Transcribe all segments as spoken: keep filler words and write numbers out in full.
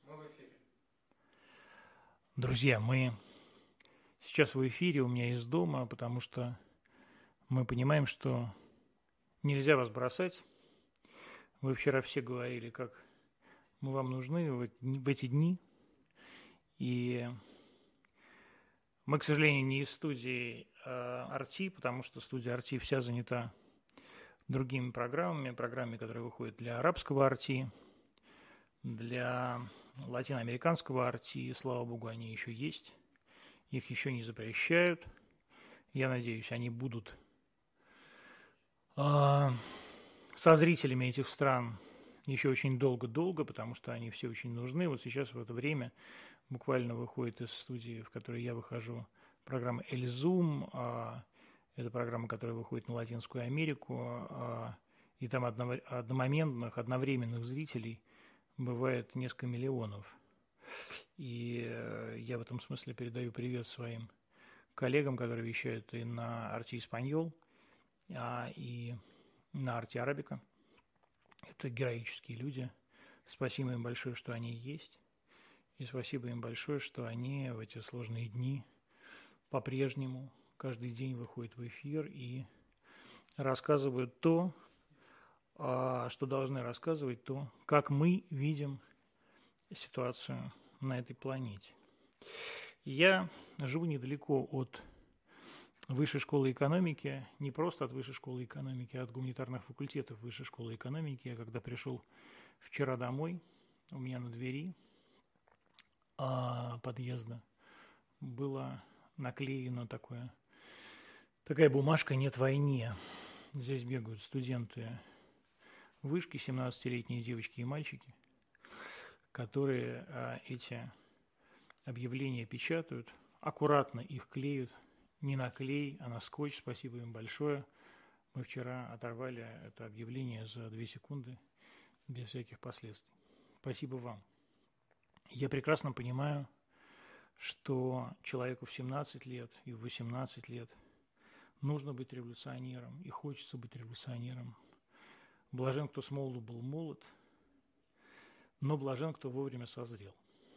Мы в эфире. Друзья, мы сейчас в эфире у меня из дома, потому что мы понимаем, что нельзя вас бросать. Вы вчера все говорили, как мы вам нужны в эти дни. И мы, к сожалению, не из студии Арти, потому что студия Арти вся занята другими программами, программами, которые выходят для арабского Арти, для латиноамериканского Арти. Слава богу, они еще есть. Их еще не запрещают. Я надеюсь, они будут э, со зрителями этих стран еще очень долго-долго, потому что они все очень нужны. Вот сейчас в это время буквально выходит из студии, в которой я выхожу, программа «Эльзум». Э, это программа, которая выходит на Латинскую Америку. Э, и там одно, одномоментных, одновременных зрителей бывает несколько миллионов. И э, я в этом смысле передаю привет своим коллегам, которые вещают и на Арти Испаньол, а, и на Арти Арабика. Это героические люди. Спасибо им большое, что они есть. И спасибо им большое, что они в эти сложные дни по-прежнему каждый день выходят в эфир и рассказывают то, что должны рассказывать, то, как мы видим ситуацию на этой планете. Я живу недалеко от Высшей школы экономики, не просто от Высшей школы экономики, а от гуманитарных факультетов Высшей школы экономики. Я когда пришел вчера домой, у меня на двери а, подъезда было наклеено такое, такая бумажка «Нет войне». Здесь бегают студенты вышки, семнадцатилетние девочки и мальчики, которые а, эти объявления печатают, аккуратно их клеют, не на клей, а на скотч. Спасибо им большое. Мы вчера оторвали это объявление за две секунды без всяких последствий. Спасибо вам. Я прекрасно понимаю, что человеку в семнадцать лет и в восемнадцать лет нужно быть революционером, и хочется быть революционером. Блажен, кто с молоду был молод, но блажен, кто вовремя созрел.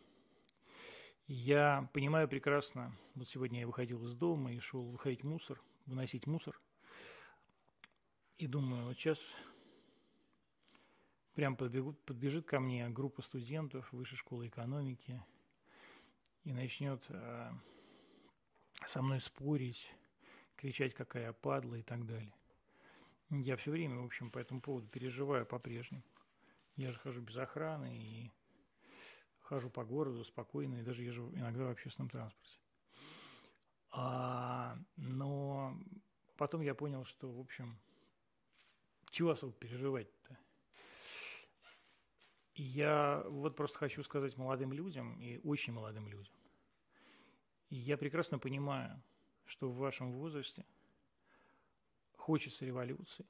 Я понимаю прекрасно, вот сегодня я выходил из дома и шел выходить мусор, выносить мусор, и думаю, вот сейчас прям подбегут, подбежит ко мне группа студентов Высшей школы экономики и начнет э, со мной спорить, кричать, какая я падла и так далее. Я все время, в общем, по этому поводу переживаю по-прежнему. Я же хожу без охраны и хожу по городу спокойно, и даже езжу иногда в общественном транспорте. А, но потом я понял, что, в общем, чего особо переживать-то? Я вот просто хочу сказать молодым людям, и очень молодым людям, я прекрасно понимаю, что в вашем возрасте хочется революции,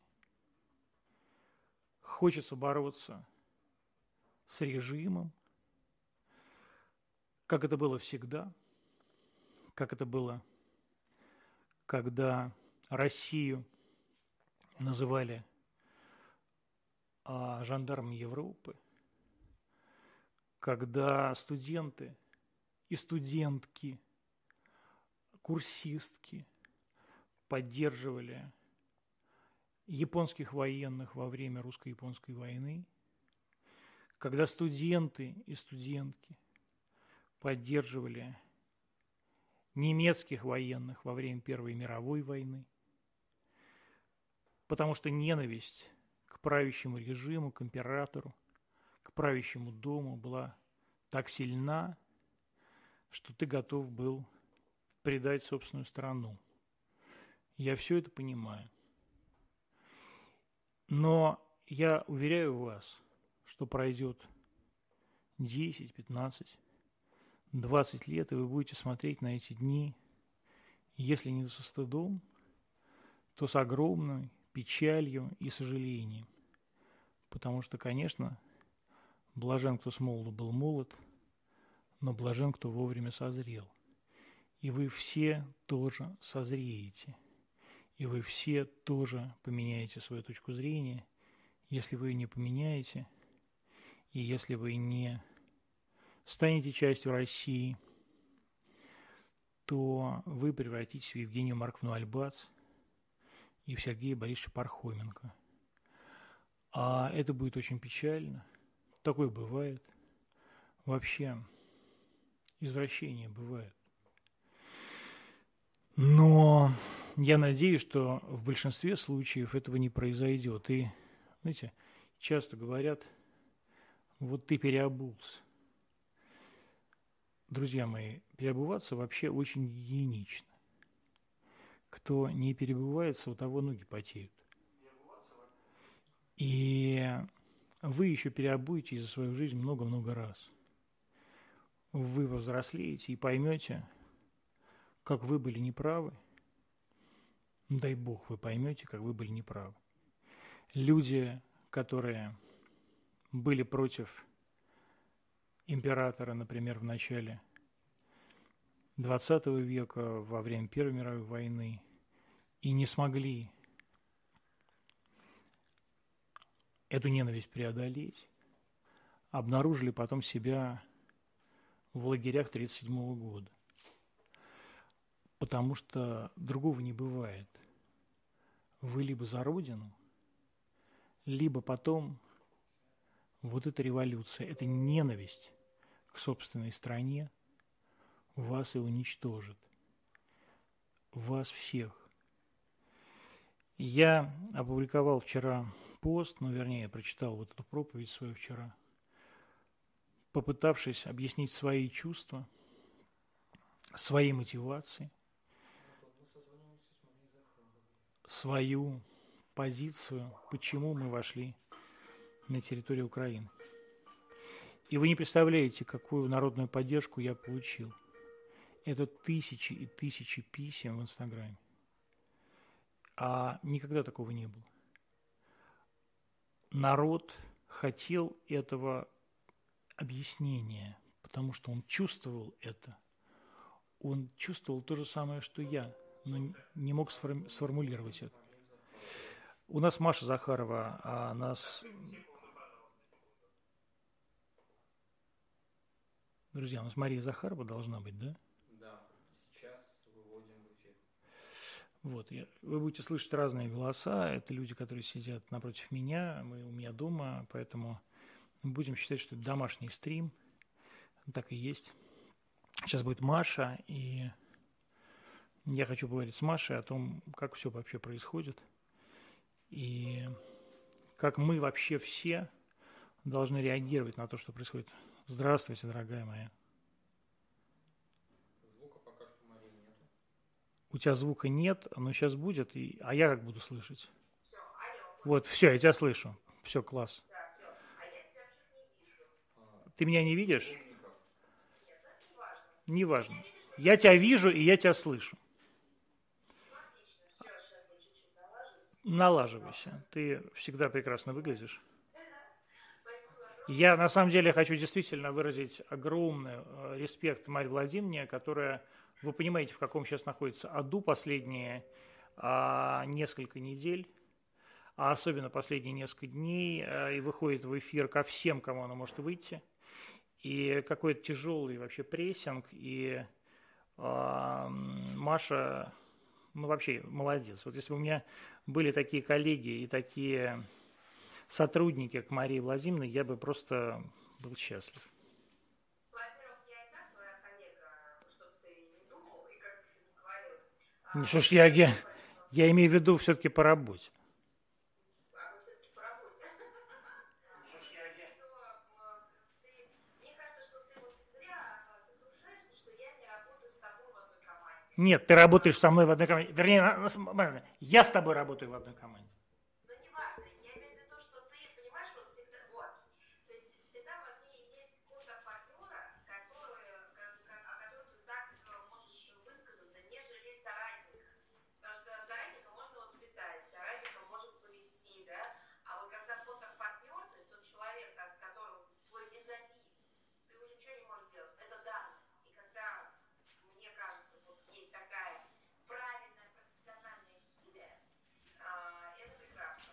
хочется бороться с режимом, как это было всегда, как это было, когда Россию называли а, жандармом Европы, когда студенты и студентки, курсистки поддерживали японских военных во время русско-японской войны, когда студенты и студентки поддерживали немецких военных во время Первой мировой войны, потому что ненависть к правящему режиму, к императору, к правящему дому была так сильна, что ты готов был предать собственную страну. Я все это понимаю. Но я уверяю вас, что пройдет десять, пятнадцать, двадцать лет, и вы будете смотреть на эти дни, если не со стыдом, то с огромной печалью и сожалением. Потому что, конечно, блажен, кто с молоду был молод, но блажен, кто вовремя созрел. И вы все тоже созреете. И вы все тоже поменяете свою точку зрения. Если вы ее не поменяете, и если вы не станете частью России, то вы превратитесь в Евгению Марковну Альбац и в Сергея Борисовича Пархоменко. А это будет очень печально. Такое бывает. Вообще, извращения бывают. Но я надеюсь, что в большинстве случаев этого не произойдет. И, знаете, часто говорят, вот ты переобулся. Друзья мои, переобуваться вообще очень гигиенично. Кто не переобувается, у того ноги потеют. И вы еще переобуетесь за свою жизнь много-много раз. Вы повзрослеете и поймете, как вы были неправы. Дай Бог, вы поймете, как вы были неправы. Люди, которые были против императора, например, в начале двадцатого века, во время Первой мировой войны, и не смогли эту ненависть преодолеть, обнаружили потом себя в лагерях тысяча девятьсот тридцать седьмого года. Потому что другого не бывает. Вы либо за Родину, либо потом вот эта революция, эта ненависть к собственной стране вас и уничтожит. Вас всех. Я опубликовал вчера пост, ну, вернее, я прочитал вот эту проповедь свою вчера, попытавшись объяснить свои чувства, свои мотивации, свою позицию, почему мы вошли на территорию Украины. И вы не представляете, какую народную поддержку я получил. Это тысячи и тысячи писем в Инстаграме. А никогда такого не было. Народ хотел этого объяснения, потому что он чувствовал это. Он чувствовал то же самое, что я, но не мог сформулировать это. У нас Маша Захарова, а нас... Друзья, у нас Мария Захарова должна быть, да? Да, сейчас выводим в эфир. Вот, я, вы будете слышать разные голоса. Это люди, которые сидят напротив меня, мы у меня дома, поэтому будем считать, что это домашний стрим. Так и есть. Сейчас будет Маша, и я хочу поговорить с Машей о том, как все вообще происходит, и как мы вообще все должны реагировать на то, что происходит. Здравствуйте, дорогая моя. Звука пока что, Марии, нету. У тебя звука нет, но сейчас будет, и... а я как буду слышать? Все, алло. Вот, все, я тебя слышу. Все, класс. Да, все. А я тебя вообще не вижу. Ты меня не видишь? Никак. Нет, это не важно. Не важно. Я тебя вижу, и я тебя слышу. Отлично. Все, сейчас я чуть-чуть налажусь. Налаживайся. Ты всегда прекрасно выглядишь. Я, на самом деле, хочу действительно выразить огромный респект Марии Владимировне, которая, вы понимаете, в каком сейчас находится аду последние а, несколько недель, а особенно последние несколько дней, а, и выходит в эфир ко всем, кому она может выйти, и какой-то тяжелый вообще прессинг, и а, Маша, ну, вообще молодец. Вот если бы у меня были такие коллеги и такие... сотрудники, как Мария Владимировна, я бы просто был счастлив. Во-первых, я и так твоя коллега, чтобы ты не думал и как ты не говорил. Что ж, я, я, я имею в виду все-таки по работе. А вы все-таки по работе. Мне кажется, что ты вот зря сокрушаешься, что я не работаю с тобой в одной команде. Нет, ты работаешь со мной в одной команде. Вернее, я с тобой работаю в одной команде.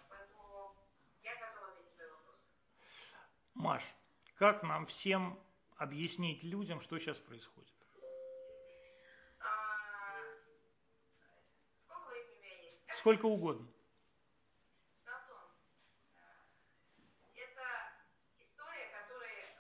Маш, как нам всем объяснить людям, что сейчас происходит? А, сколько времени у меня есть? Сколько угодно. Антон, это история, которой,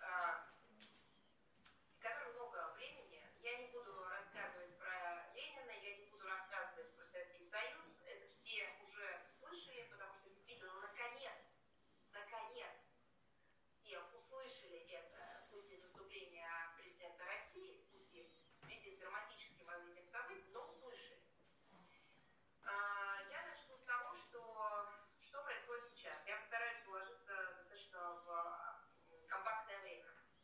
которой много времени. Я не буду рассказывать про Ленина, я не буду рассказывать про Советский Союз. Это все уже слышали, потому что действительно, наконец, наконец, все услышали это, пусть из выступления президента России, пусть и в связи с драматическим развитием событий, но услышали. Я начну с того, что, что происходит сейчас. Я постараюсь уложиться достаточно в компактное время.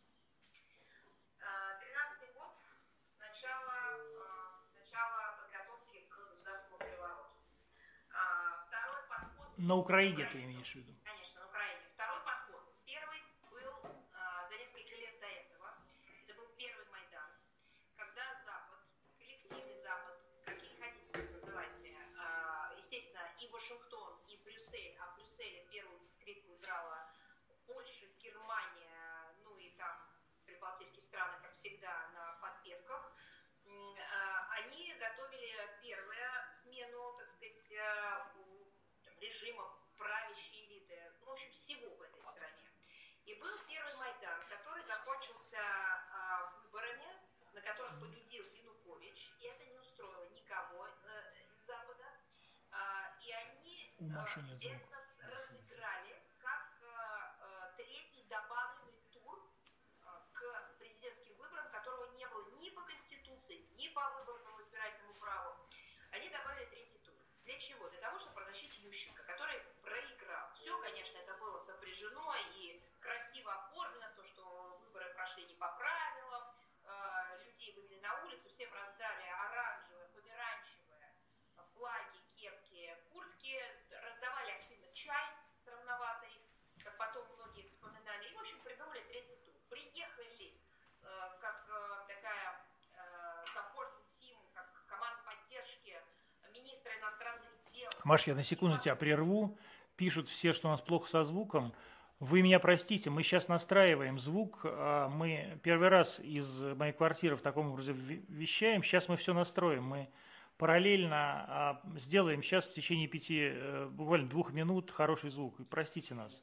тринадцатый год, начало, начало подготовки к государственному перевороту. Второй подход... На Украине ты имеешь в виду? Конечно, на Украине. Второй подход. Первый был за несколько лет до этого. Это был первый Майдан, когда Запад, коллективный Запад, как и хотите называйте, естественно, и Вашингтон, и Брюссель, а в Брюсселе первую скрипку играла Польша, Германия, ну и там прибалтийские страны, как всегда, на подпевках, они готовили первую смену, так сказать, режима правящей элиты, ну, в общем, всего в этой стране. И был первый Майдан, который закончился а, выборами, на которых победил Янукович, и это не устроило никого э, из Запада, а, и они э, это разыграли как э, третий добавленный тур э, к президентским выборам, которого не было ни по Конституции, ни по выборному избирательному праву. Они добавили третий тур. Для чего? Для того, чтобы протащить Ющенко, который проиграл. Все, конечно, это было сопряжено и красиво оформлено, то, что выборы прошли не по правилам, э, людей вывели на улицу, всем раздали оранжевые, померанчевые флаги, кепки, куртки, раздавали активно чай странноватый, как потом многие вспоминали, и, в общем, придумали третий тур. Приехали э, как э, такая э, supporting team, как команда поддержки министра иностранных дел. Маш, я на секунду тебя прерву. Пишут все, что у нас плохо со звуком. Вы меня простите, мы сейчас настраиваем звук. Мы первый раз из моей квартиры в таком образе вещаем. Сейчас мы все настроим. Мы параллельно сделаем сейчас в течение пяти, буквально двух минут хороший звук. Простите нас.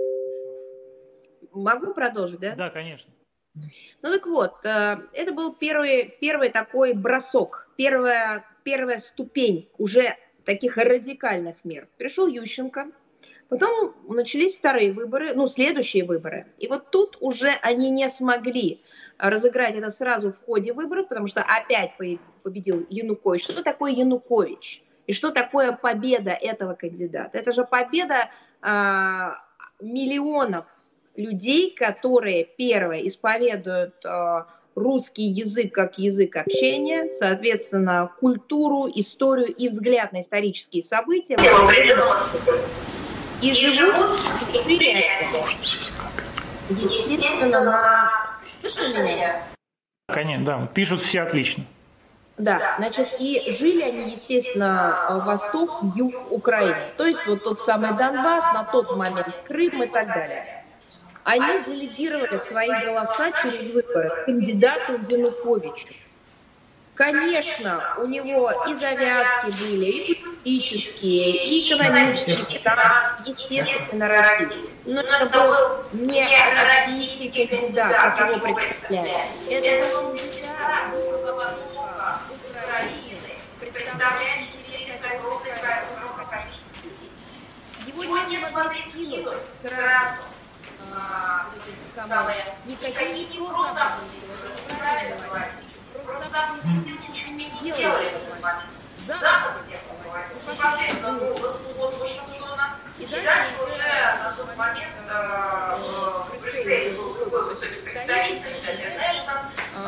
Могу продолжить, да? Да, конечно. Ну так вот, это был первый, первый такой бросок, первая, первая ступень уже таких радикальных мер. Пришел Ющенко, потом начались вторые выборы, ну, следующие выборы. И вот тут уже они не смогли разыграть это сразу в ходе выборов, потому что опять победил Янукович. Что такое Янукович? И что такое победа этого кандидата? Это же победа а, миллионов людей, которые, первое, исповедуют э, русский язык как язык общения, соответственно, культуру, историю и взгляд на исторические события, и живут естественно, на... Слышно меня? Конечно, да, пишут все отлично. Да, значит, и жили они, естественно, восток, юг Украины, то есть вот тот самый Донбасс, на тот момент Крым и так далее. Они делегировали свои голоса через выборы кандидату Януковичу. Конечно, у него и завязки были, и политические, и экономические, да, естественно, России. Но это был не российский кандидат, как его представляли. Это был кандидат Юго-Востока Украины, представляющий интерес огромного количества людей. Его не смогли сразу. А, самые, никакие просто правильно говорить. Просто Запад ничего не делали в этот момент. Запад всех руководил. Непосредственно от Вашингтона. И дальше уже на тот момент в Брюсселе был другой высокий представитель, Интернешнл,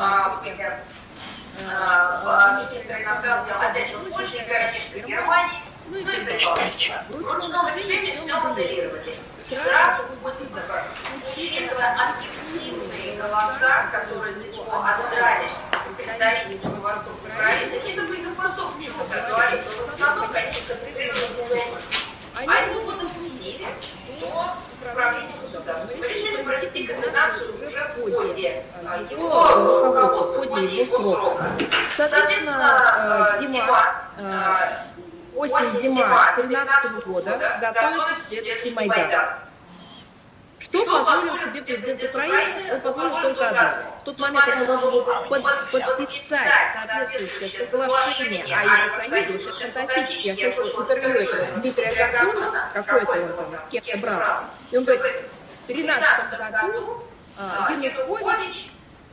министр иностранных дел, опять же, в Польше, и, конечно, в Германии, ну и Прибалтике. В ручном режиме все моделировали. Сразу учитывая объективные голоса, которые за него отдали представители Востока Украины, это были Востока, почему так говорить, но в основном, конечно, концентрированные. Они его допустили до управления государством. Мы решили провести координацию уже в ходе его руководства, в ходе его срока. Соответственно, зима, осень-зима две тысячи тринадцатого года готовится следующий Майдан. Что позволил себе президент Украины? Он позволил только одно. В тот момент, когда он должен был под, подписать соответствующее соглашение о Евросоюзе, очень фантастически, я слышала интервью этого Дмитрия Гордона, какой-то он там, с кем-то брал, и он говорит, в две тысячи тринадцатом году а, Янукович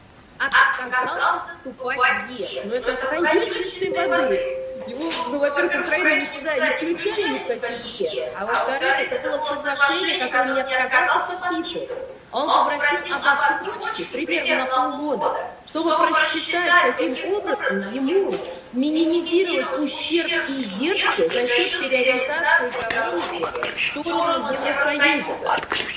отказался вступать в ЕС. Но это крайне чистой воды. Его, ну, во-первых, Украину никуда не включали ни в какие ЕС, а во-вторых, это было соглашение, которое он не отказался подписывать. Он попросил об отсрочке примерно на полгода, чтобы просчитать, каким образом ему минимизировать ущерб и издержки за счет переориентации экономики в сторону Евросоюза.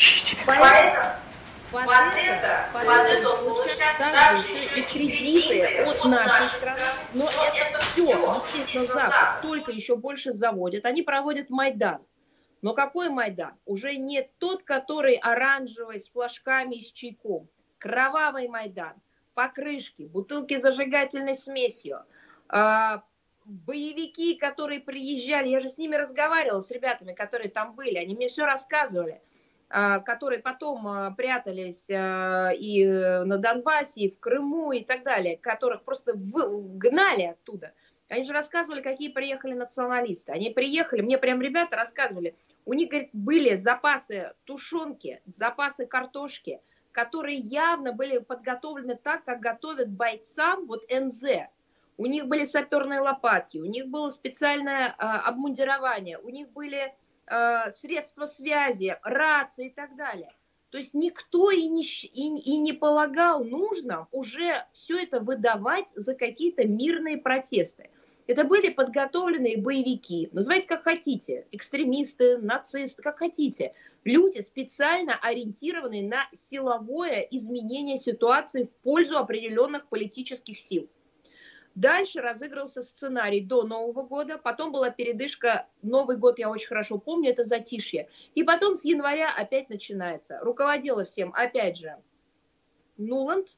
Поэтому под это, под это получают также и кредиты от нашей страны, но это все, естественно, Запад только еще больше заводит. Они проводят Майдан. Но какой Майдан? Уже не тот, который оранжевый, с флажками и с чайком. Кровавый Майдан. Покрышки, бутылки с зажигательной смесью. А, боевики, которые приезжали, я же с ними разговаривала, с ребятами, которые там были, они мне все рассказывали, которые потом прятались и на Донбассе, и в Крыму, и так далее, которых просто гнали оттуда. Они же рассказывали, какие приехали националисты. Они приехали, мне прям ребята рассказывали, у них, говорит, были запасы тушенки, запасы картошки, которые явно были подготовлены так, как готовят бойцам вот эн зэ. У них были саперные лопатки, у них было специальное а, обмундирование, у них были средства связи, рации и так далее. То есть никто и не, и, и не полагал нужным уже все это выдавать за какие-то мирные протесты. Это были подготовленные боевики, называйте как хотите, экстремисты, нацисты, как хотите. Люди, специально ориентированные на силовое изменение ситуации в пользу определенных политических сил. Дальше разыгрался сценарий до Нового года, потом была передышка, Новый год я очень хорошо помню, это затишье. И потом с января опять начинается. Руководила всем, опять же, Нуланд,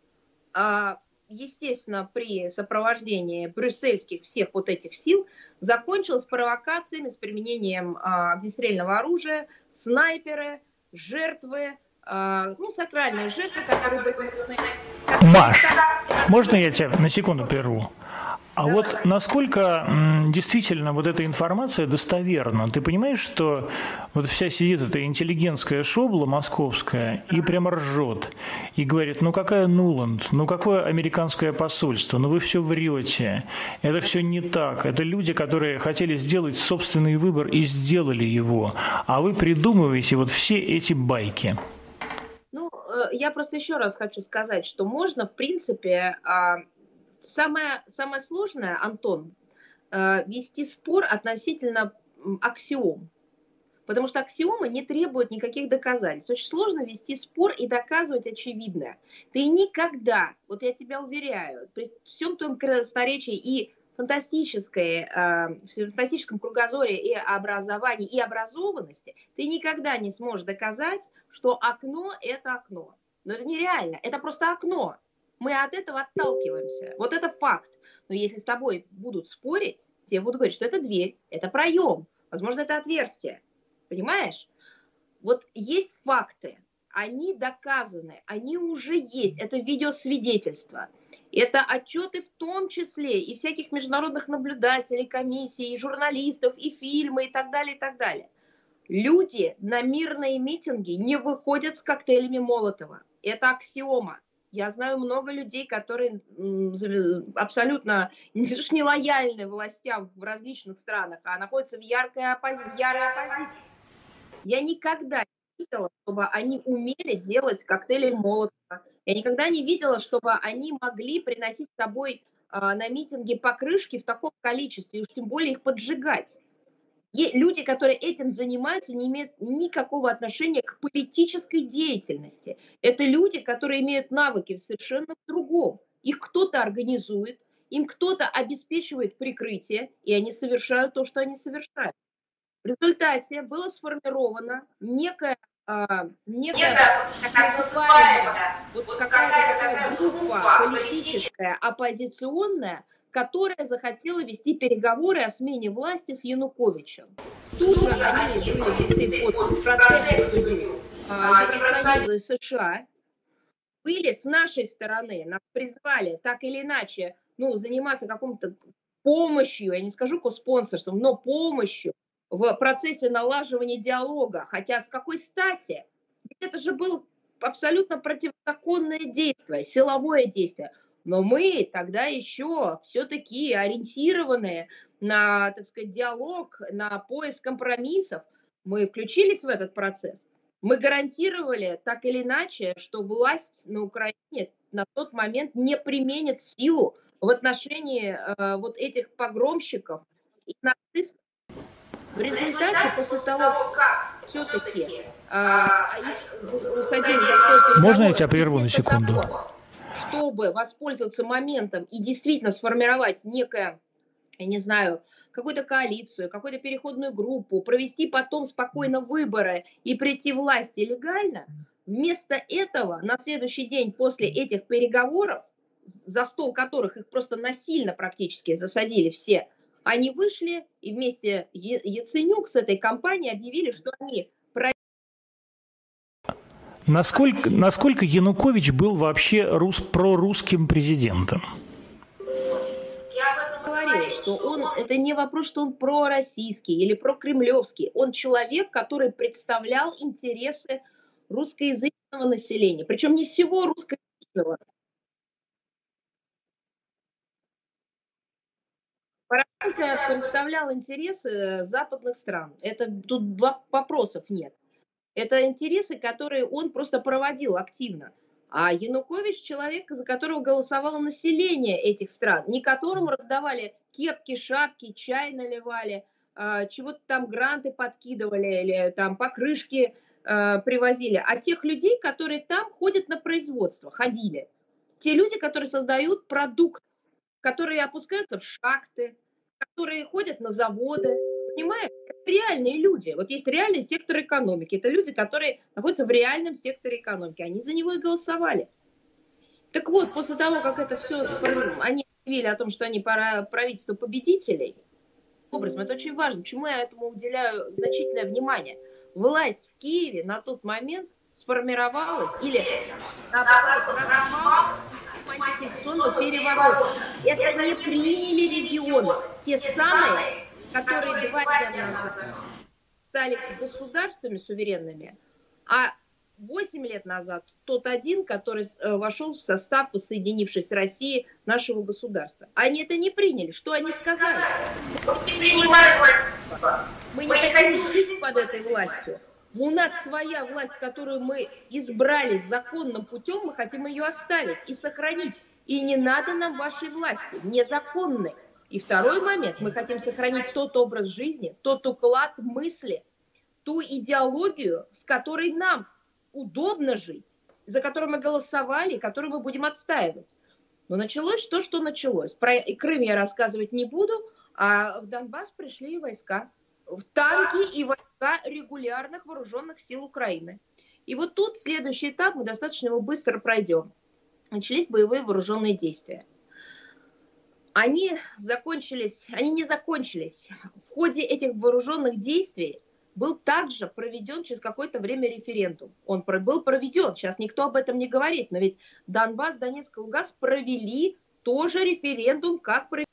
естественно, при сопровождении брюссельских всех вот этих сил, закончилась провокациями с применением огнестрельного оружия, снайперы, жертвы, ну, сакральные жертвы, которые были выпущены. Маш, можно я тебя на секунду прерву? А вот насколько м, действительно вот эта информация достоверна? Ты понимаешь, что вот вся сидит эта интеллигентская шобла московская и прямо ржет, и говорит, ну какая Нуланд, ну какое американское посольство, ну вы все врете, это все не так, это люди, которые хотели сделать собственный выбор и сделали его, а вы придумываете вот все эти байки. Ну, я просто еще раз хочу сказать, что можно, в принципе, самое, самое сложное, Антон, вести спор относительно аксиом. Потому что аксиомы не требуют никаких доказательств. Очень сложно вести спор и доказывать очевидное. Ты никогда, вот я тебя уверяю, при всем твоем красноречии и фантастической, в фантастическом кругозоре и образовании, и образованности, ты никогда не сможешь доказать, что окно – это окно. Но это нереально, это просто окно. Мы от этого отталкиваемся. Вот это факт. Но если с тобой будут спорить, тебе будут говорить, что это дверь, это проем, возможно, это отверстие. Понимаешь? Вот есть факты, они доказаны, они уже есть. Это видеосвидетельство. Это отчеты в том числе и всяких международных наблюдателей, комиссий, и журналистов, и фильмы, и так далее, и так далее. Люди на мирные митинги не выходят с коктейлями Молотова. Это аксиома. Я знаю много людей, которые абсолютно не лояльны властям в различных странах, а находятся в, яркой оппози- в ярой оппозиции. Я никогда не видела, чтобы они умели делать коктейли Молотова. Я никогда не видела, чтобы они могли приносить с собой а, на митинги покрышки в таком количестве, и уж тем более их поджигать. И люди, которые этим занимаются, не имеют никакого отношения к политической деятельности. Это люди, которые имеют навыки в совершенно другом. Их кто-то организует, им кто-то обеспечивает прикрытие, и они совершают то, что они совершают. В результате было сформировано некое а, некая так называемая вот какая-то такая группа политическая, оппозиционная, которая захотела вести переговоры о смене власти с Януковичем. Тут же они были под процентную судью Евросоюза и США, были с нашей стороны, нас призвали так или иначе, ну, заниматься какой-то помощью, я не скажу коспонсорством, но помощью в процессе налаживания диалога. Хотя с какой стати? Это же было абсолютно противозаконное действие, силовое действие. Но мы тогда еще все-таки ориентированные на, так сказать, диалог, на поиск компромиссов, мы включились в этот процесс. Мы гарантировали так или иначе, что власть на Украине на тот момент не применит силу в отношении э, вот этих погромщиков и нацистов. В результате, после того, как все-таки э, их усадили за стол переговоров... Можно я тебя прерву на секунду? Того, чтобы воспользоваться моментом и действительно сформировать некое, я не знаю, какую-то коалицию, какую-то переходную группу, провести потом спокойно выборы и прийти к власти легально, вместо этого на следующий день после этих переговоров, за стол которых их просто насильно практически засадили все, они вышли и вместе Яценюк с этой компанией объявили, что они... Насколько, насколько Янукович был вообще рус, прорусским президентом? Что он, это не вопрос, что он пророссийский или прокремлевский. Он человек, который представлял интересы русскоязычного населения. Причем не всего русскоязычного. Порошенко представлял интересы западных стран. Это тут вопросов нет. Это интересы, которые он просто проводил активно. А Янукович человек, за которого голосовало население этих стран, не которому раздавали кепки, шапки, чай наливали, чего-то там гранты подкидывали или там покрышки привозили, а тех людей, которые там ходят на производство, ходили. Те люди, которые создают продукт, которые опускаются в шахты, которые ходят на заводы. Понимаешь, это реальные люди. Вот есть реальный сектор экономики. Это люди, которые находятся в реальном секторе экономики. Они за него и голосовали. Так вот, после того, как это все, они объявили о том, что они правительство победителей, образом, это очень важно. Почему я этому уделяю значительное внимание? Власть в Киеве на тот момент сформировалась или наоборот, конституционного переворота. Это не приняли регионы, те самые, которые два дня назад стали государствами суверенными, а восемь лет назад тот один, который вошел в состав воссоединившейся России нашего государства. Они это не приняли. Что они сказали? Мы не хотим жить под этой властью. У нас своя власть, которую мы избрали законным путем, мы хотим ее оставить и сохранить. И не надо нам вашей власти, незаконной. И второй момент, мы хотим сохранить тот образ жизни, тот уклад мысли, ту идеологию, с которой нам удобно жить, за которую мы голосовали, которую мы будем отстаивать. Но началось то, что началось. Про Крым я рассказывать не буду, а в Донбасс пришли войска, в танки и войска регулярных вооруженных сил Украины. И вот тут следующий этап, мы достаточно его быстро пройдем. Начались боевые вооруженные действия. Они закончились, они не закончились. В ходе этих вооруженных действий был также проведен через какое-то время референдум. Он был проведен, сейчас никто об этом не говорит, но ведь Донбасс, Донецк и Луганск провели тоже референдум, как провели.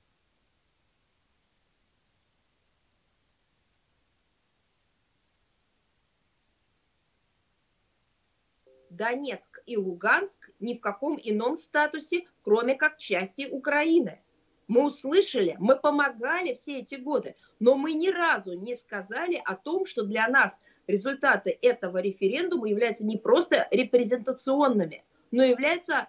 Донецк и Луганск ни в каком ином статусе, кроме как части Украины. Мы услышали, мы помогали все эти годы, но мы ни разу не сказали о том, что для нас результаты этого референдума являются не просто репрезентационными, но являются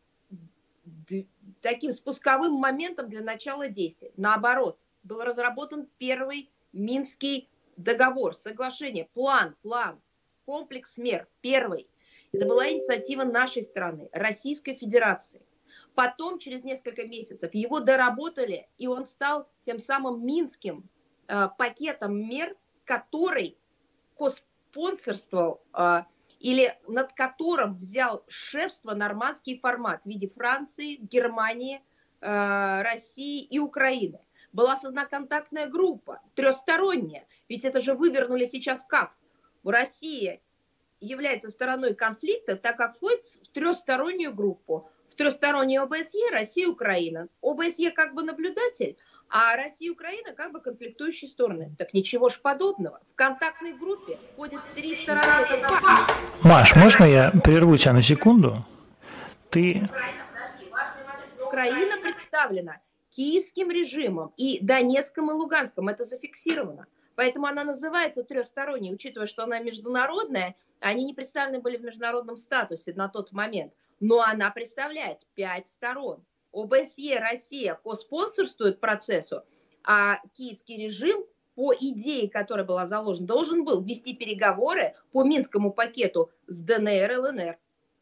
таким спусковым моментом для начала действий. Наоборот, был разработан первый Минский договор, соглашение, план, план, комплекс мер, первый. Это была инициатива нашей страны, Российской Федерации. Потом, через несколько месяцев, его доработали, и он стал тем самым минским э, пакетом мер, который коспонсорствовал а, или над которым взял шефство нормандский формат в виде Франции, Германии, а, России и Украины. Была создана контактная группа, трехсторонняя. Ведь это же вывернули сейчас как? В России является стороной конфликта, так как входит в трехстороннюю группу. В трехстороннюю ОБСЕ Россия и Украина. ОБСЕ как бы наблюдатель, а Россия и Украина как бы конфликтующие стороны. Так ничего ж подобного. В контактной группе входят три стороны. Это факт. Маш, можно я прерву тебя на секунду? Ты... Украина представлена киевским режимом и Донецком и Луганском. Это зафиксировано. Поэтому она называется трехсторонней, учитывая, что она международная. Они не представлены были в международном статусе на тот момент. Но она представляет пять сторон. ОБСЕ, Россия коспонсорствует процессу, а киевский режим, по идее, которая была заложена, должен был вести переговоры по Минскому пакету с ДНР, ЛНР.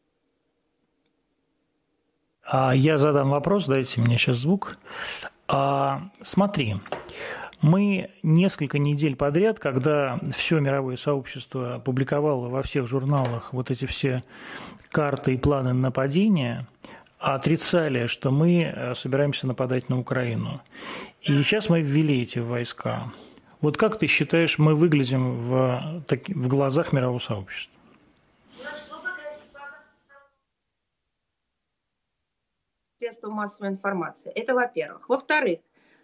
А я задам вопрос, дайте мне сейчас звук. А, смотри, мы несколько недель подряд, когда все мировое сообщество публиковало во всех журналах вот эти все карты и планы нападения, отрицали, что мы собираемся нападать на Украину. И сейчас мы ввели эти войска. Вот как ты считаешь, мы выглядим в, в глазах мирового сообщества? Средства массовой информации. Это во-первых. Во-вторых,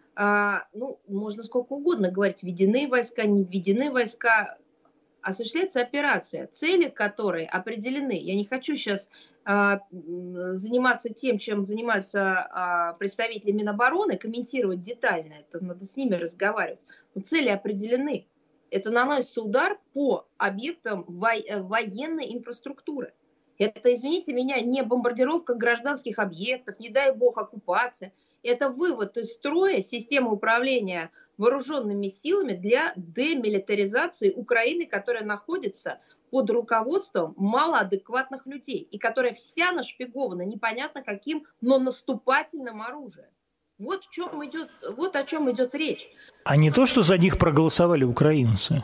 а, ну, можно сколько угодно говорить, введены войска, не введены войска. Осуществляется операция, цели которой определены. Я не хочу сейчас а, заниматься тем, чем занимаются а, представители Минобороны, комментировать детально, это надо с ними разговаривать. Но цели определены. Это наносится удар по объектам во, военной инфраструктуры. Это, извините меня, не бомбардировка гражданских объектов, не дай бог оккупация. Это вывод из строя системы управления вооруженными силами для демилитаризации Украины, которая находится под руководством малоадекватных людей и которая вся нашпигована непонятно каким, но наступательным оружием. Вот, в чем идет, вот о чем идет речь. А не то, что за них проголосовали украинцы?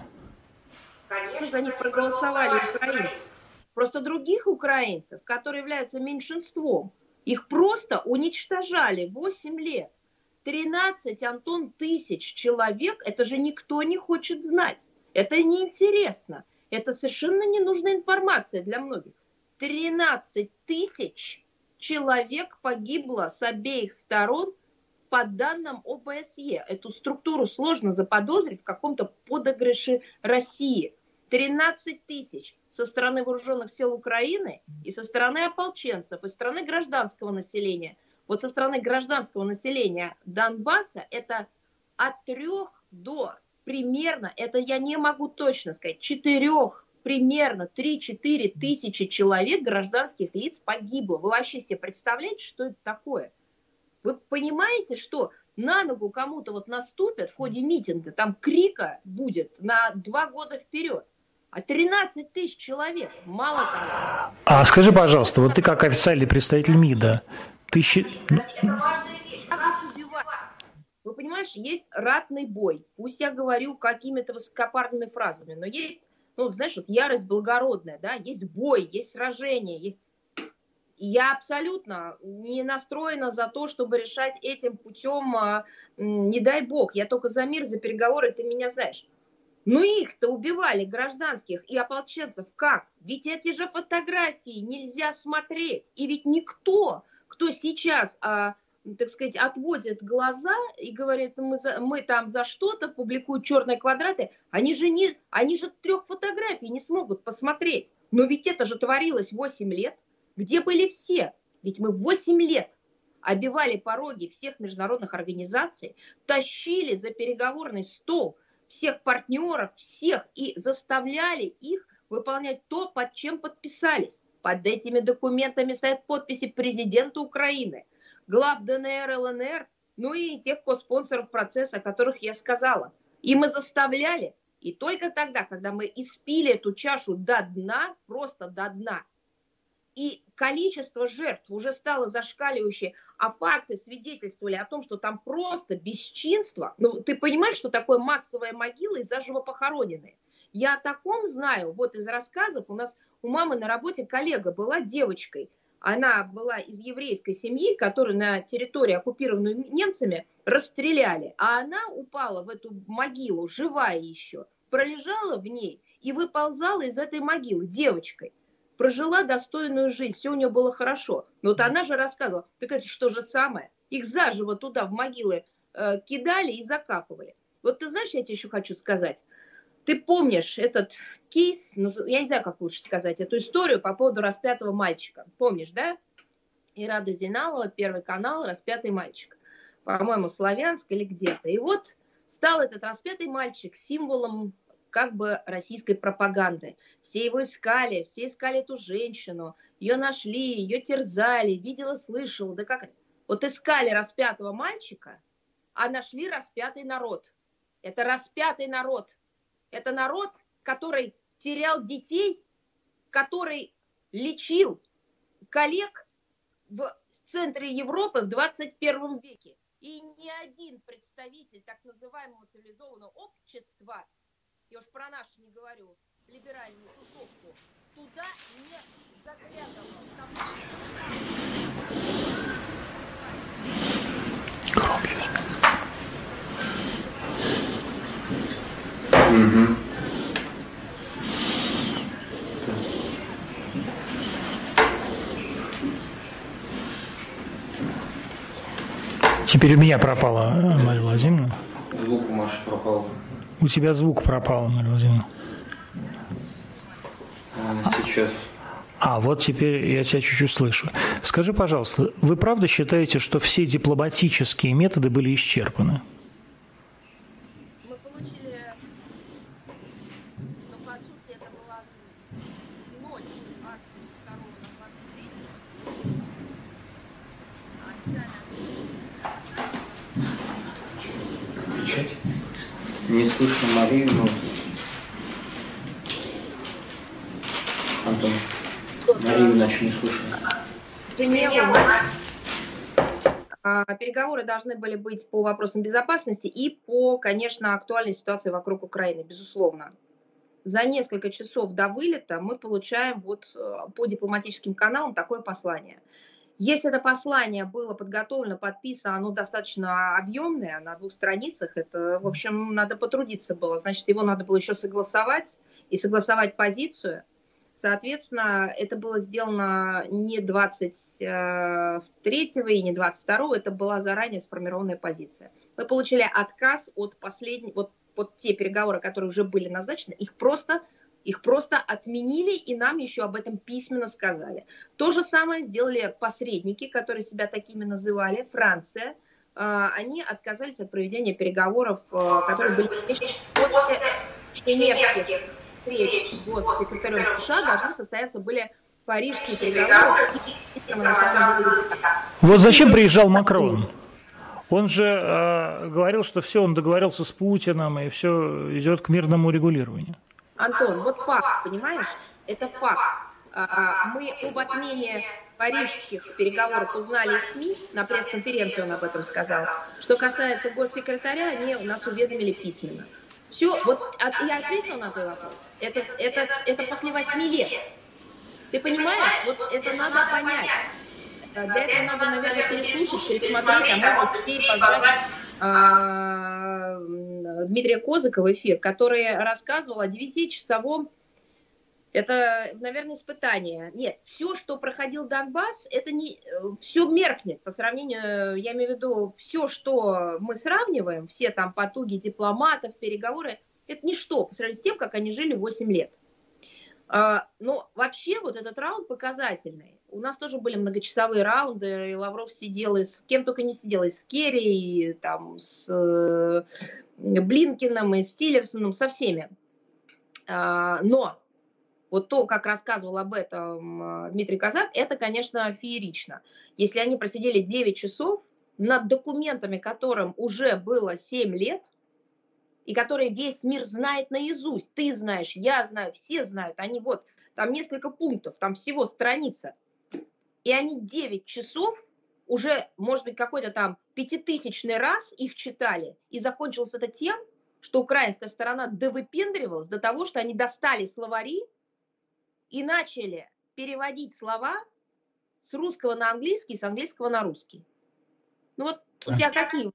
Конечно, за них проголосовали украинцы. Просто других украинцев, которые являются меньшинством, их просто уничтожали восемь лет. тринадцать, Антон, тысяч человек, это же никто не хочет знать. Это неинтересно. Это совершенно ненужная информация для многих. тринадцать тысяч человек погибло с обеих сторон по данным ОБСЕ. Эту структуру сложно заподозрить в каком-то подыгрыше России. тринадцать тысяч со стороны вооруженных сил Украины и со стороны ополченцев, и со стороны гражданского населения. Вот со стороны гражданского населения Донбасса это от трех до примерно, это я не могу точно сказать, четырех, примерно три-четыре тысячи человек, гражданских лиц, погибло. Вы вообще себе представляете, что это такое? Вы понимаете, что на ногу кому-то вот наступят в ходе митинга, там крика будет на два года вперед. А тринадцать тысяч человек, мало того. А скажи, пожалуйста, вот ты как официальный представитель МИДа, ты считаешь... Это важная вещь. Как их убивать? Вы понимаешь, есть ратный бой. Пусть я говорю какими-то высокопарными фразами, но есть, ну, знаешь, вот ярость благородная, да, есть бой, есть сражение, есть... Я абсолютно не настроена за то, чтобы решать этим путем, не дай бог, я только за мир, за переговоры, ты меня знаешь. Но их-то убивали, гражданских и ополченцев, как? Ведь эти же фотографии нельзя смотреть. И ведь никто, кто сейчас, а, так сказать, отводит глаза и говорит, мы, за, мы там за что-то публикуют черные квадраты, они же, не, они же трех фотографий не смогут посмотреть. Но ведь это же творилось восемь лет. Где были все? Ведь мы восемь лет обивали пороги всех международных организаций, тащили за переговорный стол всех партнеров, всех, и заставляли их выполнять то, под чем подписались. Под этими документами стоят подписи президента Украины, глав ДНР, ЛНР, ну и тех коспонсоров процесса, о которых я сказала. И мы заставляли, и только тогда, когда мы испили эту чашу до дна, просто до дна, и количество жертв уже стало зашкаливающее, а факты свидетельствовали о том, что там просто бесчинство. Ну, ты понимаешь, что такое массовая могила и заживо похороненные? Я о таком знаю, вот из рассказов. У нас у мамы на работе коллега была девочкой. Она была из еврейской семьи, которую на территории, оккупированную немцами, расстреляли. А она упала в эту могилу, живая еще, пролежала в ней и выползала из этой могилы девочкой. Прожила достойную жизнь, все у нее было хорошо. Но вот она же рассказывала, так это что же самое? Их заживо туда в могилы э, кидали и закапывали. Вот ты знаешь, я тебе еще хочу сказать. Ты помнишь этот кейс, я не знаю, как лучше сказать, эту историю по поводу распятого мальчика. Помнишь, да? Ирада Зейналова, Первый канал, распятый мальчик. По-моему, Славянск или где-то. И вот стал этот распятый мальчик символом как бы российской пропаганды. Все его искали, все искали эту женщину, ее нашли, ее терзали, видела, слышала. Да как? Вот искали распятого мальчика, а нашли распятый народ. Это распятый народ. Это народ, который терял детей, который лечил коллег в центре Европы в двадцать первом веке. И ни один представитель так называемого цивилизованного общества, я уж про наш не говорю, либеральную тусовку, туда не заглядывал. Угу. Теперь у меня пропала, Мария Владимировна. Звук у Маши пропал. У тебя звук пропал, Мария Владимировна. А, сейчас. А, вот теперь я тебя чуть-чуть слышу. Скажи, пожалуйста, вы правда считаете, что все дипломатические методы были исчерпаны? Мы получили, ну, по сути, это была ночь акции второго на двадцать третье. Включать? Не слышно Марию, но... Антон, Марию иначе не слышно. Переговоры должны были быть по вопросам безопасности и по, конечно, актуальной ситуации вокруг Украины, безусловно. За несколько часов до вылета мы получаем вот по дипломатическим каналам такое послание. Если это послание было подготовлено, подписано, оно достаточно объемное, на двух страницах, это, в общем, надо потрудиться было. Значит, его надо было еще согласовать и согласовать позицию. Соответственно, это было сделано не двадцать третьего и не двадцать второго, это была заранее сформированная позиция. Мы получили отказ от последних, вот, вот те переговоры, которые уже были назначены, их просто, их просто отменили, и нам еще об этом письменно сказали. То же самое сделали посредники, которые себя такими называли, Франция. Они отказались от проведения переговоров, которые были после Женевских встреч с госсекретарем США, должны состояться были парижские переговоры. Вот зачем приезжал Макрон? Он же э, говорил, что все, он договорился с Путиным, и все идет к мирному регулированию. Антон, вот факт, понимаешь? Это факт. Мы об отмене парижских переговоров узнали из СМИ, на пресс-конференции он об этом сказал. Что касается госсекретаря, они нас уведомили письменно. Все, вот от, я ответила на твой вопрос. Это, это, это после восьми лет. Ты понимаешь, вот это надо понять. Для этого надо, наверное, переслушать, пересмотреть, а может быть, и позвать а, Дмитрия Козыка в эфир, который рассказывал о девятичасовом. Это, наверное, испытание. Нет, все, что проходил Донбасс, это не все меркнет по сравнению, я имею в виду, все, что мы сравниваем, все там потуги дипломатов, переговоры, это ничто по сравнению с тем, как они жили восемь лет. Но вообще вот этот раунд показательный. У нас тоже были многочасовые раунды, и Лавров сидел, и с кем только не сидел, и с Керри, и там с Блинкиным, и с Тиллерсоном, со всеми. Но вот то, как рассказывал об этом Дмитрий Казак, это, конечно, феерично. Если они просидели девять часов над документами, которым уже было семь лет, и которые весь мир знает наизусть, ты знаешь, я знаю, все знают, они вот, там несколько пунктов, там всего страница, и они девять часов уже, может быть, какой-то там пятитысячный раз их читали, и закончилось это тем, что украинская сторона довыпендривалась до того, что они достали словари и начали переводить слова с русского на английский, с английского на русский. Ну вот у тебя какие?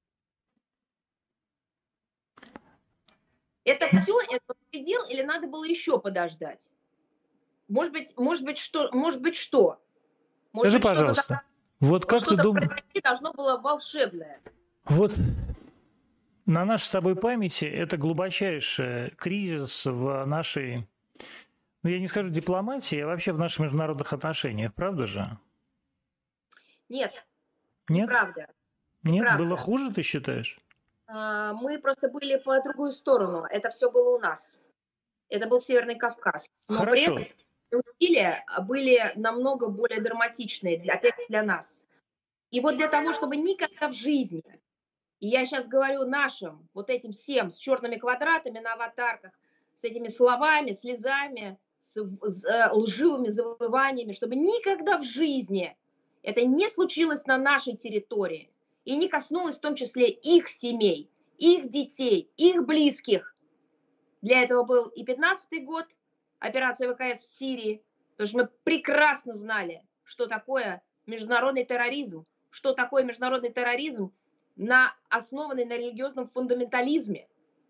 Это все, это предел, или надо было еще подождать? Может быть, может быть, что? Может быть, что? Может Скажи, быть, пожалуйста, что-то, вот как ты думаешь? Произойти должно было волшебное. Вот на нашей с тобой памяти это глубочайший кризис в нашей, ну я не скажу дипломатии, а вообще в наших международных отношениях, правда же? Нет, Нет? неправда. Нет? Неправда. Было хуже, ты считаешь? Мы просто были по другую сторону. Это все было у нас. Это был Северный Кавказ. Но Хорошо. При этом усилия были намного более драматичные, для, опять для нас. И вот для того, чтобы никогда в жизни, и я сейчас говорю нашим, вот этим всем, с черными квадратами на аватарках, с этими словами, слезами, с, с лживыми завываниями, чтобы никогда в жизни это не случилось на нашей территории и не коснулось в том числе их семей, их детей, их близких. Для этого был и пятнадцатый год, операция ВКС в Сирии, потому что мы прекрасно знали, что такое международный терроризм, что такое международный терроризм, на, основанный на религиозном фундаментализме.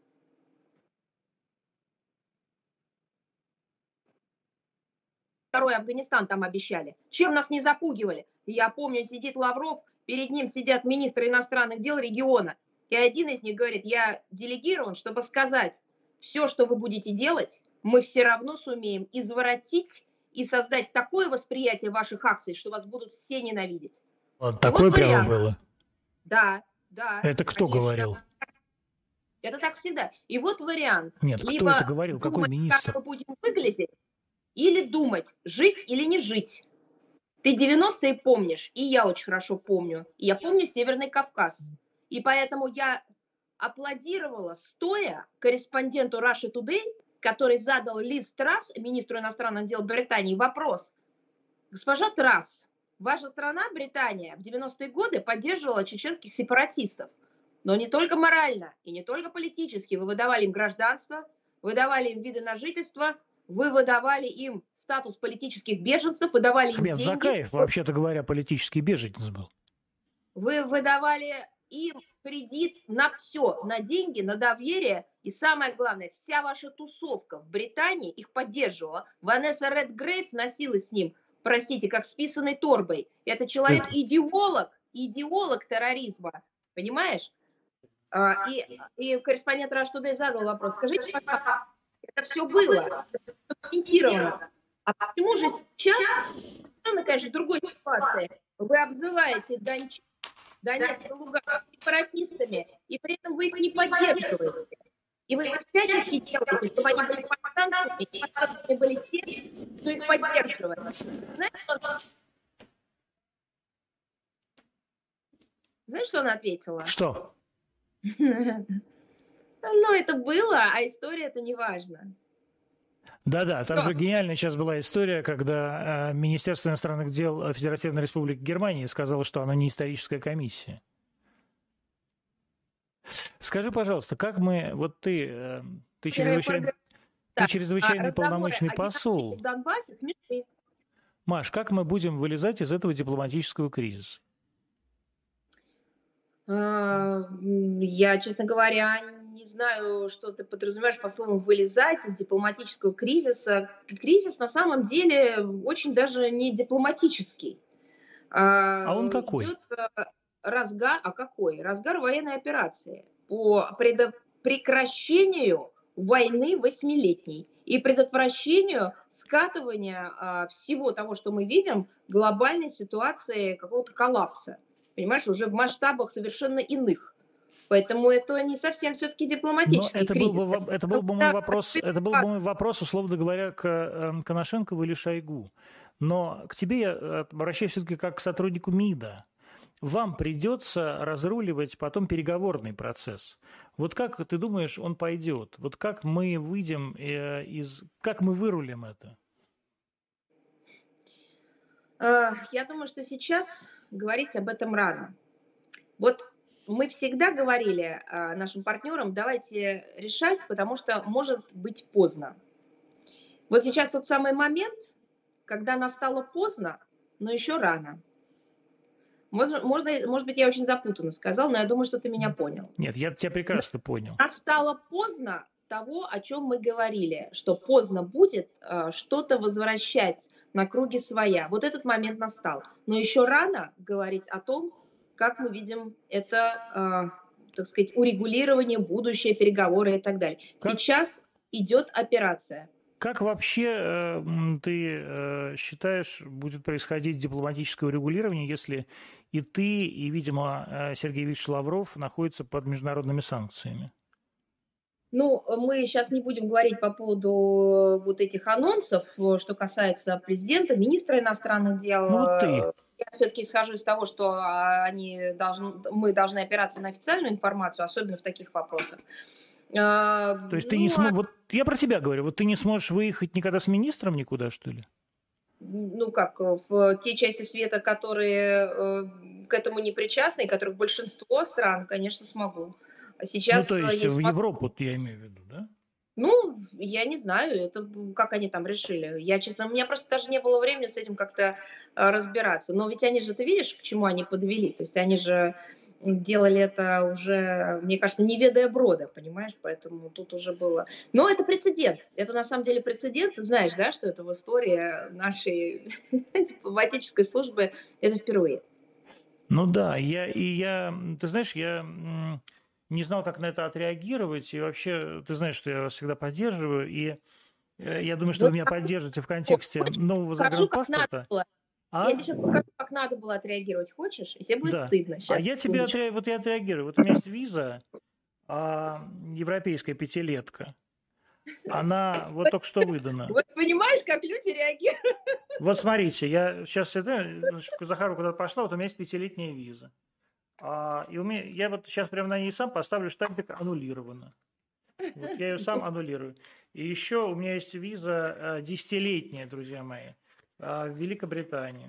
Второй Афганистан там обещали. Чем нас не запугивали? Я помню, сидит Лавров, перед ним сидят министры иностранных дел региона. И один из них говорит, я делегирован, чтобы сказать, все, что вы будете делать, мы все равно сумеем извратить и создать такое восприятие ваших акций, что вас будут все ненавидеть. Вот такое вот прямо было? Да, да. Это кто конечно. говорил? Это так всегда. И вот вариант. Нет, Либо кто это говорил? Какой думать, министр? как мы будем выглядеть, или думать, жить или не жить. Ты девяностые помнишь, и я очень хорошо помню. И я помню Северный Кавказ. И поэтому я аплодировала стоя корреспонденту Russia Today, который задал Лиз Трасс, министру иностранных дел Британии, вопрос. Госпожа Трасс, ваша страна, Британия, в девяностые годы поддерживала чеченских сепаратистов. Но не только морально и не только политически. Вы выдавали им гражданство, выдавали им виды на жительство, вы выдавали им статус политических беженцев, выдавали им Ахмед деньги. Закаев, вообще-то говоря, политический беженец был. Вы выдавали им кредит на все, на деньги, на доверие. И самое главное, вся ваша тусовка в Британии их поддерживала. Ванесса Редгрейв носила с ним, простите, как с писаной торбой. Это человек-идеолог, идеолог терроризма. Понимаешь? И, и корреспондент Russia Today задал вопрос. Скажите, пожалуйста, это все было документировано. А почему же сейчас, ну, конечно, в другой ситуации, вы обзываете Донецк, Донецк и Луганск сепаратистами, и при этом вы их не поддерживаете. И вы всячески делаете, чтобы они были под санкциями, и под санкциями были те, кто их поддерживает. Знаешь, что она... Знаешь, что она ответила? Что? Ну, это было, а история это не важно. Да-да, там же гениальная сейчас была история, когда э, Министерство иностранных дел Федеративной Республики Германии сказало, что она не историческая комиссия. Скажи, пожалуйста, как мы, вот ты, э, ты чрезвычайно, ты чрезвычайный полномочный посол. Маш, как мы будем вылезать из этого дипломатического кризиса? Я, честно говоря, не знаю, что ты подразумеваешь по слову «вылезать» из дипломатического кризиса. Кризис на самом деле очень даже не дипломатический. А он какой? Идет разгар, а какой? Разгар военной операции по прекращению войны восьмилетней и предотвращению скатывания всего того, что мы видим, глобальной ситуации какого-то коллапса. Понимаешь, уже в масштабах совершенно иных. Поэтому это не совсем все-таки дипломатический это кризис. Был бы, это был бы мой вопрос, это был бы мой вопрос, условно говоря, к Коношенкову или Шойгу. Но к тебе я обращаюсь все-таки как к сотруднику МИДа. Вам придется разруливать потом переговорный процесс. Вот как ты думаешь, он пойдет? Вот как мы выйдем из... Как мы вырулим это? Я думаю, что сейчас говорить об этом рано. Вот мы всегда говорили а, нашим партнерам, давайте решать, потому что может быть поздно. Вот сейчас тот самый момент, когда настало поздно, но еще рано. Можно, можно, может быть, я очень запутанно сказал, но я думаю, что ты меня понял. Нет, я тебя прекрасно понял. Настало поздно того, о чем мы говорили, что поздно будет э, что-то возвращать на круги своя. Вот этот момент настал. Но еще рано говорить о том, как мы видим это, э, так сказать, урегулирование, будущее, переговоры и так далее. Как? Сейчас идет операция. Как вообще э, ты э, считаешь, будет происходить дипломатическое урегулирование, если и ты, и, видимо, э, Сергей Викторович Лавров находятся под международными санкциями? Ну, мы сейчас не будем говорить по поводу вот этих анонсов, что касается президента, министра иностранных дел. Ну, вот ты. Я все-таки исхожу из того, что они должны, мы должны опираться на официальную информацию, особенно в таких вопросах. То есть ну, ты не сможешь... Вот я про тебя говорю. Вот ты не сможешь выехать никогда с министром никуда, что ли? Ну как, в те части света, которые э, к этому не причастны, и которых большинство стран, конечно, смогу. Сейчас, ну, то есть в смог... Европу, я имею в виду, да? Ну, я не знаю, это как они там решили. Я, честно, у меня просто даже не было времени с этим как-то разбираться. Но ведь они же, ты видишь, к чему они подвели? То есть они же делали это уже, мне кажется, не ведая брода, понимаешь? Поэтому тут уже было... Но это прецедент. Это на самом деле прецедент. Ты знаешь, да, что это в истории нашей дипломатической службы это впервые. Ну да, я, и я, ты знаешь, я не знал, как на это отреагировать. И вообще, ты знаешь, что я вас всегда поддерживаю. И я думаю, что вот вы меня поддержите в контексте нового загранпаспорта. А? Я тебе сейчас покажу, как надо было отреагировать. Хочешь? И тебе будет да. стыдно. Сейчас, а я тебе отре... вот я отреагирую. Вот у меня есть виза, а, европейская пятилетка. Она вот только что выдана. Вот понимаешь, как люди реагируют? Вот смотрите, я сейчас это, Захару куда-то пошла, вот у меня есть пятилетняя виза. А, и у меня, я вот сейчас прямо на ней сам поставлю штампик «аннулировано». Вот я ее сам аннулирую. И еще у меня есть виза десятилетняя, друзья мои, в Великобританию.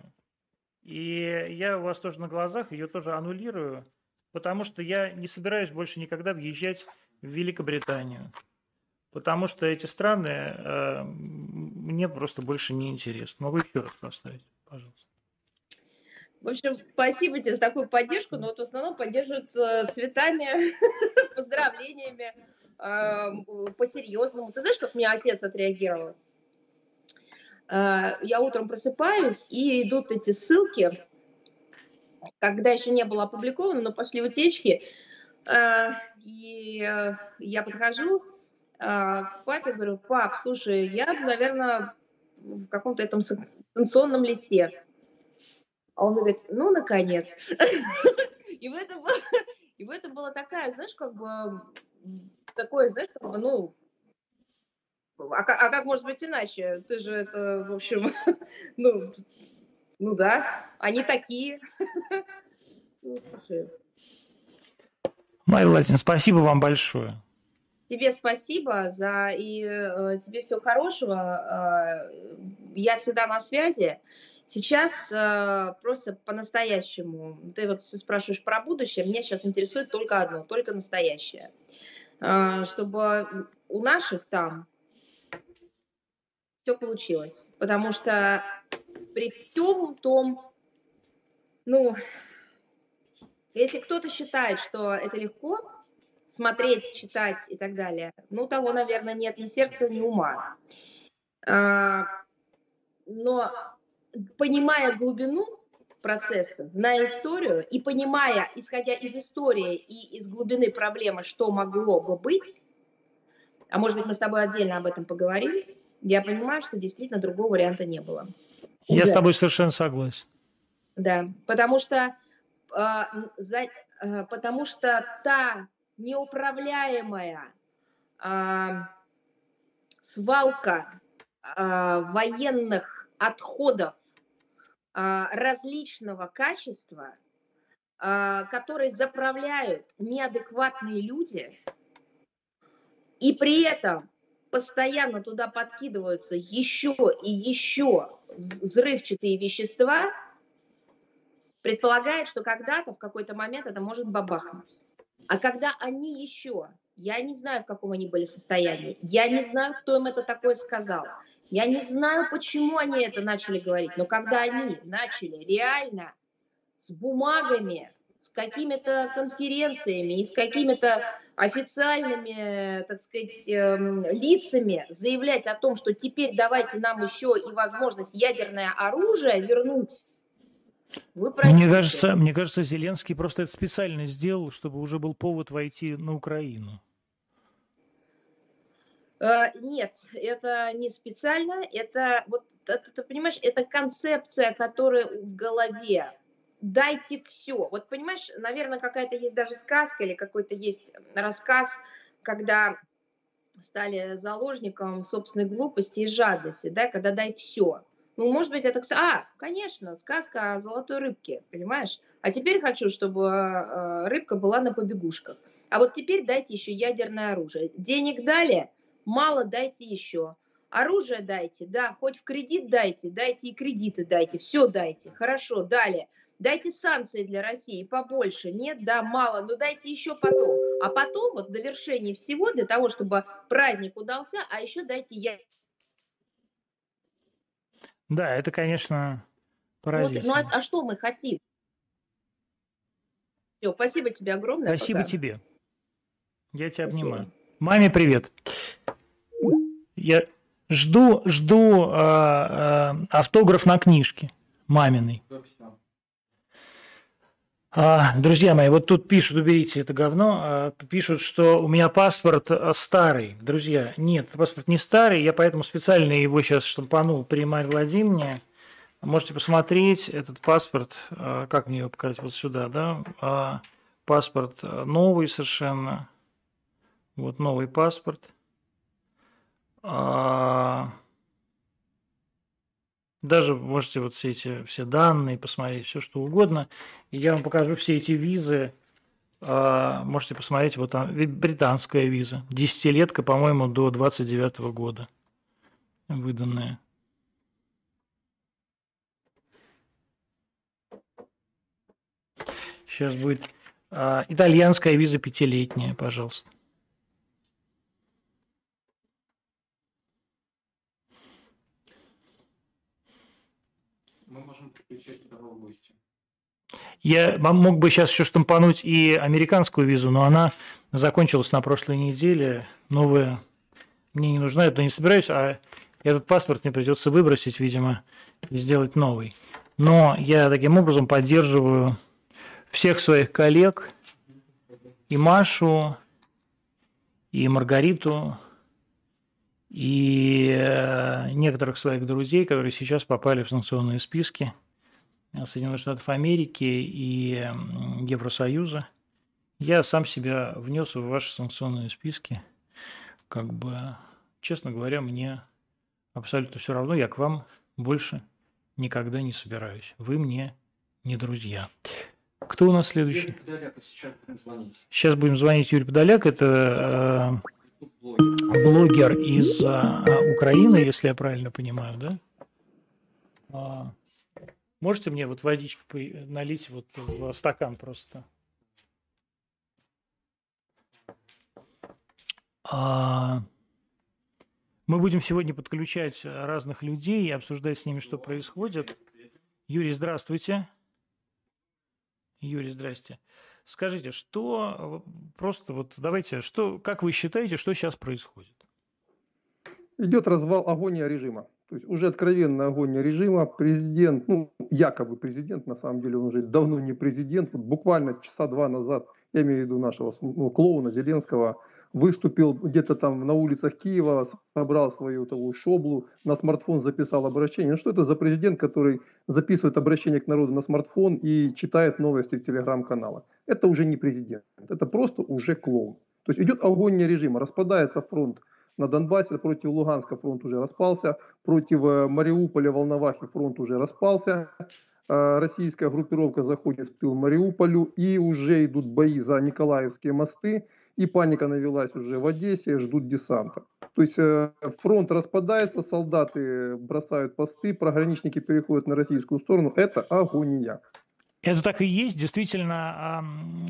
И я у вас тоже на глазах ее тоже аннулирую, потому что я не собираюсь больше никогда въезжать в Великобританию. Потому что эти страны э, мне просто больше не интересны. Могу еще раз поставить, пожалуйста. В общем, спасибо тебе за такую поддержку, но вот в основном поддерживают э, цветами, поздравлениями, э, по-серьезному. Ты знаешь, как мне отец отреагировал? Я утром просыпаюсь, и идут эти ссылки, когда еще не было опубликовано, но пошли утечки. И я подхожу к папе, говорю: пап, слушай, я, наверное, в каком-то этом санкционном листе. А он говорит: ну, наконец. И в этом было, и в этом была такая, знаешь, как бы, такое, знаешь, как бы, ну, А, а как может быть иначе? Ты же это, в общем, ну, ну да, они такие. Ну, слушай. Майя Владимировна, спасибо вам большое. Тебе спасибо за и э, тебе всего хорошего. Э, я всегда на связи. Сейчас э, просто по-настоящему. Ты вот спрашиваешь про будущее. Меня сейчас интересует только одно, только настоящее. Э, чтобы у наших там все получилось. Потому что при всем том, ну, если кто-то считает, что это легко, смотреть, читать и так далее, ну, того, наверное, нет ни сердца, ни ума. А, но понимая глубину процесса, зная историю и понимая, исходя из истории и из глубины проблемы, что могло бы быть, а может быть, мы с тобой отдельно об этом поговорим, я понимаю, что действительно другого варианта не было. Я да. с тобой совершенно согласен. Да, потому что, э, за, э, потому что та неуправляемая э, свалка э, военных отходов э, различного качества, э, которые заправляют неадекватные люди, и при этом постоянно туда подкидываются еще и еще взрывчатые вещества, предполагает, что когда-то, в какой-то момент это может бабахнуть. А когда они еще, я не знаю, в каком они были состоянии, я не знаю, кто им это такое сказал, я не знаю, почему они это начали говорить, но когда они начали реально с бумагами, с какими-то конференциями и с какими-то официальными, так сказать, лицами заявлять о том, что теперь давайте нам еще и возможность ядерное оружие вернуть, вы простите. Мне кажется, мне кажется, Зеленский просто это специально сделал, чтобы уже был повод войти на Украину. Нет, это не специально, это, вот, это, ты понимаешь, это концепция, которая в голове. Дайте все. Вот понимаешь, наверное, какая-то есть даже сказка или какой-то есть рассказ, когда стали заложником собственной глупости и жадности, да, когда дай все. Ну, может быть, это... А, конечно, сказка о золотой рыбке, понимаешь? А теперь хочу, чтобы рыбка была на побегушках. А вот теперь дайте еще ядерное оружие. Денег дали? Мало, дайте еще. Оружие дайте, да, хоть в кредит дайте, дайте и кредиты дайте, все дайте. Хорошо, дали. Дайте санкции для России побольше. Нет, да, мало, но дайте еще потом. А потом, вот в довершении всего, для того, чтобы праздник удался, а еще дайте я. Да, это, конечно, поразительно. Вот, ну а, а что мы хотим? Все, спасибо тебе огромное. Спасибо пока. тебе. Я тебя Спасибо. обнимаю. Маме привет. Я жду, жду э, э, автограф на книжке маминой. А, друзья мои, вот тут пишут, уберите это говно, а, пишут, что у меня паспорт старый. Друзья, нет, паспорт не старый, я поэтому специально его сейчас штампанул при Марье Владимировне. Можете посмотреть этот паспорт, а, как мне его показать, вот сюда, да, а, паспорт новый совершенно, вот новый паспорт. А, даже можете вот все эти все данные посмотреть, все что угодно. И я вам покажу все эти визы. А, можете посмотреть, вот там британская виза. Десятилетка, по-моему, до двадцать девятого года выданная. Сейчас будет а, итальянская виза пятилетняя, пожалуйста. Мы можем подключать туда в гости. Я мог бы сейчас еще штампануть и американскую визу, но она закончилась на прошлой неделе. Новая мне не нужна, я туда не собираюсь, а этот паспорт мне придется выбросить, видимо, и сделать новый. Но я таким образом поддерживаю всех своих коллег, и Машу, и Маргариту, и некоторых своих друзей, которые сейчас попали в санкционные списки Соединенных Штатов Америки и Евросоюза. Я сам себя внес в ваши санкционные списки. Как бы, честно говоря, мне абсолютно все равно. Я к вам больше никогда не собираюсь. Вы мне не друзья. Кто у нас следующий? Юрий Подоляк, сейчас будем звонить. Сейчас будем звонить Юрий Подоляк. Это э, блогер из э, Украины, если я правильно понимаю, да? А, можете мне вот водичку налить вот в стакан просто? А, мы будем сегодня подключать разных людей и обсуждать с ними, что происходит. Юрий, здравствуйте. Юрий, здрасте. Скажите, что просто вот давайте, что, как вы считаете, что сейчас происходит? Идет развал, агония режима. То есть уже откровенная агония режима. Президент, ну якобы президент, на самом деле он уже давно не президент. Вот буквально часа два назад, я имею в виду нашего ну, клоуна Зеленского, выступил где-то там на улицах Киева, собрал свою такую шоблу, на смартфон записал обращение. Ну что это за президент, который записывает обращение к народу на смартфон и читает новости в телеграм-каналах? Это уже не президент, это просто уже клоун. То есть идет агония режима, распадается фронт на Донбассе, против Луганска фронт уже распался, против Мариуполя, Волновахи фронт уже распался. Российская группировка заходит в тыл Мариуполю, и уже идут бои за Николаевские мосты. И паника навелась уже в Одессе, ждут десанта. То есть э, фронт распадается, солдаты бросают посты, пограничники переходят на российскую сторону. Это агония. Это так и есть. Действительно,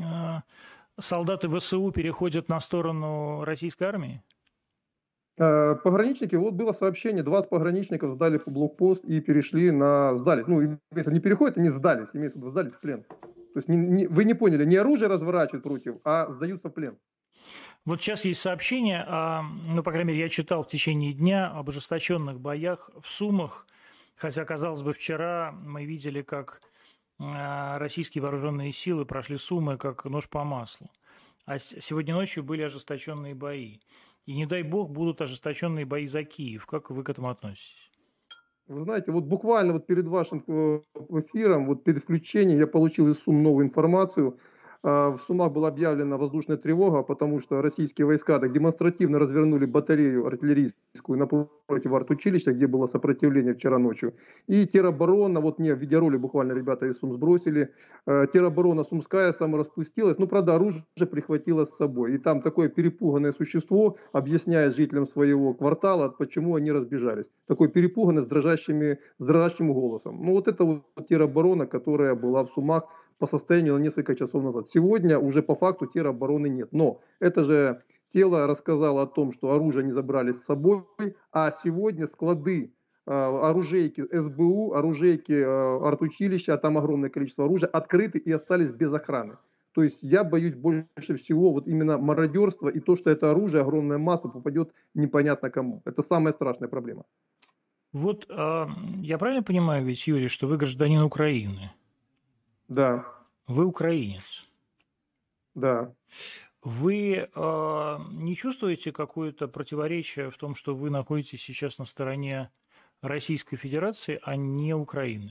солдаты ВСУ переходят на сторону российской армии? Пограничники, вот было сообщение, двадцать пограничников сдали блокпост и перешли на... Сдались. Ну, если не переходят, они сдались, имеется в виду, сдались в плен. То есть не, не, вы не поняли, не оружие разворачивают против, а сдаются в плен. Вот сейчас есть сообщение, ну, по крайней мере, я читал в течение дня об ожесточенных боях в Сумах, хотя, казалось бы, вчера мы видели, как российские вооруженные силы прошли Сумы как нож по маслу. А сегодня ночью были ожесточенные бои. И не дай бог будут ожесточенные бои за Киев. Как вы к этому относитесь? Вы знаете, вот буквально вот перед вашим эфиром, вот перед включением я получил из Сум новую информацию. В Сумах была объявлена воздушная тревога, потому что российские войска так демонстративно развернули батарею артиллерийскую напротив артучилища, где было сопротивление вчера ночью. И тероборона, вот мне в видеоролик буквально ребята из Сум сбросили, тероборона Сумская самораспустилась, ну, правда, оружие прихватило с собой. И там такое перепуганное существо объясняет жителям своего квартала, почему они разбежались. Такое перепуганное с, дрожащими, с дрожащим голосом. Ну, вот это вот тероборона, которая была в Сумах по состоянию на несколько часов назад. Сегодня уже по факту теробороны нет. Но это же тело рассказало о том, что оружие не забрали с собой, а сегодня склады, оружейки СБУ, оружейки артучилища, а там огромное количество оружия, открыты и остались без охраны. То есть я боюсь больше всего вот именно мародерства и то, что это оружие, огромная масса попадет непонятно кому. Это самая страшная проблема. Вот я правильно понимаю ведь, Юрий, что вы гражданин Украины? Да. Вы украинец? Да. Вы э, не чувствуете какое-то противоречие в том, что вы находитесь сейчас на стороне Российской Федерации, а не Украины?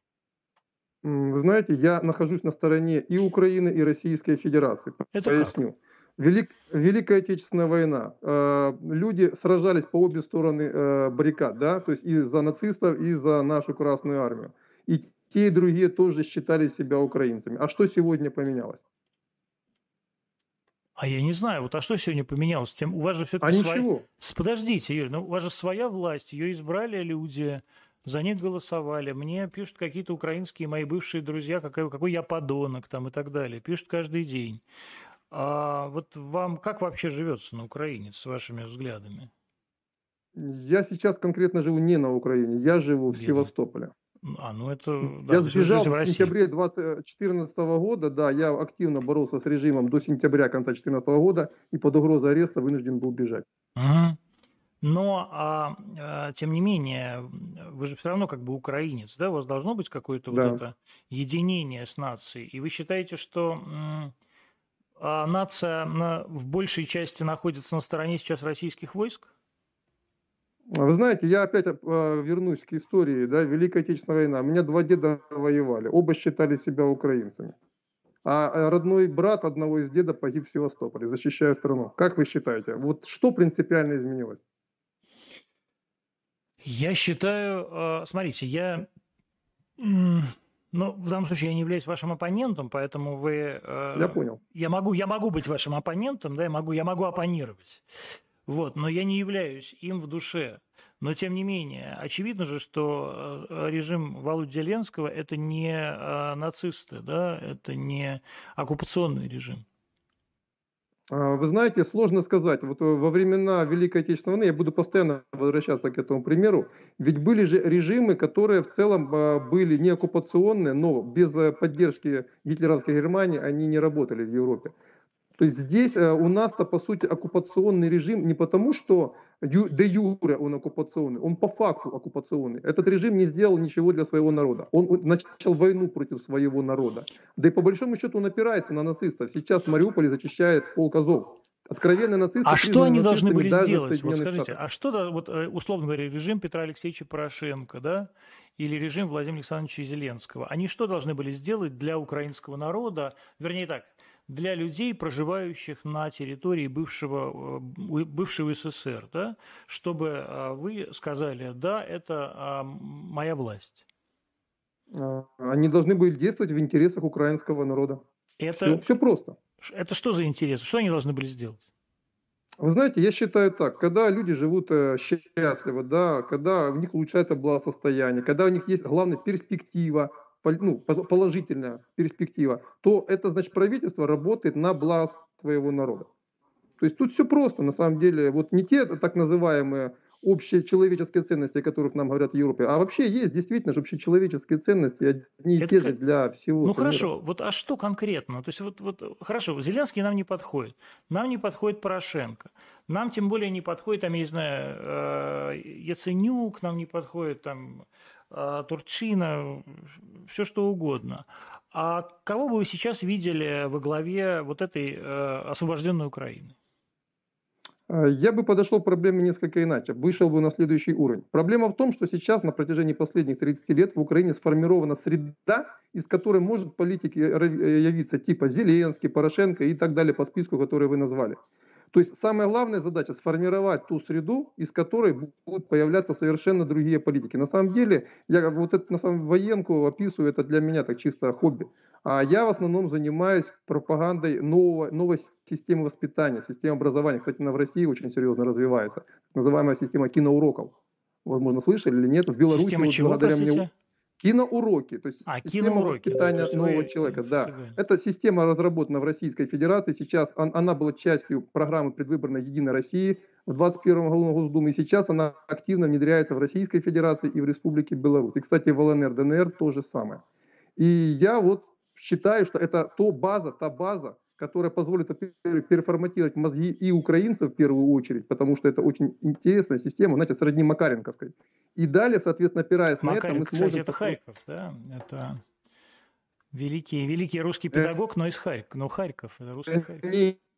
Вы знаете, я нахожусь на стороне и Украины, и Российской Федерации. Это Поясню. Как? Велик, Великая Отечественная война. Э, люди сражались по обе стороны э, баррикад, да, то есть и за нацистов, и за нашу Красную Армию. И те и другие тоже считали себя украинцами. А что сегодня поменялось? А я не знаю, вот а что сегодня поменялось? Тем, у вас же все-таки а своя... ничего. Подождите, Юрий, ну у вас же своя власть, ее избрали люди, за них голосовали. Мне пишут какие-то украинские мои бывшие друзья, какой, какой я подонок там и так далее. Пишут каждый день. А вот вам как вообще живется на Украине с вашими взглядами? Я сейчас конкретно живу не на Украине, я живу в Где? Севастополе. А, ну это... Я да, сбежал в, в сентябре две тысячи четырнадцатого года, да, я активно боролся с режимом до сентября конца две тысячи четырнадцатого года и под угрозой ареста вынужден был бежать. Угу. Но, а, а, тем не менее, вы же все равно как бы украинец, да? У вас должно быть какое-то Да. вот это единение с нацией. И вы считаете, что м, а нация на, в большей части находится на стороне сейчас российских войск? Вы знаете, я опять э, вернусь к истории, да, Великая Отечественная война. У меня два деда воевали, оба считали себя украинцами. А родной брат одного из деда погиб в Севастополе, защищая страну. Как вы считаете, вот что принципиально изменилось? Я считаю, э, смотрите, я, м, ну, в данном случае я не являюсь вашим оппонентом, поэтому вы... э, Я понял. Я могу, я могу быть вашим оппонентом, да, я могу, я могу оппонировать. Вот, но я не являюсь им в душе. Но, тем не менее, очевидно же, что режим Володи Зеленского – это не нацисты, да, это не оккупационный режим. Вы знаете, сложно сказать. Вот во времена Великой Отечественной войны, я буду постоянно возвращаться к этому примеру, ведь были же режимы, которые в целом были не оккупационные, но без поддержки гитлеровской Германии они не работали в Европе. То есть здесь у нас-то, по сути, оккупационный режим не потому, что де юре он оккупационный, он по факту оккупационный. Этот режим не сделал ничего для своего народа. Он начал войну против своего народа. Да и по большому счету он опирается на нацистов. Сейчас в Мариуполе зачищает полк Азов. Откровенные нацисты. А что они должны были сделать? Вот скажите, Штатах. а что, вот, условно говоря, режим Петра Алексеевича Порошенко, да, или режим Владимира Александровича Зеленского, они что должны были сделать для украинского народа, вернее так, для людей, проживающих на территории бывшего, бывшего СССР, да, чтобы вы сказали, да, это моя власть? Они должны были действовать в интересах украинского народа. Это, все, все просто. Это что за интересы? Что они должны были сделать? Вы знаете, я считаю так, когда люди живут счастливо, да, когда у них улучшается благосостояние, когда у них есть, главная перспектива, ну, положительная перспектива, то это значит правительство работает на благо своего народа. То есть тут все просто, на самом деле. Вот не те так называемые общие человеческие ценности, о которых нам говорят в Европе, а вообще есть действительно же общечеловеческие ценности, одни и Это те как... же для всего. Ну хорошо, мира. вот а что конкретно? То есть вот, вот хорошо, Зеленский нам не подходит, нам не подходит Порошенко, нам тем более не подходит, там, я не знаю, Яценюк, нам не подходит там Турчина, все что угодно. А кого бы вы сейчас видели во главе вот этой освобожденной Украины? Я бы подошел к проблеме несколько иначе, вышел бы на следующий уровень. Проблема в том, что сейчас на протяжении последних тридцати лет в Украине сформирована среда, из которой может политик явиться типа Зеленский, Порошенко и так далее по списку, который вы назвали. То есть самая главная задача сформировать ту среду, из которой будут появляться совершенно другие политики. На самом деле, я вот это на самом военку описываю, это для меня так чисто хобби. А я в основном занимаюсь пропагандой нового, новой системы воспитания, системы образования. Кстати, она в России очень серьезно развивается. Так называемая система киноуроков. Возможно, слышали или нет? В Беларуси Система вот чего, благодаря простите? мне... Киноуроки, то есть а, система киноуроки, воспитания да, нового вы... человека. Да. Эта система разработана в Российской Федерации. Сейчас он, она была частью программы предвыборной «Единой России» в двадцать первом году Госдумы. И сейчас она активно внедряется в Российской Федерации и в Республике Беларусь. И, кстати, в ЛНР, ДНР то же самое. И я вот считаю, что это то база, та база, которая позволит переформатировать мозги и украинцев в первую очередь, потому что это очень интересная система, знаете, сродни Макаренковской. И далее, соответственно, опираясь Макаренко, на это, мы кстати, сможем... это Харьков, да? Это великий, великий русский педагог, но из Харькова. Но Харьков, это русский Харьков.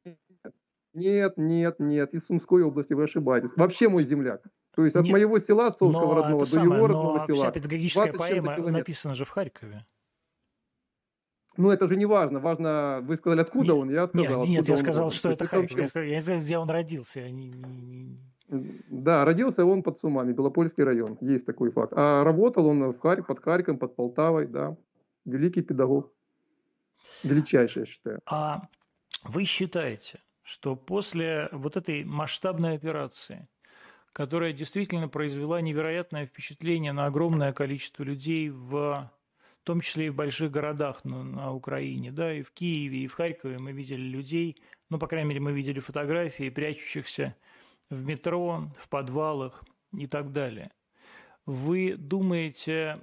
Нет, нет, нет, из Сумской области вы ошибаетесь. Вообще мой земляк. То есть от нет, моего села отцовского родного до самое, его родного села. Вся педагогическая поэма написана же в Харькове. Ну, это же не важно. Важно, вы сказали, откуда нет, он, я сказал, Нет, нет я сказал, родом. что это Харьков. Это я, я не знаю, где он родился. Я не, не, не... Да, родился он под Сумами, Белопольский район. Есть такой факт. А работал он в Харь... под Харьковом, под Полтавой, да. Великий педагог. Величайший, я считаю. А вы считаете, что после вот этой масштабной операции, которая действительно произвела невероятное впечатление на огромное количество людей в... в том числе и в больших городах на, на Украине, да, и в Киеве, и в Харькове мы видели людей, ну, по крайней мере, мы видели фотографии, прячущихся в метро, в подвалах и так далее. Вы думаете,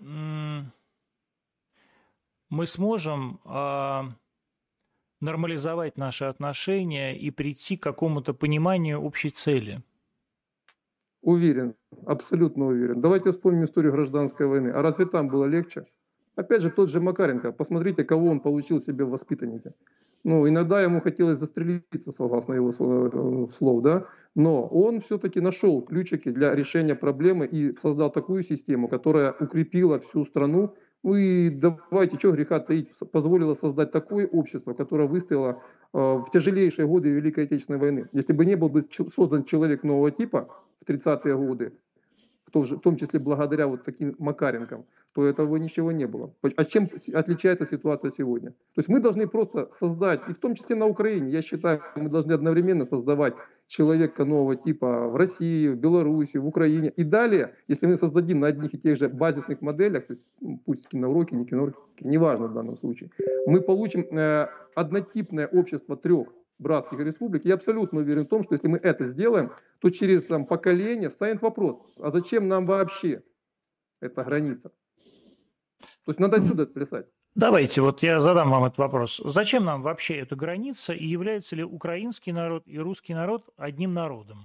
мы сможем а, нормализовать наши отношения и прийти к какому-то пониманию общей цели? Уверен, абсолютно уверен. Давайте вспомним историю гражданской войны. А разве там было легче? Опять же, тот же Макаренко, посмотрите, кого он получил себе в воспитаннике. Ну, иногда ему хотелось застрелиться, согласно его слов, да, но он все-таки нашел ключики для решения проблемы и создал такую систему, которая укрепила всю страну. Ну и давайте, что греха таить, позволила создать такое общество, которое выстояло э, в тяжелейшие годы Великой Отечественной войны. Если бы не был бы создан человек нового типа в тридцатые годы, в том числе благодаря вот таким Макаренкам, то этого ничего не было. А чем отличается ситуация сегодня? То есть мы должны просто создать, и в том числе на Украине, я считаю, мы должны одновременно создавать человека нового типа в России, в Беларуси, в Украине. И далее, если мы создадим на одних и тех же базисных моделях, то есть, пусть киноуроки, не киноуроки, неважно в данном случае, мы получим э, однотипное общество трех братских республик. Я абсолютно уверен в том, что если мы это сделаем, то через там, поколение встанет вопрос, а зачем нам вообще эта граница? То есть надо отсюда плясать. Давайте, вот я задам вам этот вопрос. Зачем нам вообще эта граница и является ли украинский народ и русский народ одним народом?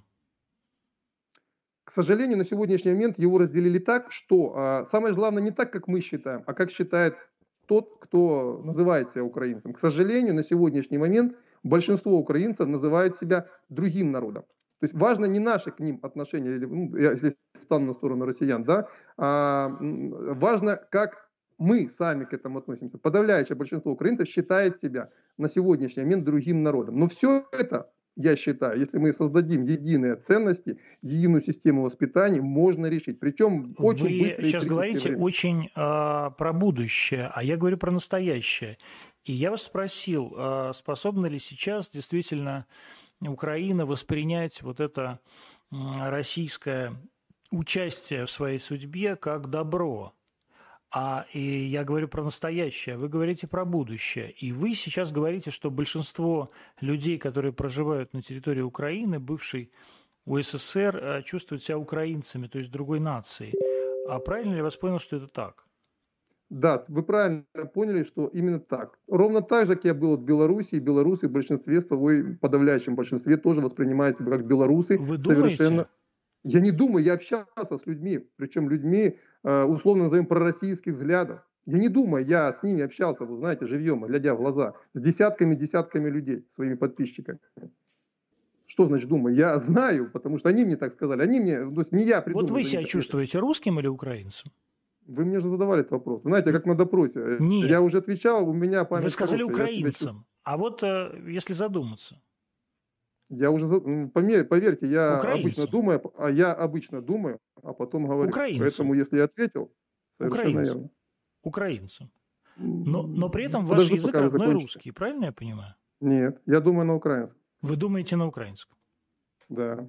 К сожалению, на сегодняшний момент его разделили так, что а, самое главное не так, как мы считаем, а как считает тот, кто называет себя украинцем. К сожалению, на сегодняшний момент большинство украинцев называют себя другим народом. То есть важно не наши к ним отношения, или, ну, я если стану на сторону россиян, да, а важно, как мы сами к этому относимся. Подавляющее большинство украинцев считает себя на сегодняшний момент другим народом. Но все это, я считаю, если мы создадим единые ценности, единую систему воспитания, можно решить. Причем очень Вы быстро. Вы сейчас говорите время. очень э, про будущее, а я говорю про настоящее. И я вас спросил, э, способна ли сейчас действительно Украина воспринять вот это российское участие в своей судьбе как добро? А и я говорю про настоящее, вы говорите про будущее. И вы сейчас говорите, что большинство людей, которые проживают на территории Украины, бывшей УССР, чувствуют себя украинцами, то есть другой нацией. А правильно ли я вас понял, что это так? Да, вы правильно поняли, что именно так. Ровно так же, как я был в Беларуси, и белорусы в большинстве своей, подавляющем большинстве, тоже воспринимают себя как белорусы. Вы совершенно. думаете? Я не думаю, я общался с людьми, причем людьми, условно назовем, пророссийских взглядов. Я не думаю, я с ними общался, вы знаете, живьем, глядя в глаза, с десятками-десятками людей, своими подписчиками. Что значит думаю? Я знаю, потому что они мне так сказали. Они мне, то есть не я придумал. Вот вы себя это. чувствуете русским или украинцем? Вы мне же задавали этот вопрос. Знаете, как на допросе. Нет. Я уже отвечал, у меня память Вы сказали хорошая, украинцем. А вот если задуматься. Я уже, поверьте, я Украинцем. обычно думаю, а я обычно думаю, а потом говорю. Украинцем. Поэтому, если я ответил, совершенно Украинцем. верно. Украинцем. Но, но при этом Подожду, ваш язык пока вы родной закончите. русский, правильно я понимаю? Нет, я думаю на украинском. Вы думаете на украинском? Да.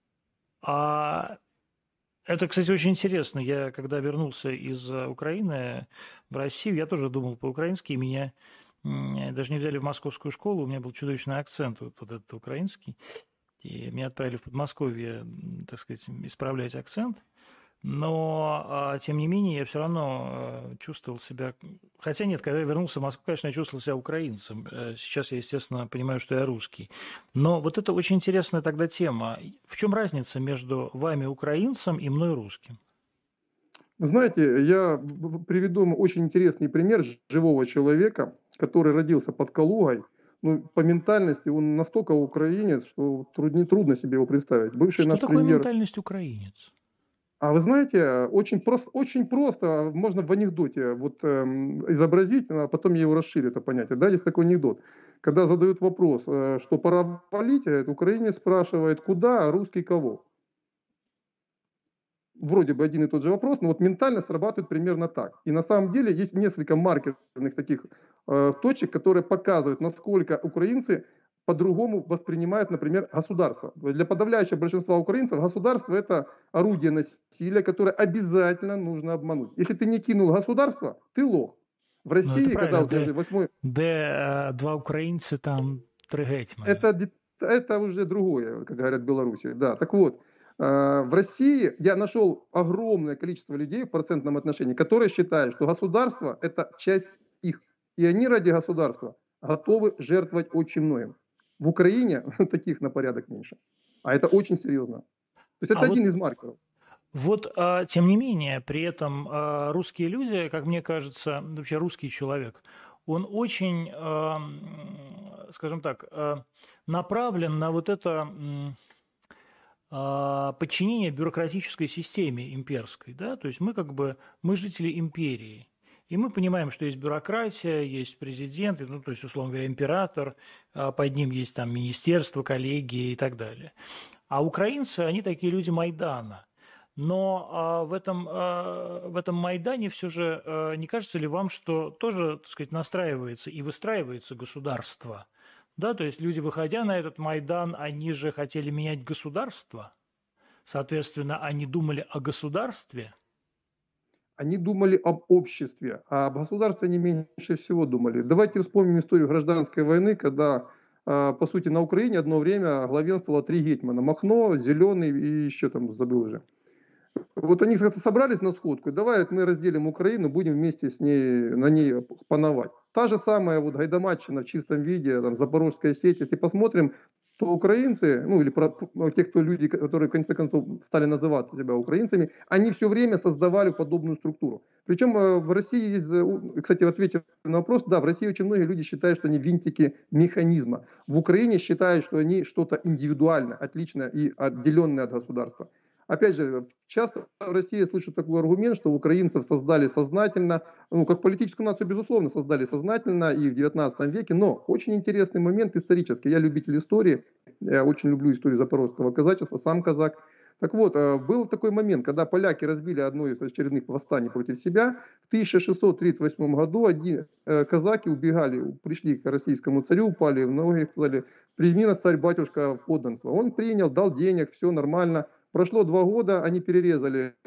А это, кстати, очень интересно. Я, когда вернулся из Украины в Россию, я тоже думал по-украински, и меня даже не взяли в московскую школу, у меня был чудовищный акцент вот, вот этот украинский, и меня отправили в Подмосковье, так сказать, исправлять акцент. Но, тем не менее, я все равно чувствовал себя... Хотя нет, когда я вернулся в Москву, конечно, я чувствовал себя украинцем. Сейчас я, естественно, понимаю, что я русский. Но вот это очень интересная тогда тема. В чем разница между вами, украинцем, и мной, русским? Вы знаете, я приведу вам очень интересный пример живого человека, который родился под Калугой. Ну, по ментальности он настолько украинец, что трудно, трудно себе его представить. Бывший что наш такое премьер... ментальность украинец? А вы знаете, очень просто, очень просто, можно в анекдоте вот, эм, изобразить, а потом я его расширю, это понятие. Да, есть такой анекдот. Когда задают вопрос, э, что пора валить, украинец спрашивает, куда, а русский кого? Вроде бы один и тот же вопрос, но вот ментально срабатывает примерно так. И на самом деле есть несколько маркерных таких э, точек, которые показывают, насколько украинцы по-другому воспринимают, например, государство. Для подавляющего большинства украинцев государство – это орудие насилия, которое обязательно нужно обмануть. Если ты не кинул государство, ты лох. В России, ну, когда де, восьмой... Де э, два украинца, там три гетьмана. Это, это уже другое, как говорят в Беларуси. Да, так вот, э, в России я нашел огромное количество людей в процентном отношении, которые считают, что государство – это часть их. И они ради государства готовы жертвовать очень многим. В Украине таких на порядок меньше. А это очень серьезно. То есть это а один вот, из маркеров. Вот, а, тем не менее, при этом а, русские люди, как мне кажется, вообще русский человек, он очень, а, скажем так, а, направлен на вот это а, подчинение бюрократической системе имперской. Да? То есть мы как бы, мы жители империи. И мы понимаем, что есть бюрократия, есть президент, ну, то есть, условно говоря, император, под ним есть там министерство, коллегии и так далее. А украинцы, они такие люди Майдана. Но а, в, этом, а, в этом Майдане все же, а, не кажется ли вам, что тоже, так сказать, настраивается и выстраивается государство? Да, то есть люди, выходя на этот Майдан, они же хотели менять государство. Соответственно, они думали о государстве. Они думали об обществе, а об государстве они меньше всего думали. Давайте вспомним историю гражданской войны, когда, по сути, на Украине одно время главенствовало три гетьмана. Махно, Зеленый и еще там, забыл уже. Вот они как-то собрались на сходку, и давай говорят, мы разделим Украину, будем вместе с ней, на ней пановать. Та же самая вот гайдамаччина в чистом виде, там, Запорожская сеть, если посмотрим, то украинцы, ну или про, те, кто люди, которые в конце концов стали называть себя украинцами, они все время создавали подобную структуру. Причем в России есть, кстати, в ответе на вопрос, да, в России очень многие люди считают, что они винтики механизма. В Украине считают, что они что-то индивидуальное, отличное и отделенное от государства. Опять же, часто в России я слышу такой аргумент, что украинцев создали сознательно, ну, как политическую нацию, безусловно, создали сознательно и в девятнадцатом веке, но очень интересный момент исторический. Я любитель истории, я очень люблю историю запорожского казачества, сам казак. Так вот, был такой момент, когда поляки разбили одно из очередных восстаний против себя. В тысяча шестьсот тридцать восьмом году одни казаки убегали, пришли к российскому царю, упали в ноги, сказали, прими нас, царь-батюшка, в подданство. Он принял, дал денег, все нормально. Прошло два года, они перерезали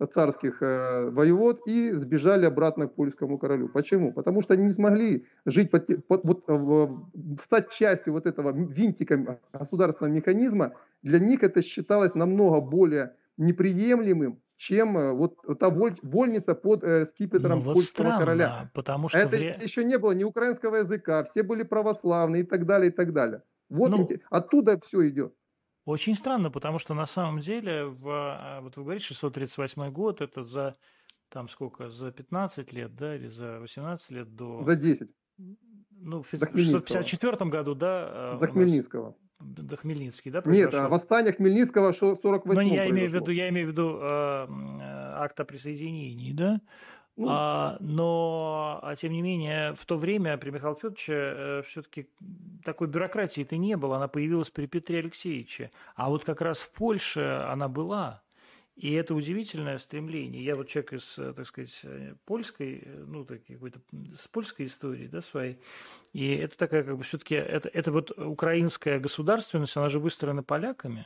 царских э, воевод и сбежали обратно к польскому королю. Почему? Потому что они не смогли жить, под, под, вот, в, стать частью вот этого винтика государственного механизма. Для них это считалось намного более неприемлемым, чем э, вот та воль, вольница под э, скипетром Ну вот польского странно, короля. потому что Это вре... еще не было ни украинского языка, все были православные и так далее, и так далее. Вот ну, инте- оттуда все идет. очень странно, потому что на самом деле, в, а, вот вы говорите, шестьсот тридцать восьмой год, это за, там сколько, за пятнадцать лет, да, или за восемнадцать лет до... За десять. Ну, в За шестьсот пятьдесят четвёртом году, да, а, За у нас Хмельницкого. до Хмельницкий, да, Нет, а произошел? восстание Хмельницкого в сорок восьмом Ну, я имею в произошло. виду, я имею в виду э, м, э, акт о присоединении, да? Ну, А, но, а, тем не менее, в то время при Михаиле Федоровиче э, все-таки такой бюрократии-то не было, она появилась при Петре Алексеевиче. А вот как раз в Польше она была. И это удивительное стремление. Я вот человек из, э, так сказать, э, польской, э, ну, так, какой-то м, с польской истории, да, своей. И это такая, как бы, все-таки, это, это вот украинская государственность, она же выстроена поляками.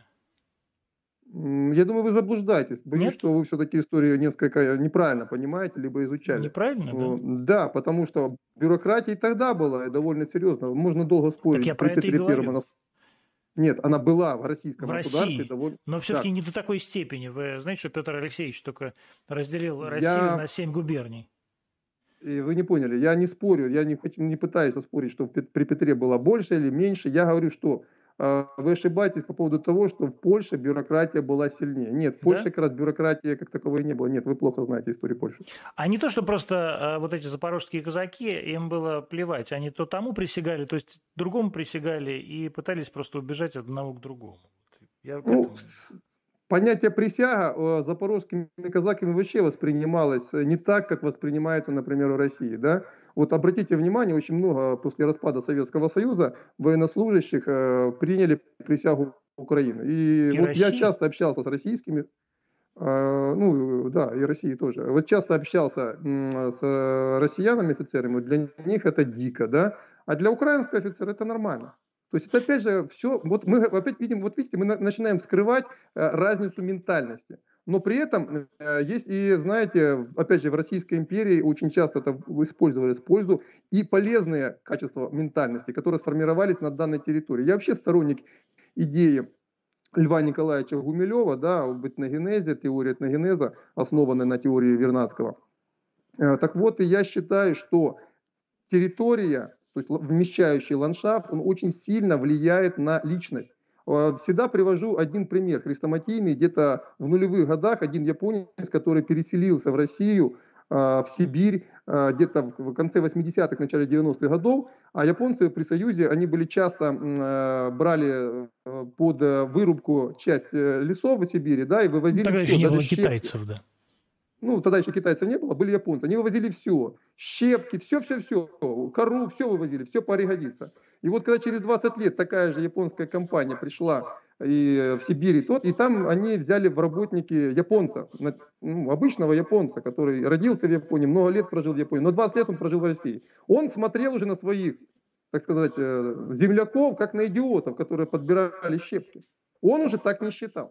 м, я думаю, вы заблуждаетесь. Боюсь, Нет? что вы все-таки историю несколько неправильно понимаете, либо изучали. Неправильно, да? О, Да, потому что бюрократия и тогда была, и довольно серьезно. Можно долго Так спорить. я При про это и Петре Первом говорю. она... Нет, она была в российском В государстве России. довольно... Но все-таки Да. не до такой степени. Вы знаете, что Петр Алексеевич только разделил Россию Я... на семь губерний? И вы не поняли, я не спорю, я не, хочу, не пытаюсь оспорить, что Пет- при Петре было больше или меньше. Я говорю, что э, вы ошибаетесь по поводу того, что в Польше бюрократия была сильнее. Нет, в Польше Да? как раз бюрократии как таковой не было. Нет, вы плохо знаете историю Польши. А не то, что просто э, вот эти запорожские казаки, им было плевать. Они то тому присягали, то есть другому присягали и пытались просто убежать от одного к другому. Я к Ну, этому. с- понятие присяга э, запорожскими казаками вообще воспринималось э, не так, как воспринимается, например, в России. Да? Вот обратите внимание, очень много после распада Советского Союза военнослужащих э, приняли присягу Украины. И И вот я России? часто общался с российскими, э, ну да, и России тоже. Вот часто общался м, с э, россиянами, офицерами, вот для них это дико, да, а для украинского офицера это нормально. То есть это опять же все, вот мы опять видим, вот видите, мы на- начинаем скрывать э, разницу ментальности. Но при этом э, есть и, знаете, опять же, в Российской империи очень часто это использовались в пользу и полезные качества ментальности, которые сформировались на данной территории. Я вообще сторонник идеи Льва Николаевича Гумилева, да, об этногенезе, теория этногенеза, основанная на теории Вернадского. Э, Так вот, и я считаю, что территория, то есть вмещающий ландшафт, он очень сильно влияет на личность. Э, Всегда привожу один пример хрестоматийный. Где-то в нулевых годах один японец, который переселился в Россию, э, в Сибирь, э, где-то в конце восьмидесятых, начале девяностых годов, а японцы при Союзе, они были часто, э, брали э, под э, вырубку часть э, лесов в Сибири, да, и Ну, вывозили тогда все, еще не даже было щепки. китайцев, да. Ну, тогда еще китайцев не было, были японцы. Они вывозили все. Щепки, все-все-все. Кору, все вывозили, все пригодится. И вот когда через двадцать лет такая же японская компания пришла и в Сибирь, и, тот, и там они взяли в работники японца, ну, обычного японца, который родился в Японии, много лет прожил в Японии, но двадцать лет он прожил в России. Он смотрел уже на своих, так сказать, э, земляков, как на идиотов, которые подбирали щепки. Он уже так не считал.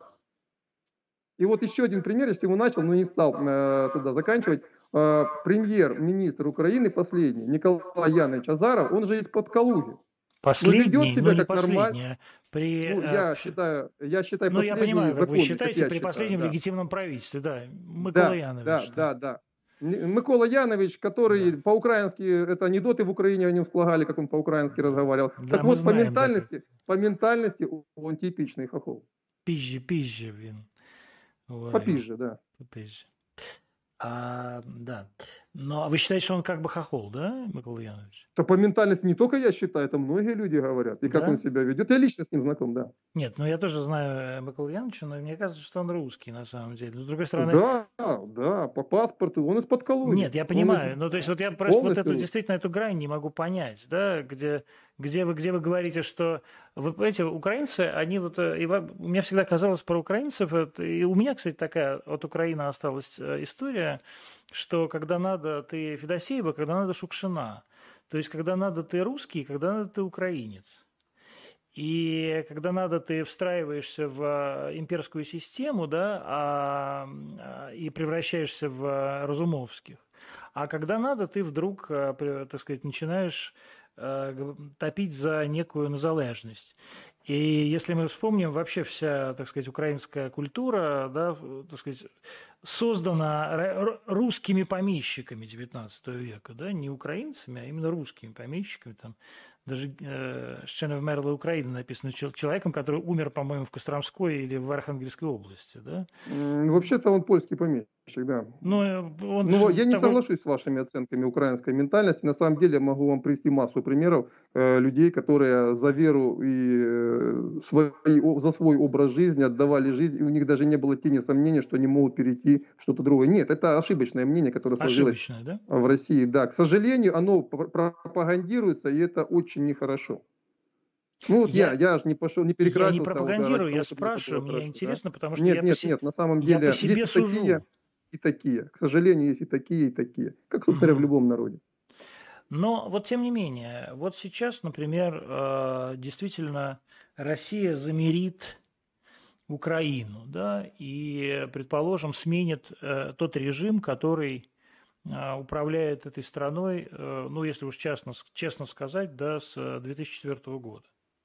И вот еще один пример, я с него начал, но не стал э, туда заканчивать. Э, премьер-министр Украины последний, Николай Янович Азаров, он же из-под Калуги. Но Последний, ведет ну себя не как нормально. последний, а при... Ну, э, я п- считаю, я считаю ну, я последний понимаю, как вы законный, как считаете, я при считаю, последнем да. легитимном правительстве, да, Микола Да, да, Янович. да, да. М- Микола Янович, который Да. по-украински, это анекдоты в Украине о нем слагали, как он по-украински разговаривал. Да, Так мы вот, по знаем, да, как. ментальности, по ментальности он типичный хохол. Пизже, пизже, блин, уважаемый. Попизже, да. Попизже. А, да. Но а вы считаете, что он как бы хохол, да, Микола Янович? То по ментальности не только я считаю, это многие люди говорят. И как Да? он себя ведет. Я лично с ним знаком, да. Нет, ну я тоже знаю э, Миколу Яновича, но мне кажется, что он русский на самом деле. Но с другой стороны, Да, да, по паспорту. Он из-под Калуги. нет, я Он понимаю. из- Ну, то есть вот я просто вот полностью эту русский. действительно эту грань не могу понять, да, где, где вы, где вы говорите, что вы понимаете, украинцы, они вот, э, и во- у меня всегда казалось про украинцев, это- и у меня, кстати, такая от Украины осталась э, история, что когда надо, ты Федосеева, когда надо Шукшина. То есть, когда надо, ты русский, когда надо, ты украинец. И когда надо, ты встраиваешься в имперскую систему, да, а, и превращаешься в Разумовских. А когда надо, ты вдруг, так сказать, начинаешь топить за некую незалежность. И если мы вспомним, вообще вся, так сказать, украинская культура, да, так сказать, создана русскими помещиками девятнадцатого века, да, не украинцами, а именно русскими помещиками. Там даже э, «Сцена вмерла Украина» написано человеком, который умер, по-моему, в Костромской или в Архангельской области, да? Вообще-то он польский помещик, да. Но он Но я не такой... соглашусь с вашими оценками украинской ментальности. На самом деле могу вам привести массу примеров э, людей, которые за веру и э, свои, о, за свой образ жизни отдавали жизнь, и у них даже не было тени сомнения, что они могут перейти в что-то другое. Нет, это ошибочное мнение, которое сложилось Ошибочное, да? в России. Да, к сожалению, оно пропагандируется, и это очень нехорошо. Ну вот я, я, я же не пошел, не перекрасился. Я не пропагандирую, вот, я спрашиваю, мне хорошо, интересно, да? потому что нет, я нет, по себе, нет, на самом деле я по себе есть сужу. такие и такие. К сожалению, есть и такие, и такие. Как, собственно, угу. в любом народе. Но вот тем не менее, вот сейчас, например, действительно Россия замирит Украину, да, и, предположим, сменит тот режим, который управляет этой страной, ну, если уж честно, честно сказать, да, с две тысячи четвёртого года.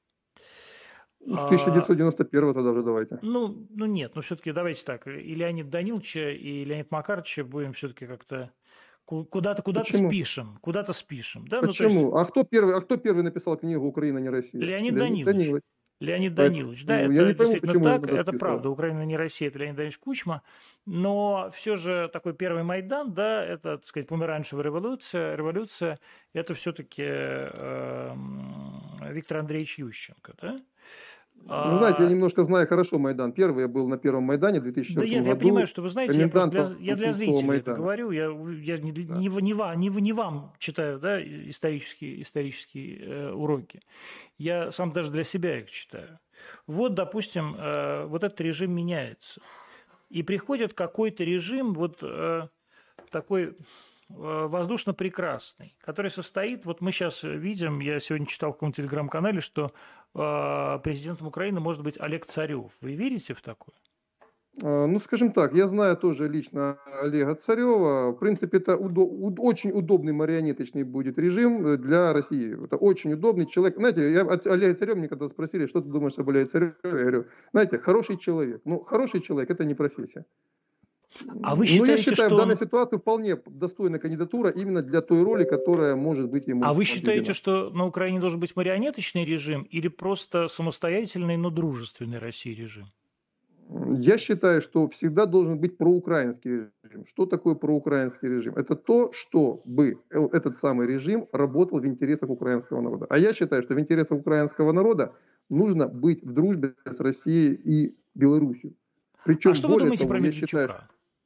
С тысяча девятьсот девяносто первого тогда уже давайте. Ну, ну нет, ну все-таки давайте так, и Леонид Даниловича, и Леонид Макаровича будем все-таки как-то куда-то куда-то спишем, куда-то спишем. Да? Почему? Ну, есть... а, кто первый, а кто первый написал книгу «Украина, не Россия»? Леонид, Леонид Данилович. Данилович. Леонид Данилович, да, ну, это не пойму, действительно так, это правда, Украина не Россия, это Леонид Данилович Кучма, но все же такой первый Майдан, да, это, так сказать, помаранчевая революция, революция, это все-таки э, Виктор Андреевич Ющенко, да? Вы знаете, я немножко знаю хорошо Майдан. Первый я был на первом Майдане в две тысячи четвёртом году. Да я, я понимаю, что вы знаете, я, для, я для зрителей Майдана. Это говорю, я, я не, да. не, не, вам, не, не вам читаю, да, исторические, исторические э, уроки. Я сам даже для себя их читаю. Вот, допустим, э, вот этот режим меняется. И приходит какой-то режим, вот э, такой... воздушно-прекрасный, который состоит, вот мы сейчас видим, я сегодня читал в каком-то телеграм-канале, что э, президентом Украины может быть Олег Царев. Вы верите в такое? Ну, скажем так, я знаю тоже лично Олега Царева. В принципе, это удо- очень удобный марионеточный будет режим для России. Это очень удобный человек. Знаете, я от Олега Царева мне когда спросили, что ты думаешь об Олеге Цареве, я говорю, знаете, хороший человек. Ну, хороший человек – это не профессия. А вы считаете, ну, я считаю, что в данной ситуации вполне достойная кандидатура именно для той роли, которая может быть ему. А вы считаете, что на Украине должен быть марионеточный режим или просто самостоятельный, но дружественный России режим? Я считаю, что всегда должен быть проукраинский режим. Что такое проукраинский режим? Это то, чтобы этот самый режим работал в интересах украинского народа. А я считаю, что в интересах украинского народа нужно быть в дружбе с Россией и Белоруссией. Причем, а что вы думаете того, про Медведчука? Считаю,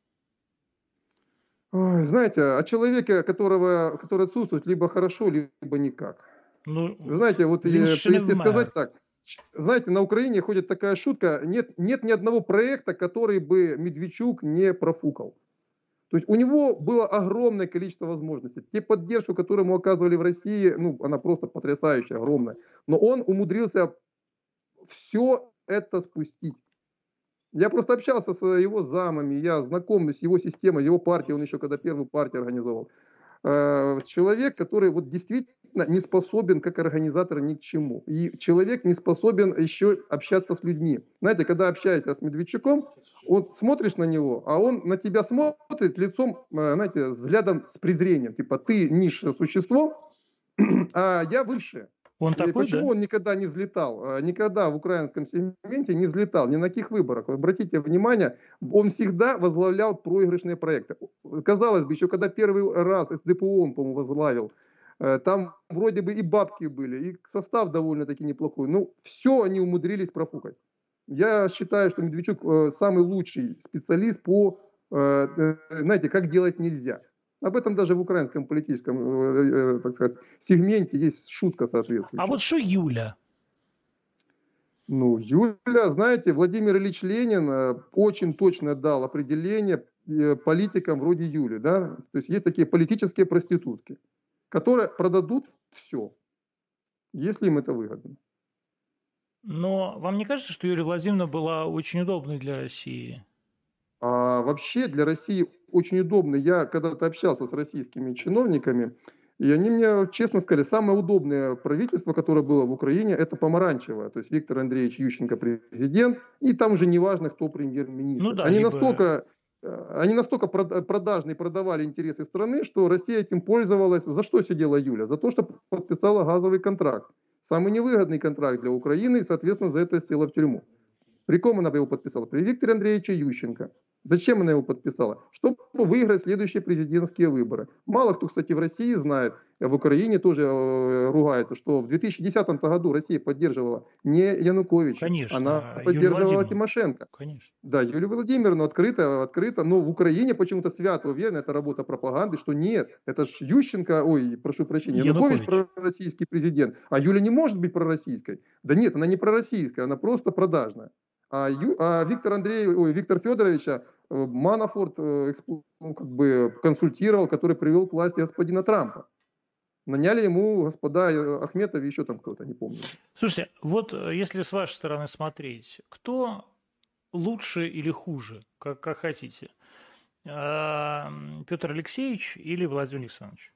ой, знаете, о человеке, которого, который отсутствует, либо хорошо, либо никак. Ну, вы знаете, вот если сказать так, знаете, на Украине ходит такая шутка, нет, нет ни одного проекта, который бы Медведчук не профукал. То есть у него было огромное количество возможностей. Те поддержку, которую ему оказывали в России, ну, она просто потрясающая, огромная. Но он умудрился все это спустить. Я просто общался с его замами, я знаком с его системой, его партией, он еще когда первую партию организовал. Человек, который вот действительно не способен как организатор ни к чему. И человек не способен еще общаться с людьми. Знаете, когда общаешься с Медведчуком, вот смотришь на него, а он на тебя смотрит лицом, знаете, взглядом с презрением. Типа ты низшее существо, а я высшее. Он и такой, почему да? он никогда не взлетал? Никогда в украинском сегменте не взлетал, ни на каких выборах. Обратите внимание, он всегда возглавлял проигрышные проекты. Казалось бы, еще когда первый раз СДПУ он, по-моему, возглавил, там вроде бы и бабки были, и состав довольно-таки неплохой. Но все они умудрились профукать. Я считаю, что Медведчук самый лучший специалист по, знаете, как делать нельзя. Об этом даже в украинском политическом, э, э, так сказать, сегменте есть шутка соответствующая. А вот что Юля? Ну, Юля, знаете, Владимир Ильич Ленин очень точно дал определение политикам вроде Юли. Да? То есть есть такие политические проститутки, которые продадут все, если им это выгодно. Но вам не кажется, что Юлия Владимировна была очень удобной для России? А вообще для России очень удобно. Я когда-то общался с российскими чиновниками, и они мне честно сказали, самое удобное правительство, которое было в Украине, это помаранчевое. То есть Виктор Андреевич Ющенко президент, и там уже не важно, кто премьер-министр. Ну да, они, либо... настолько, они настолько продажные продавали интересы страны, что Россия этим пользовалась. За что сидела Юля? За то, что подписала газовый контракт. Самый невыгодный контракт для Украины, и, соответственно, за это села в тюрьму. При ком она его подписала? При Викторе Андреевиче Ющенко. Зачем она его подписала? Чтобы выиграть следующие президентские выборы. Мало кто, кстати, в России знает, в Украине тоже э, ругается, что в две тысячи десятом году Россия поддерживала не Януковича, Конечно, она поддерживала Тимошенко. Конечно. Да, Юлию Владимировну открыто, открыто, но в Украине почему-то свято уверена, это работа пропаганды, что нет, это ж Ющенко, ой, прошу прощения, Янукович, Янукович пророссийский президент, а Юля не может быть пророссийской. Да нет, она не пророссийская, она просто продажная. А, Ю, а Виктор Андреевич, ой, Виктор Федоровича Манафорт э, ну, как бы консультировал, который привел к власти господина Трампа. Наняли ему господа Ахметов и еще там кто-то, не помню. Слушайте, вот если с вашей стороны смотреть, кто лучше или хуже, как, как хотите, Петр Алексеевич или Владимир Александрович?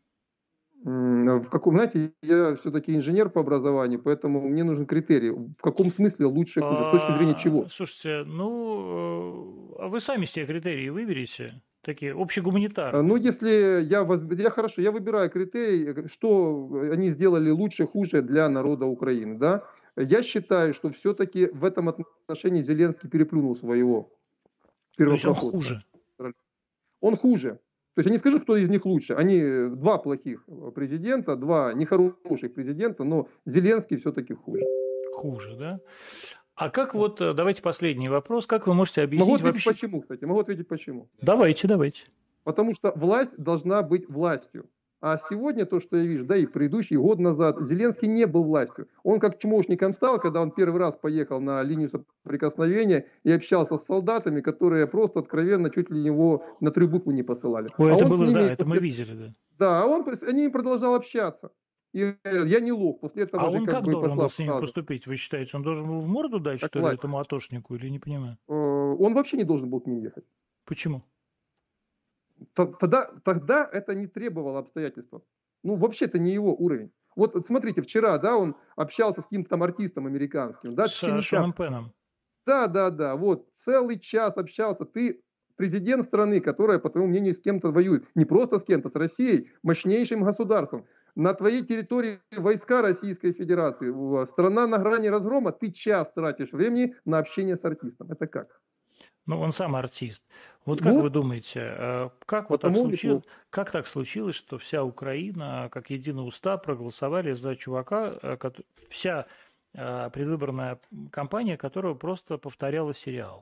В каком, знаете, я все-таки инженер по образованию, поэтому мне нужен критерий. В каком смысле лучше и хуже? С точки зрения чего? Слушайте, ну, а вы сами себе критерии выберите, такие общегуманитарные. Ну, если я, я хорошо, я выбираю критерии, что они сделали лучше, хуже для народа Украины, да? Я считаю, что все-таки в этом отношении Зеленский переплюнул своего первопроходца. То есть он хуже? Он хуже. То есть я не скажу, кто из них лучше. Они два плохих президента, два нехороших президента, но Зеленский все-таки хуже. Хуже, да? А как вот, давайте последний вопрос, как вы можете объяснить Могу ответить вообще... почему, кстати, могу ответить почему. Давайте, давайте. Потому что власть должна быть властью. А сегодня то, что я вижу, да и предыдущий год назад, Зеленский не был властью. Он как чмошником стал, когда он первый раз поехал на линию соприкосновения и общался с солдатами, которые просто откровенно чуть ли его на три буквы не посылали. Ой, а это он было, ними, да, это после... мы видели, да. Да, а он они продолжал общаться. И я не лох. После этого а же он как, как бы должен был с ним сразу. поступить, вы считаете? Он должен был в морду дать, как что власть. ли, этому атошнику, или не понимаю? Он вообще не должен был к ним ехать. Почему? Тогда, тогда это не требовало обстоятельства. Ну, вообще это не его уровень. Вот смотрите, вчера, да, он общался с каким-то там артистом американским. Да, с Шоном Пеном. Да, да, да, вот, целый час общался. Ты президент страны, которая, по твоему мнению, с кем-то воюет. Не просто с кем-то, с Россией, мощнейшим государством. На твоей территории войска Российской Федерации. Страна на грани разгрома, ты час тратишь времени на общение с артистом. Это как? Ну, он сам артист. Вот как ну, вы думаете, как, вот так случилось, как так случилось, что вся Украина, как единый устав, проголосовали за чувака, вся предвыборная кампания которого просто повторяла сериал?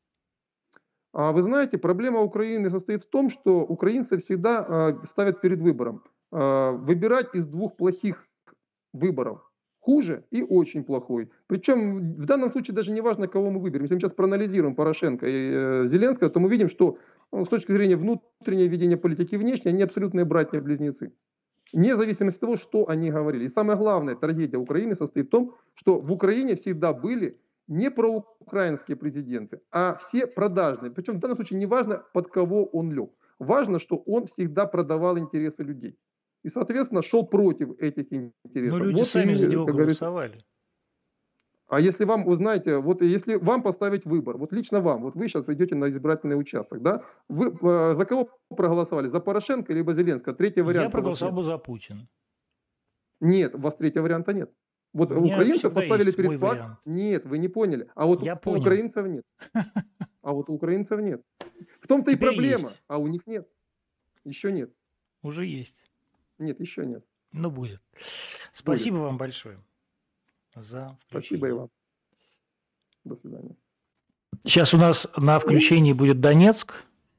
А вы знаете, проблема Украины состоит в том, что украинцы всегда ставят перед выбором выбирать из двух плохих выборов. Хуже и очень плохой. Причем в данном случае даже не важно, кого мы выберем. Если мы сейчас проанализируем Порошенко и э, Зеленского, то мы видим, что ну, с точки зрения внутреннего ведения политики и внешней, они абсолютные братья-близнецы. Вне зависимости от того, что они говорили. И самая главная трагедия Украины состоит в том, что в Украине всегда были не проукраинские президенты, а все продажные. Причем в данном случае не важно, под кого он лег. Важно, что он всегда продавал интересы людей. И, соответственно, шел против этих интересов. Но люди вот сами и, за него голосовали. Говорится, а если вам, вы знаете, вот если вам поставить выбор, вот лично вам, вот вы сейчас идете на избирательный участок, да, вы э, за кого проголосовали? За Порошенко либо Зеленского? Третий вариант. Я проголосовал бы за Путина. Нет, у вас третьего варианта нет. Вот украинцев поставили перед фактом. Нет, вы не поняли. А вот Я у понял. украинцев нет. А вот у украинцев нет. В том-то и проблема. Есть. А у них нет. Еще нет. Уже есть. Нет, еще нет. Ну, будет. Спасибо будет. Вам большое за включение. Спасибо и вам. До свидания. Сейчас у нас на включении будет Донецк.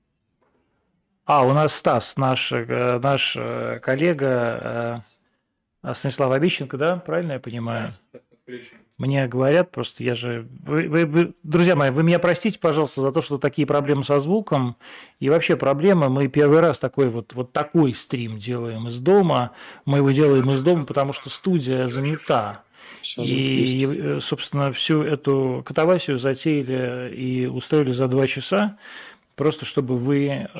А, у нас Стас, наш, наш коллега Станислав Обещенко, да? Правильно я понимаю? Мне говорят, просто я же... Вы, вы, вы, друзья мои, вы меня простите, пожалуйста, за то, что такие проблемы со звуком. И вообще проблемы. Мы первый раз такой вот, вот такой стрим делаем из дома. Мы его делаем из дома, потому что студия занята. Сейчас есть. И, собственно, всю эту катавасию затеяли и устроили за два часа, просто чтобы вы,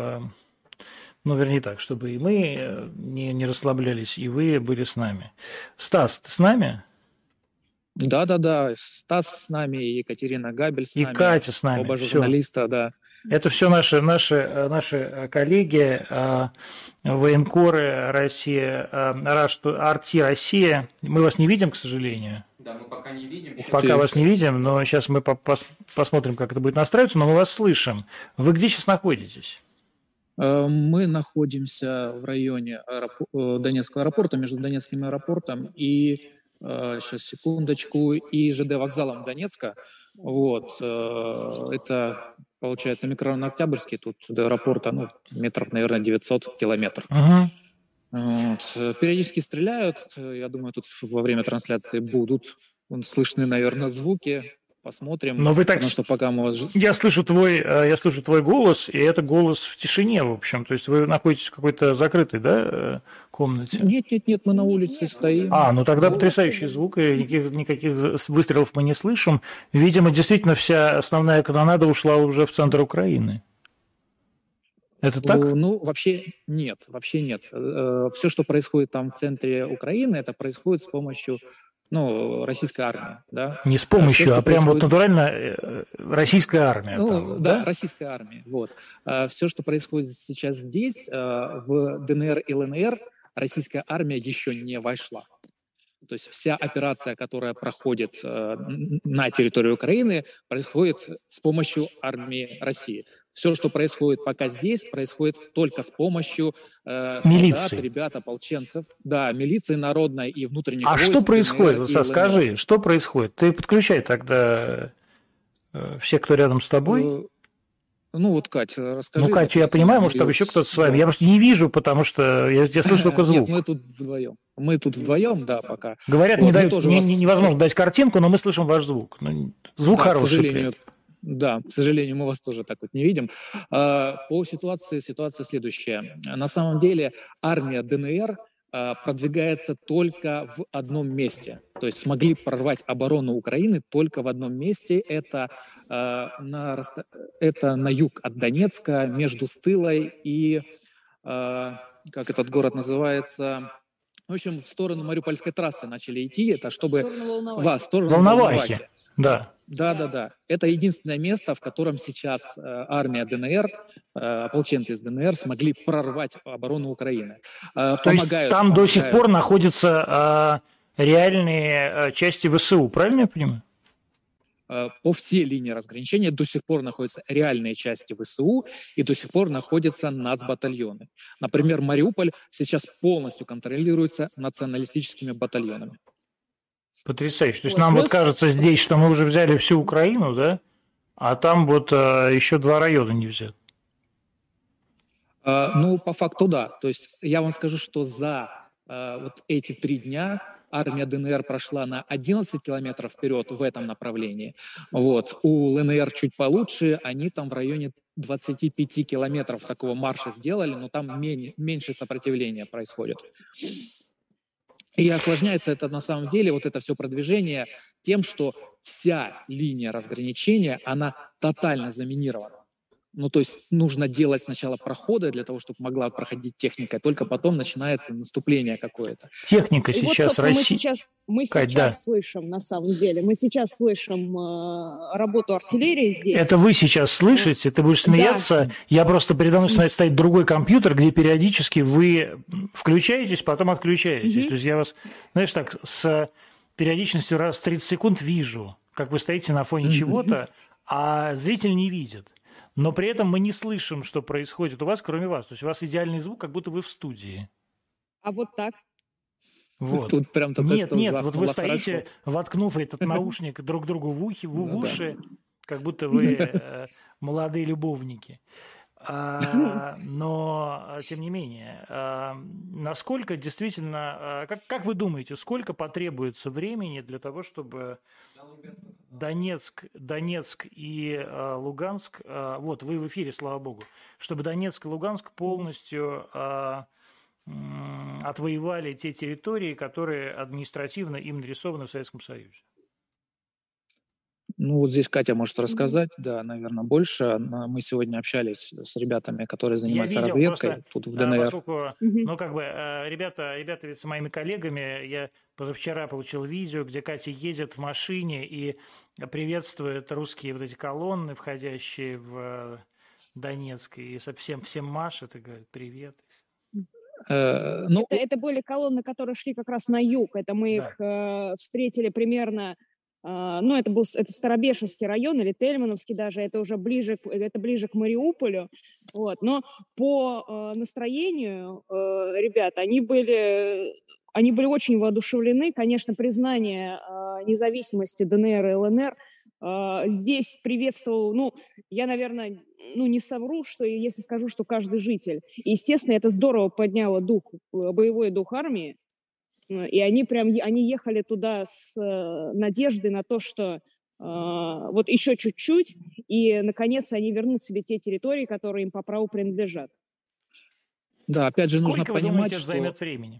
ну, вернее так, чтобы и мы не, не расслаблялись, и вы были с нами. Стас, ты с нами? Да-да-да, Стас с нами, и Екатерина Габель с и нами. И Катя с нами. Оба журналиста, да. Это все наши, наши, наши коллеги, военкоры Россия, Арти Россия. Мы вас не видим, к сожалению. Да, мы пока не видим. Пока Ты... вас не видим, но сейчас мы пос посмотрим, как это будет настраиваться, но мы вас слышим. Вы где сейчас находитесь? Мы находимся в районе аэропор... Донецкого аэропорта, между Донецким аэропортом и, сейчас, секундочку, и ЖД вокзалом Донецка. Вот. Это, получается, микрорайон Октябрьский, тут до аэропорта, ну, метров, наверное, девятьсот километров. Uh-huh. Вот. Периодически стреляют, я думаю, тут во время трансляции будут слышны, наверное, звуки. Посмотрим. Но вы так... Потому что пока мы вас... Я слышу твой, я слышу твой голос, и это голос в тишине, в общем. То есть вы находитесь в какой-то закрытой, да, комнате? Нет, нет, нет, мы на улице стоим. А, ну тогда потрясающий звук, и никаких, никаких выстрелов мы не слышим. Видимо, действительно вся основная канонада ушла уже в центр Украины. Это так? Ну, вообще нет, вообще нет. Все, что происходит там в центре Украины, это происходит с помощью... Ну, российская армия, да. Не с помощью, все, а прям происходит... вот натурально российская армия. Ну, там, да, да, российская армия. Вот. Все, что происходит сейчас здесь, в ДНР и ЛНР, российская армия еще не вошла. То есть вся операция, которая проходит э, на территории Украины, происходит с помощью армии России. Все, что происходит пока здесь, происходит только с помощью э, солдат, ребят, ополченцев. Да, милиции народной и внутренних а войск. А что происходит? ДНР, Саш, скажи, что происходит? Ты подключай тогда э, всех, кто рядом с тобой. Ну вот, Кать, расскажи. Ну, Катя, я понимаю, может, там еще кто-то с вами. Я просто не вижу, потому что я, я слышу только звук. Нет, мы тут вдвоем. Мы тут вдвоем, да, пока. Говорят, вот, не дают, тоже не, вас... невозможно дать картинку, но мы слышим ваш звук. Звук да, хороший. К сожалению, да, к сожалению, мы вас тоже так вот не видим. По ситуации, ситуация следующая. На самом деле армия ДНР продвигается только в одном месте. То есть смогли прорвать оборону Украины только в одном месте. Это, э, на, это на юг от Донецка, между Стылой и, э, как этот город называется, в общем, в сторону Мариупольской трассы начали идти. Это чтобы... В сторону Волновахи. Да, в сторону Волновахи. Волновахи. Да. Да, да, да. Это единственное место, в котором сейчас э, армия ДНР, э, ополченцы из ДНР смогли прорвать оборону Украины. Э, То помогают, есть там помогают. До сих пор находятся э, реальные э, части ВСУ, правильно я понимаю? Э, по всей линии разграничения до сих пор находятся реальные части ВСУ и до сих пор находятся нацбатальоны. Например, Мариуполь сейчас полностью контролируется националистическими батальонами. Потрясающе. То есть вот, нам плюс... вот кажется здесь, что мы уже взяли всю Украину, да? А там вот а, еще два района не взят. А, ну, по факту, да. То есть я вам скажу, что за а, вот эти три дня армия ДНР прошла на одиннадцать километров вперед в этом направлении. Вот. У ЛНР чуть получше, они там в районе двадцати пяти километров такого марша сделали, но там менее, меньше сопротивления происходит. И осложняется это на самом деле, вот это все продвижение, тем, что вся линия разграничения, она тотально заминирована. Ну, то есть нужно делать сначала проходы для того, чтобы могла проходить техника, только потом начинается наступление какое-то. Техника и сейчас вот, Россия... Мы сейчас, мы Кать, сейчас да. слышим, на самом деле, мы сейчас слышим э, работу артиллерии здесь. Это вы сейчас слышите, ты будешь смеяться. Да. Я просто передо мной стоит другой компьютер, где периодически вы включаетесь, потом отключаетесь. Mm-hmm. То есть я вас, знаешь, так, с периодичностью раз в тридцать секунд вижу, как вы стоите на фоне mm-hmm. чего-то, а зритель не видит. Но при этом мы не слышим, что происходит у вас, кроме вас. То есть у вас идеальный звук, как будто вы в студии. А вот так? Вот. Тут прям только нет, что нет, вот вы стоите, хорошо. Воткнув этот наушник друг другу в ухи, в, в уши, как будто вы э, молодые любовники. А, но, тем не менее, а, насколько действительно, а, как, как вы думаете, сколько потребуется времени для того, чтобы Донецк, Донецк и а, Луганск, а, вот вы в эфире, слава богу, чтобы Донецк и Луганск полностью а, отвоевали те территории, которые административно им нарисованы в Советском Союзе? Ну, вот здесь Катя может Мгм. рассказать, да, наверное, больше. На- Мы сегодня общались с ребятами, которые Я занимаются видел разведкой просто, тут в а, ДНР. поскольку, Мгм. ну, как бы, э, ребята, ребята ведь с моими коллегами, я позавчера получил видео, где Катя едет в машине и приветствует русские вот эти колонны, входящие в э, Донецк, и совсем всем машет и говорит «привет». Э, Ну, Это, это были колонны, которые шли как раз на юг. Это мы Да. их э, встретили примерно, э, ну, это был с- это Старобешевский район или Тельмановский даже, это уже ближе, к- это ближе к Мариуполю. Вот. Но по э, настроению э, ребят, они были, они были очень воодушевлены. Конечно, признание э, независимости ДНР и ЛНР э, здесь приветствовал, ну, я, наверное, ну, не совру, что если скажу, что каждый житель. И, естественно, это здорово подняло дух, э, боевой дух армии. Э, И они прям, е- они ехали туда с э, надеждой на то, что э, вот еще чуть-чуть, и, наконец, они вернут себе те территории, которые им по праву принадлежат. да, опять же нужно Сколько, вы понимать, думаете, это что займет времени?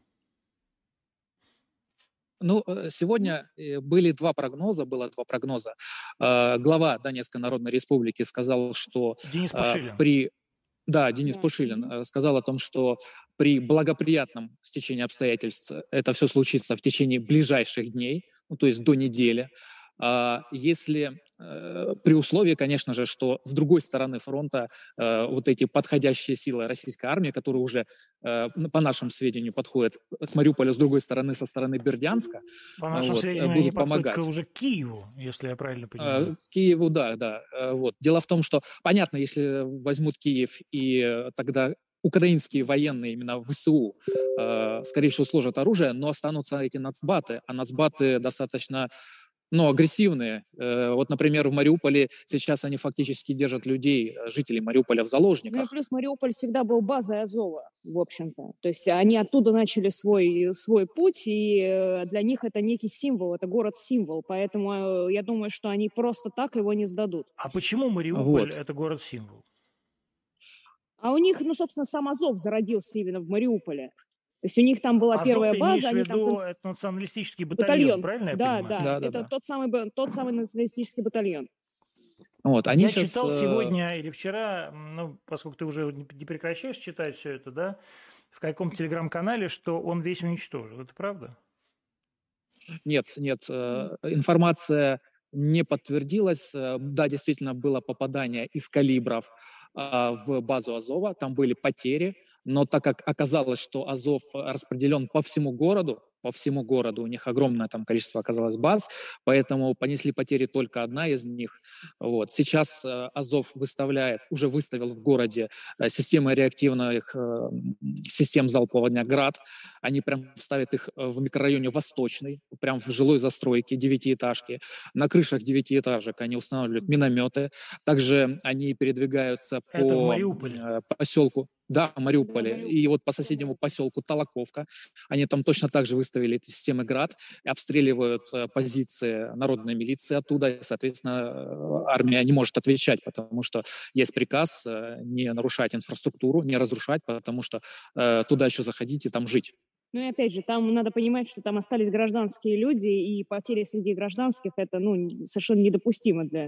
ну, э, сегодня э, были два прогноза, было два прогноза. Э, Глава Донецкой Народной Республики сказал, что Денис э, Пушилин. при... Да, Денис Да. Пушилин Мгм. э, сказал о том, что при благоприятном стечении обстоятельств это все случится в течение ближайших дней, ну, то есть до недели. А Если э, при условии, конечно же, что с другой стороны фронта э, вот эти подходящие силы российской армии, которые уже, э, по нашим сведениям, подходят к Мариуполю с другой стороны, со стороны Бердянска, По э, нашим вот, э, сведениям, они будут подходят к, помогать. уже к Киеву, если я правильно Э, понимаю. К Киеву, да, да. э, Вот. Дело в том, что, понятно, если возьмут Киев, и э, тогда украинские военные, именно ВСУ, э, скорее всего, сложат оружие, но останутся эти нацбаты, а нацбаты достаточно, ну, агрессивные. Э, Вот, например, в Мариуполе сейчас они фактически держат людей, э, жителей Мариуполя в Ну и заложниках. плюс Мариуполь всегда был базой Азова, в общем-то. То есть они оттуда начали свой, свой путь, и э, для них это некий символ, это город-символ. Поэтому э, я думаю, что они просто так его не сдадут. А почему Мариуполь – Вот. это город-символ? А у них, ну, собственно, сам Азов зародился именно в Мариуполе. То есть у них там была Азов первая ты имеешь база, в они там... виду, конс- это националистический батальон, Батальон, правильно я да, понимаю? да, Да, да, это да. тот самый, ба- тот самый националистический батальон. Вот. Они Я сейчас... читал сегодня или вчера, ну, поскольку ты уже не не прекращаешь читать все это, да, в каком-то телеграм-канале, что он весь уничтожил. Это правда? Нет, нет, э, информация не подтвердилась. Э, Да, действительно было попадание из калибров а, в базу Азова, там были потери, но так как оказалось, что Азов распределен по всему городу, по всему городу, у них огромное там количество оказалось баз, поэтому понесли потери только одна из них. Вот. Сейчас э, Азов выставляет, уже выставил в городе э, системы реактивных э, систем залпового огня «Град». Они прям ставят их э, в микрорайоне Восточный, прям в жилой застройке, девятиэтажки. На крышах девятиэтажек они устанавливают минометы. Также они передвигаются Это в по Мариуполе. э, поселку, да, в Мариуполе, Да, Мариуполь. и вот по соседнему поселку Толоковка. Они там точно так же выставили эти системы «Град», и обстреливают э, позиции народной милиции оттуда, и, соответственно, э, армия не может отвечать, потому что есть приказ э, не нарушать инфраструктуру, не разрушать, потому что э, туда еще заходить и там жить. Ну и опять же, там надо понимать, что там остались гражданские люди, и потери среди гражданских это ну, совершенно недопустимо для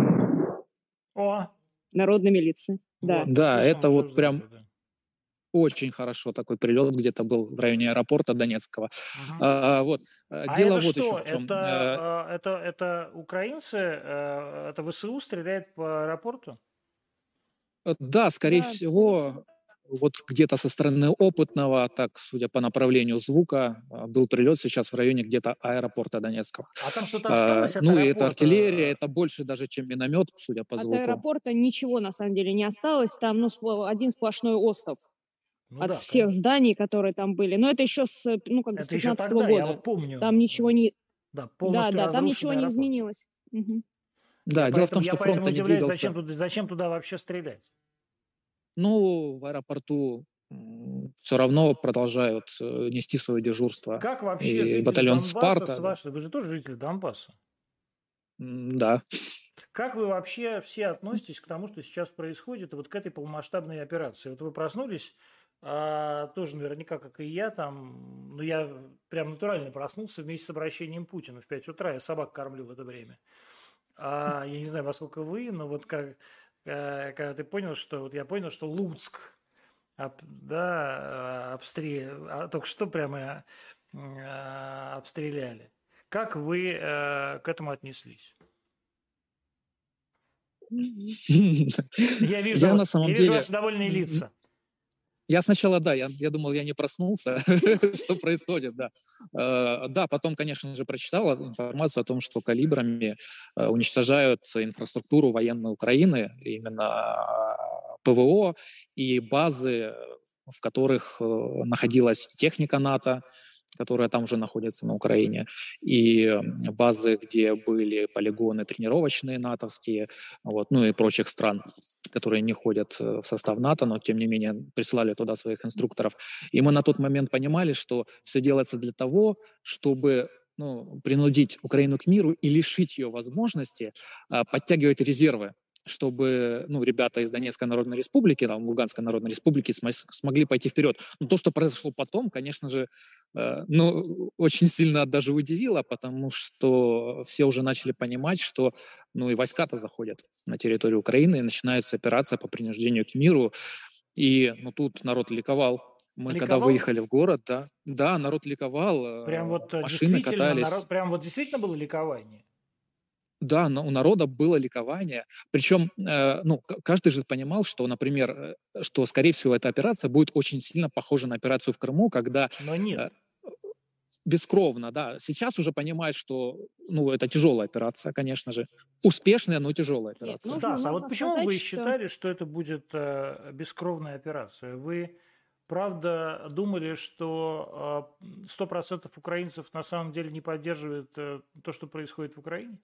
О, народной милиции. Да. вот, Да, услышал это уже вот в прям зале, да. очень хорошо такой прилет где-то был в районе аэропорта Донецкого. Мгм. А, вот. э, А Дело это вот еще что? в чем. Это, э, это, это украинцы, э, это ВСУ стреляет по аэропорту? Да, скорее Да, скорее всего, всего. вот где-то со стороны опытного, так, судя по направлению звука, а, был прилет сейчас в районе где-то аэропорта Донецкого. А там что-то А, осталось от Ну и это аэропорта? артиллерия, это больше даже, чем миномет, судя по От звуку. аэропорта ничего на самом деле не осталось. Там ну, спла- один сплошной остров Ну от да, всех конечно. зданий, которые там были. Но это еще с, ну, как бы с Это еще пятнадцатого тогда, я года. вот помню, Там ничего не... да, Да, полностью да, там ничего разрушенный не аэропорт. изменилось. Мгм. Да, Я дело в поэтому, том, я что поэтому фронт не удивляюсь, двигался. зачем туда, зачем туда вообще стрелять? Ну, в аэропорту все равно продолжают э, нести свое дежурство. Как вообще И жители батальон Донбасса, «Спарта», с да. вашей, вы же тоже жители Донбасса, М, Да. как вы вообще все относитесь к тому, что сейчас происходит, и вот к этой полномасштабной операции? Вот вы проснулись а, тоже наверняка, как и я, там, ну, я прям натурально проснулся вместе с обращением Путина в пять утра, я собак кормлю в это время. А, я не знаю, во сколько вы, но вот как, э, когда ты понял, что, вот я понял, что Луцк, об, да, обстрел, а, только что прямо э, обстреляли. Как вы э, к этому отнеслись? Я вижу, Я вот, на самом я вижу деле... ваши довольные лица. Я сначала, да, я, я думал, я не проснулся, что происходит, да. Э, Да, потом, конечно же, прочитал информацию о том, что калибрами э, уничтожают инфраструктуру военной Украины, именно э, ПВО и базы, в которых э, находилась техника НАТО, которая там уже находится на Украине, и э, базы, где были полигоны тренировочные натовские, вот, ну и прочих стран, которые не ходят э, в состав НАТО, но тем не менее присылали туда своих инструкторов. И мы на тот момент понимали, что все делается для того, чтобы ну, принудить Украину к миру и лишить ее возможности а, подтягивать резервы, чтобы ну, ребята из Донецкой Народной Республики, там, Луганской Народной Республики см- смогли пойти вперед. Но то, что произошло потом, конечно же, э, ну, очень сильно даже удивило, потому что все уже начали понимать, что ну, и войска-то заходят на территорию Украины, и начинается операция по принуждению к миру. И ну, тут народ ликовал. Мы когда Ликовал? выехали в город, да, да, народ ликовал, Прям э, вот э, машины действительно, катались. народ, прям вот действительно было ликование. Да, но у народа было ликование. Причем, э, ну, к- каждый же понимал, что, например, э, что, скорее всего, эта операция будет очень сильно похожа на операцию в Крыму, когда Но э, нет. бескровно, да. Сейчас уже понимают, что, ну, это тяжелая операция, конечно же. Успешная, но тяжелая Нет, операция. нужно, Стас, а вот нужно почему сказать, вы что... считали, что это будет э, бескровная операция? Вы правда думали, что э, сто процентов украинцев на самом деле не поддерживают э, то, что происходит в Украине?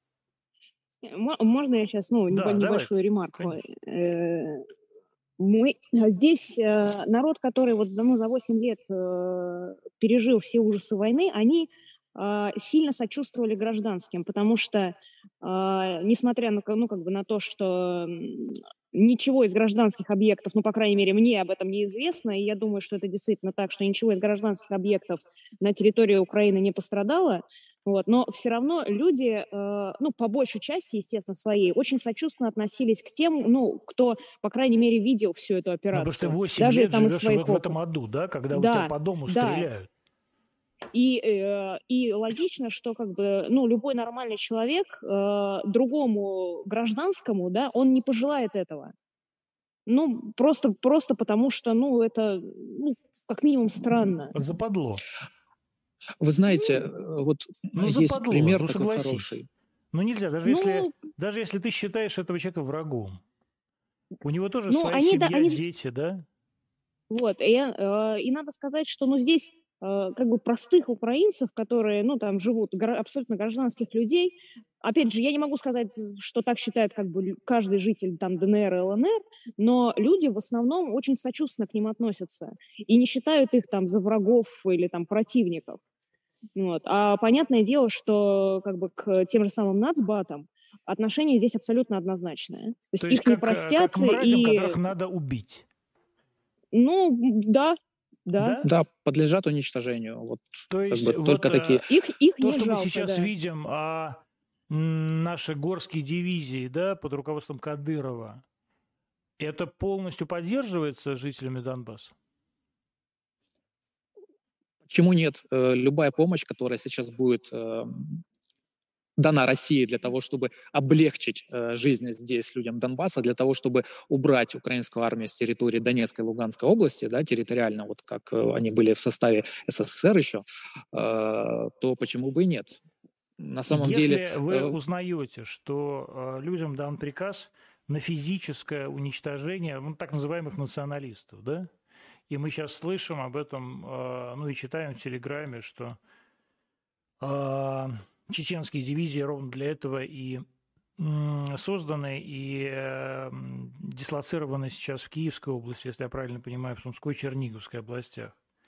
Мо- Можно я сейчас, ну, небо- Да, давай, небольшую ремарку? конечно. Э, Мы а, здесь э, народ, который вот ну, за восемь лет э, пережил все ужасы войны, они э, сильно сочувствовали гражданским, потому что, э, несмотря на, ка- ну, как бы на то, что м, ничего из гражданских объектов, ну, по крайней мере, мне об этом неизвестно, и я думаю, что это действительно так, что ничего из гражданских объектов на территории Украины не пострадало, вот, но все равно люди, э, ну, по большей части, естественно, своей, очень сочувственно относились к тем, ну, кто, по крайней мере, видел всю эту Ну, потому что ты операцию, восемь даже лет там из живешь своих вот в этом окон. аду, да, когда у тебя Да, по дому да. стреляют. И, э, и логично, что как бы, ну, любой нормальный человек э, другому гражданскому, да, он не пожелает этого. Ну, просто, просто потому что, ну, это, ну, как минимум странно. Западло. Вы знаете, э, вот Ну, есть западло, пример ну такой согласись. хороший. Ну нельзя, даже если, Ну, даже если ты считаешь этого человека врагом. У него тоже ну, своя они, да, семья, они, дети, да? вот, и, э, и надо сказать, что, ну, здесь э, как бы простых украинцев, которые, ну, там живут, гра- абсолютно гражданских людей, опять же, я не могу сказать, что так считает как бы лю- каждый житель там ДНР и ЛНР, но люди в основном очень сочувственно к ним относятся и не считают их там за врагов или там противников. Вот. А понятное дело, что как бы к тем же самым нацбатам отношение здесь абсолютно однозначное. То есть То есть их не как, э, простят как мразям, и, которых надо убить. ну, да, да. Да? Да, подлежат уничтожению. Вот То как есть бы вот только э, такие. Их, их то, не что мы жалко, сейчас да. видим, а м, наши горские дивизии, да, под руководством Кадырова, это полностью поддерживается жителями Донбасса? Почему нет? Э, Любая помощь, которая сейчас будет э, дана России для того, чтобы облегчить э, жизнь здесь людям Донбасса, для того, чтобы убрать украинскую армию с территории Донецкой и Луганской области, да, территориально, вот как э, они были в составе СССР еще, э, то почему бы и нет? На самом деле, Если вы э, узнаете, что э, людям дан приказ на физическое уничтожение ну, так называемых националистов, да, и мы сейчас слышим об этом, э, ну и читаем в Телеграме, что э, чеченские дивизии ровно для этого и м, созданы и э, м, дислоцированы сейчас в Киевской области, если я правильно понимаю, в Сумской и Черниговской областях.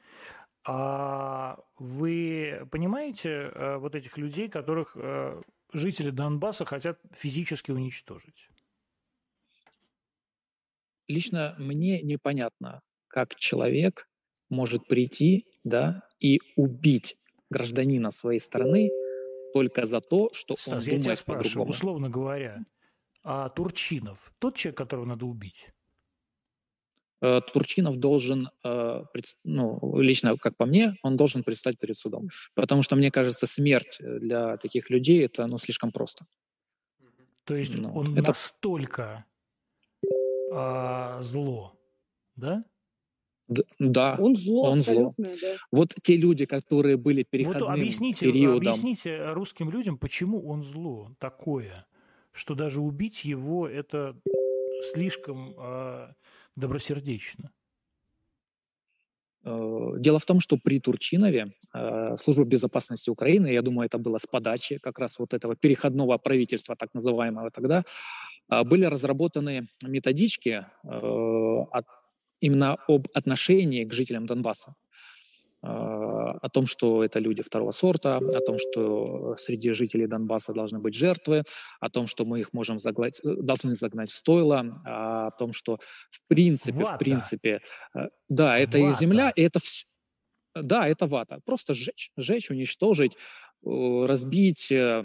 А вы понимаете э, вот этих людей, которых э, жители Донбасса хотят физически уничтожить? лично мне непонятно, как человек может прийти, да, и убить гражданина своей страны только за то, что Стас, он я тебя думает спрашиваю, по-другому. условно говоря, а Турчинов тот человек, которого надо убить? Э, Турчинов должен, э, пред- ну, лично, как по мне, он должен предстать перед судом. Потому что, мне кажется, смерть для таких людей — это, ну, слишком просто. То есть Ну, он это настолько а, зло, да? д- да, Он зло он зло. абсолютное, да. Вот те люди, которые были Вот переходным объясните, периодом, объясните русским людям, почему он зло такое, что даже убить его это слишком а, добросердечно. Э, Дело в том, что при Турчинове э, Служба безопасности Украины, я думаю, это было с подачи как раз вот этого переходного правительства, так называемого тогда, э, были разработаны методички э, от- именно об отношении к жителям Донбасса. Э, О том, что это люди второго сорта, о том, что среди жителей Донбасса должны быть жертвы, о том, что мы их можем загнать, э, должны загнать в стойло, о том, что в принципе, в Вата. принципе, э, да, это их земля, Вата. и это все, да, это вата. Просто сжечь, сжечь, уничтожить, э, разбить. э,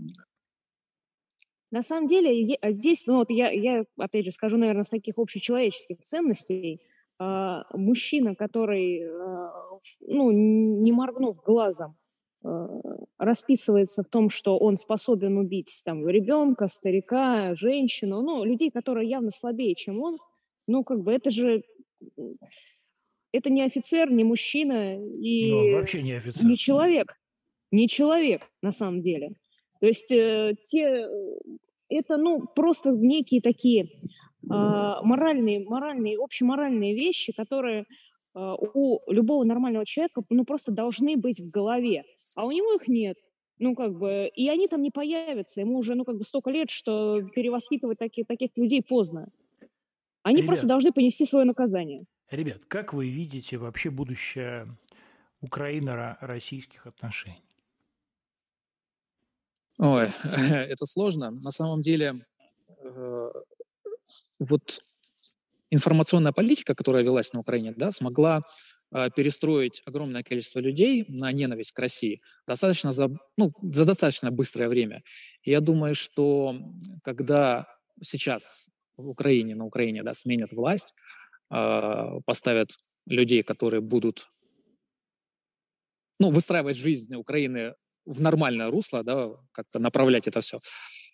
На самом деле, е- а здесь, ну вот я, я, опять же, скажу, наверное, с таких общечеловеческих ценностей, а, мужчина, который, а, в- ну, не моргнув глазом, а, расписывается в том, что он способен убить там ребенка, старика, женщину, ну, людей, которые явно слабее, чем он, ну, как бы это же, м, это не офицер, не мужчина Ну, он и вообще не офицер. не человек, не человек на самом деле. То есть э, те, э, это, ну, просто некие такие а, моральные, моральные, общеморальные вещи, которые а, у любого нормального человека, ну, просто должны быть в голове, а у него их нет. Ну, как бы, и они там не появятся. Ему уже, ну, как бы столько лет, что перевоспитывать таких, таких людей поздно. Они просто Ребят, должны понести свое наказание. ребят, как вы видите вообще будущее украино-российских отношений? Ой, это сложно. На самом деле, э, вот информационная политика, которая велась на Украине, да, смогла э, перестроить огромное количество людей на ненависть к России достаточно за, ну, за достаточно быстрое время. И я думаю, что когда сейчас в Украине, на Украине, да, сменят власть, э, поставят людей, которые будут, ну, выстраивать жизнь Украины в нормальное русло, да, как-то направлять это все.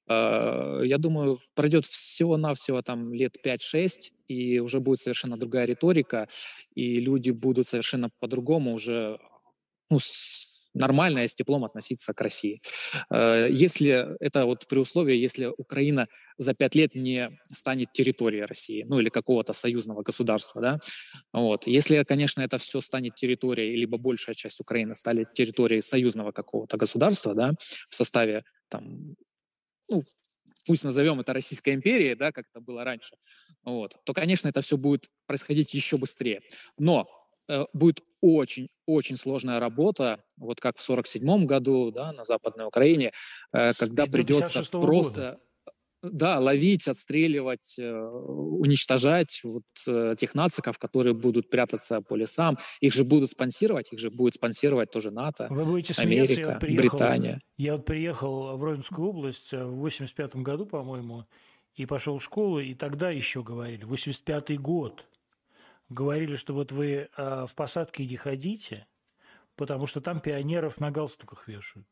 Я думаю, пройдет всего-навсего там лет пять-шесть, и уже будет совершенно другая риторика, и люди будут совершенно по-другому уже, ну, с- нормально и с теплом относиться к России. Э, Если это вот при условии, если Украина за пять лет не станет территорией России, ну или какого-то союзного государства, да, вот. Если, конечно, это все станет территорией, либо большая часть Украины станет территорией союзного какого-то государства, да, в составе там, ну, пусть назовем это Российской империей, да, как это было раньше, вот, то, конечно, это все будет происходить еще быстрее. Но э, будет очень-очень сложная работа, вот как в сорок седьмом году, да, на Западной Украине, э, С когда до придется пятьдесят шестого просто... года. Да, ловить, отстреливать, э, уничтожать вот э, тех нациков, которые будут прятаться по лесам. Их же будут спонсировать, их же будет спонсировать тоже НАТО, Вы будете смеяться, я вот Америка, приехал, Британия. я вот приехал в Родинскую область в восемьдесят пятом году, по-моему, и пошел в школу, и тогда еще говорили, восемьдесят пятый год, говорили, что вот вы а, в посадке не ходите, потому что там пионеров на галстуках вешают.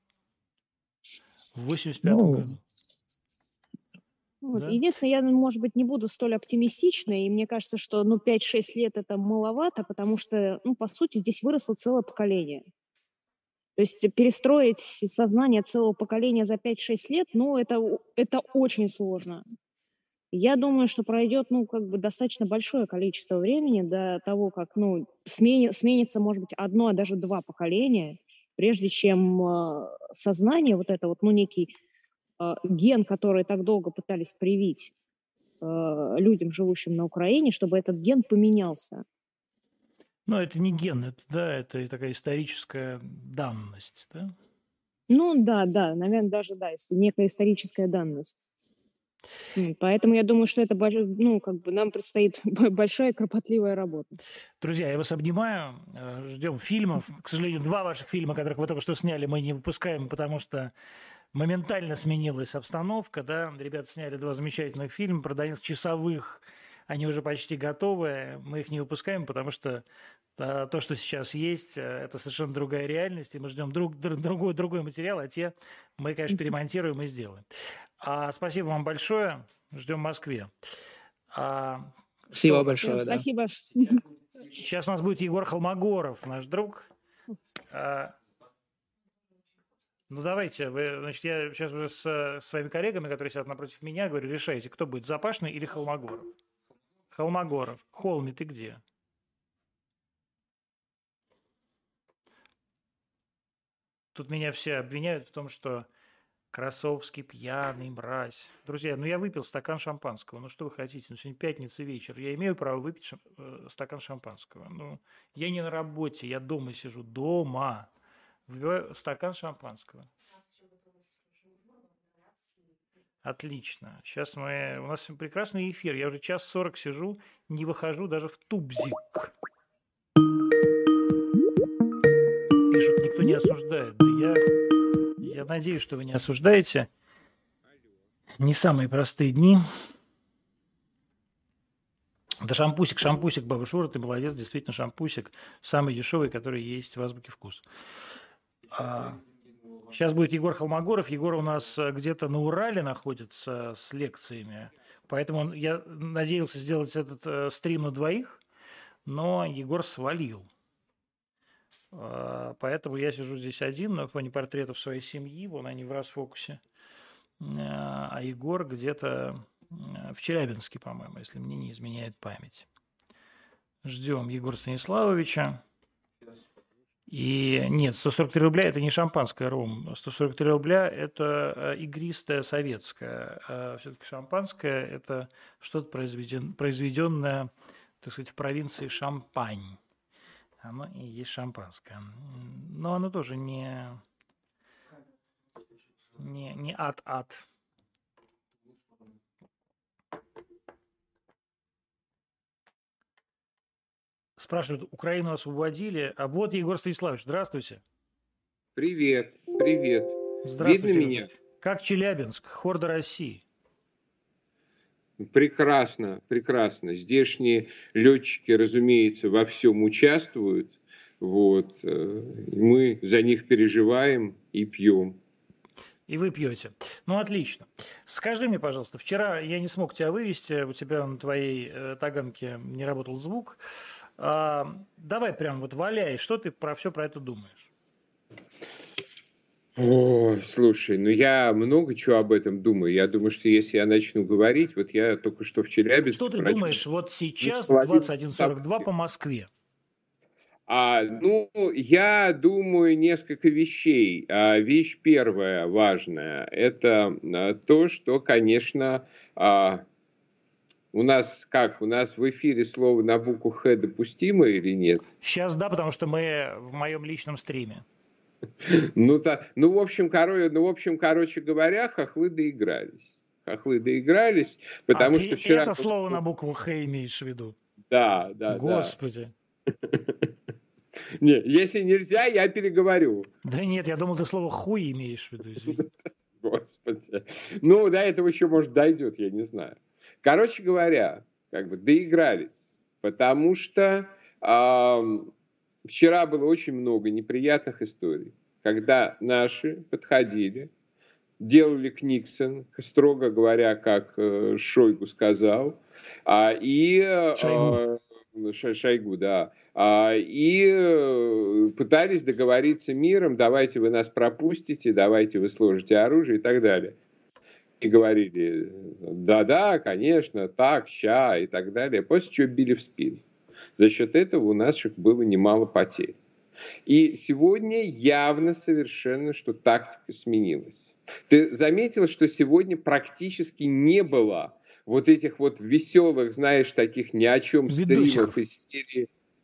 В восемьдесят пятом Ну, году. Вот. Да? Единственное, я, ну, может быть, не буду столь оптимистичной, и мне кажется, что, ну, пять-шесть лет это маловато, потому что, ну, по сути, здесь выросло целое поколение. То есть перестроить сознание целого поколения за пять-шесть лет, ну, это, о- это очень сложно. Я думаю, что пройдет, ну, как бы достаточно большое количество времени до того, как, ну, смени- сменится, может быть, одно, а даже два поколения, прежде чем э, сознание вот это вот, ну, некий э, ген, который так долго пытались привить э, людям, живущим на Украине, чтобы этот ген поменялся. Но это не ген, это, да, это такая историческая данность, да? Ну да, да, наверное, даже да, если некая историческая данность. Поэтому я думаю, что это, ну, как бы нам предстоит большая кропотливая работа. Друзья, я вас обнимаю. Ждем фильмов. К сожалению, два ваших фильма, которых вы только что сняли, мы не выпускаем, потому что моментально сменилась обстановка. Да? Ребята сняли два замечательных фильма, продают часовых. Они уже почти готовы. Мы их не выпускаем, потому что то, что сейчас есть, это совершенно другая реальность. И мы ждем друг, другой, другой материал, а те мы, конечно, перемонтируем и сделаем. А, спасибо вам большое. Ждем в Москве. А, спасибо что? большое. Да. Спасибо. Сейчас у нас будет Егор Холмогоров, наш друг. А, ну, давайте. Вы, значит, я сейчас уже с, с своими коллегами, которые сидят напротив меня, говорю, решайте, кто будет, Запашный или Холмогоров. Холмогоров. Холми, ты где? Тут меня все обвиняют в том, что Красовский пьяный, мразь. Друзья, ну я выпил стакан шампанского. Ну что вы хотите? Ну сегодня пятница вечер. Я имею право выпить шам... стакан шампанского. Ну, я не на работе, я дома сижу. Дома. Выпиваю стакан шампанского. Отлично. Сейчас мы... У нас прекрасный эфир. Я уже час сорок сижу, не выхожу даже в тубзик. Пишут, никто не осуждает. Да я... Я надеюсь, что вы не осуждаете. Не самые простые дни. Да шампусик, шампусик, баба Шура, ты молодец, действительно шампусик. Самый дешевый, который есть в Азбуке Вкус. А, сейчас будет Егор Холмогоров. Егор у нас где-то на Урале находится с лекциями. Поэтому он, я надеялся сделать этот э, стрим на двоих, но Егор свалил. Поэтому я сижу здесь один на фоне портретов своей семьи, вон они в расфокусе. А Егор где-то в Челябинске, по-моему, если мне не изменяет память. Ждем Егора Станиславовича. И нет, сто сорок три рубля – это не шампанское, Ром. сто сорок три рубля – это игристое советское. А все-таки шампанское – это что-то произведенное, так сказать, в провинции Шампань. Оно и есть шампанское. Но оно тоже не, не, не ад-ад. Спрашивают, Украину освободили. А вот Егор Станиславович, здравствуйте. Привет, привет. Здравствуйте. Видно меня? Как Челябинск, хорда России? Прекрасно, прекрасно. Здешние летчики, разумеется, во всем участвуют. Вот. Мы за них переживаем и пьем. И вы пьете. Ну, отлично. Скажи мне, пожалуйста, вчера я не смог тебя вывести, у тебя на твоей э, таганке не работал звук. А, давай прям вот валяй, что ты про все про это думаешь? О, слушай, ну я много чего об этом думаю. Я думаю, что если я начну говорить, вот я только что в Челябинске... Что ты прочел... думаешь вот сейчас в двадцать один сорок два по Москве? А, ну, я думаю несколько вещей. А, вещь первая важная, это а, то, что, конечно, а, у нас как, у нас в эфире слово на букву «Х» допустимо или нет? Сейчас да, потому что мы в моем личном стриме. Ну, то, ну, в общем, короче, ну, в общем, короче говоря, хохлы доигрались. Хохлы доигрались, потому а что ты вчера... это слово на букву «Х» имеешь в виду? Да, да, Господи. да. Нет, если нельзя, я переговорю. Да нет, я думал, ты слово «хуй» имеешь в виду, извини. Господи. Ну, до этого еще, может, дойдет, я не знаю. Короче говоря, как бы доигрались, потому что э, вчера было очень много неприятных историй, когда наши подходили, делали Книксон, строго говоря, как э, Шойгу сказал, а, и... Шойгу. Э, Шойгу, да. А, и пытались договориться миром, давайте вы нас пропустите, давайте вы сложите оружие и так далее. И говорили, да-да, конечно, так, ща и так далее. После чего били в спину. За счет этого у наших было немало потерь. И сегодня явно совершенно, что тактика сменилась. Ты заметила, что сегодня практически не было вот этих вот веселых, знаешь, таких ни о чем стримов из серии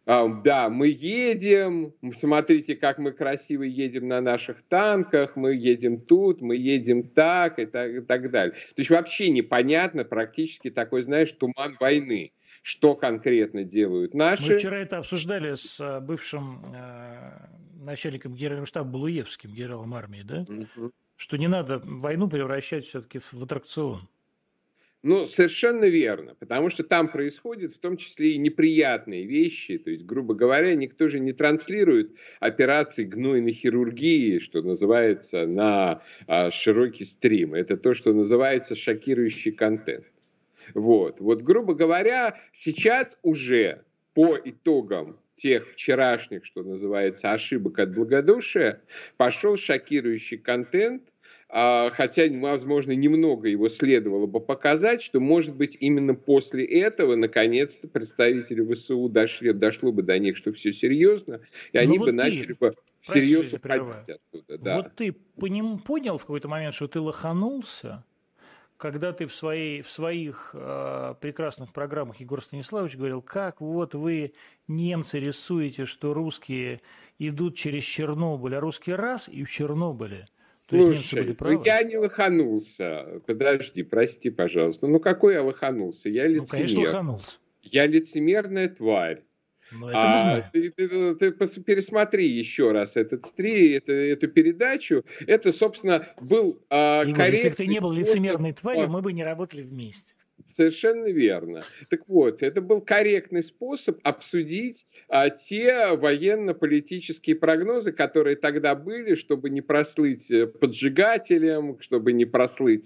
Да, мы едем, смотрите, как мы красиво едем на наших танках, мы едем тут, мы едем так и так, и так далее. То есть вообще непонятно, практически такой, знаешь, туман войны. Что конкретно делают наши? Мы вчера это обсуждали с бывшим э, начальником генерального штаба Балуевским, генералом армии, да? Угу. Что не надо войну превращать все-таки в аттракцион. Ну, совершенно верно, потому что там происходят в том числе и неприятные вещи, то есть, грубо говоря, никто же не транслирует операции гнойной хирургии, что называется, на а, широкий стрим. Это то, что называется шокирующий контент. Вот, вот, грубо говоря, сейчас уже по итогам тех вчерашних, что называется, ошибок от благодушия, пошел шокирующий контент, хотя, возможно, немного его следовало бы показать, что, может быть, именно после этого, наконец-то, представители ВСУ дошли, дошло бы до них, что все серьезно, и они вот бы ты, начали бы серьезно уходить оттуда. Да. Вот ты поним, понял в какой-то момент, что ты лоханулся, когда ты в, своей, в своих э, прекрасных программах, Егор Станиславович говорил, как вот вы, немцы, рисуете, что русские идут через Чернобыль, а русские раз и в Чернобыле. Слушай, ну я не лоханулся. Подожди, прости, пожалуйста. Ну какой я лоханулся? Я лицемер. Ну, конечно, лоханулся. Я лицемерная тварь. Ну, это мы знаем. А, ты, ты, ты, ты пересмотри еще раз этот стрим, эту, эту передачу. Это, собственно, был а, Егор, корректный если бы ты не был способ... лицемерной тварью, мы бы не работали вместе. Совершенно верно. Так вот, это был корректный способ обсудить а, те военно-политические прогнозы, которые тогда были, чтобы не прослыть поджигателем, чтобы не прослыть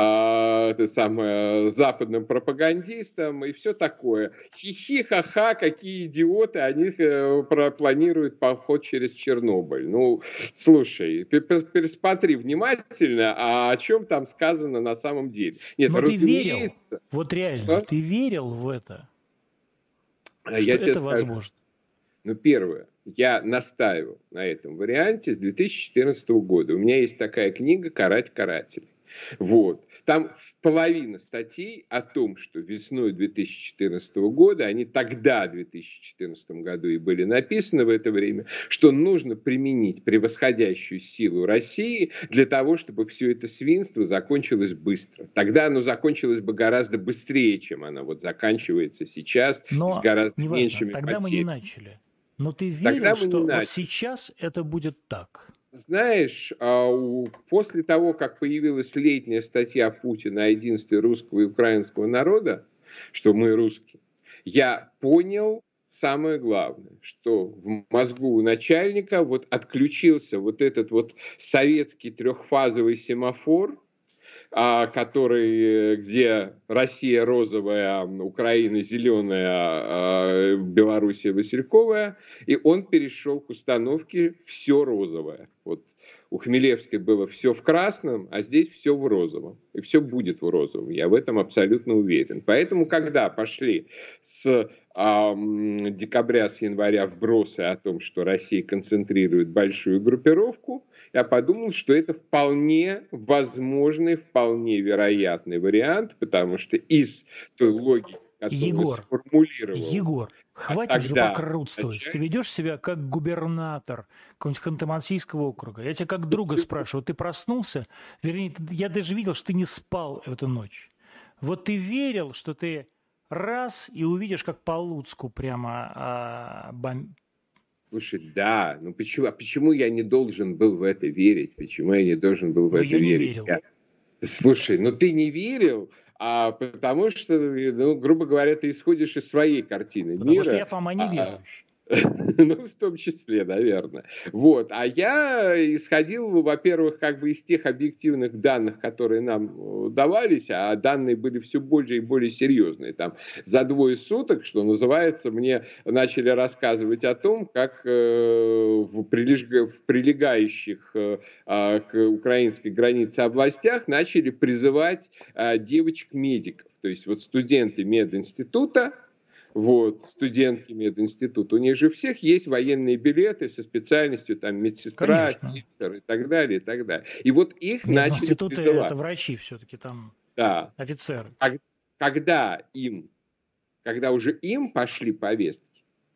а, это самое, западным пропагандистом и все такое. Хихи, ха-ха, какие идиоты, они э, планируют поход через Чернобыль. Ну, слушай, пересмотри внимательно, а о чем там сказано на самом деле. Нет, но разумеется... ты верил? Вот реально, что? Ты верил в это? А что я это тебе возможно? Скажу. Ну, первое, я настаивал на этом варианте с две тысячи четырнадцатого года. У меня есть такая книга «Карать карателей». Вот. Там половина статей о том, что весной две тысячи четырнадцатого года, они тогда, в две тысячи четырнадцатом году, и были написаны в это время, что нужно применить превосходящую силу России для того, чтобы все это свинство закончилось быстро. Тогда оно закончилось бы гораздо быстрее, чем оно вот заканчивается сейчас, но с гораздо неважно, меньшими тогда потерями. мы не начали. Но ты верил, что вот сейчас это будет так? Знаешь, после того, как появилась летняя статья Путина о единстве русского и украинского народа, что мы русские, я понял самое главное, что в мозгу у начальника вот отключился вот этот вот советский трехфазовый семафор, который, где Россия розовая, Украина зеленая, Белоруссия васильковая, и он перешел к установке все розовое. Вот у Хмелевской было все в красном, а здесь все в розовом. И все будет в розовом. Я в этом абсолютно уверен. Поэтому, когда пошли с э, декабря, с января вбросы о том, что Россия концентрирует большую группировку, я подумал, что это вполне возможный, вполне вероятный вариант, потому что из той логики, которую Егор, сформулировал... Егор, хватит а же покрутствовать. Ты ведешь себя как губернатор какого-нибудь Ханты-Мансийского округа. Я тебя как друга спрашиваю, ты проснулся? Вернее, я даже видел, что ты не спал эту ночь. Вот ты верил, что ты раз и увидишь, как по Луцку прямо а, бом... Слушай, да, ну почему, а почему я не должен был в это верить? Почему я не должен был в ну, это я верить? Не верил. Я... Слушай, ну ты не верил, а потому что, ну, грубо говоря, ты исходишь из своей картины потому мира. Потому что я Фома неверующий. Ну, в том числе, наверное. Вот. А я исходил, во-первых, как бы из тех объективных данных, которые нам давались, а данные были все более и более серьезные. Там за двое суток, что называется, мне начали рассказывать о том, как э, в, прилег... в прилегающих э, к украинской границе областях начали призывать э, девочек-медиков. То есть вот студенты мединститута, Вот, студентки мединститута, у них же всех есть военные билеты со специальностью там медсестра, офицер и так далее, и так далее. И вот их начали призывать. Мединституты это врачи все-таки там, да. Офицеры. Когда им, когда уже им пошли повестки,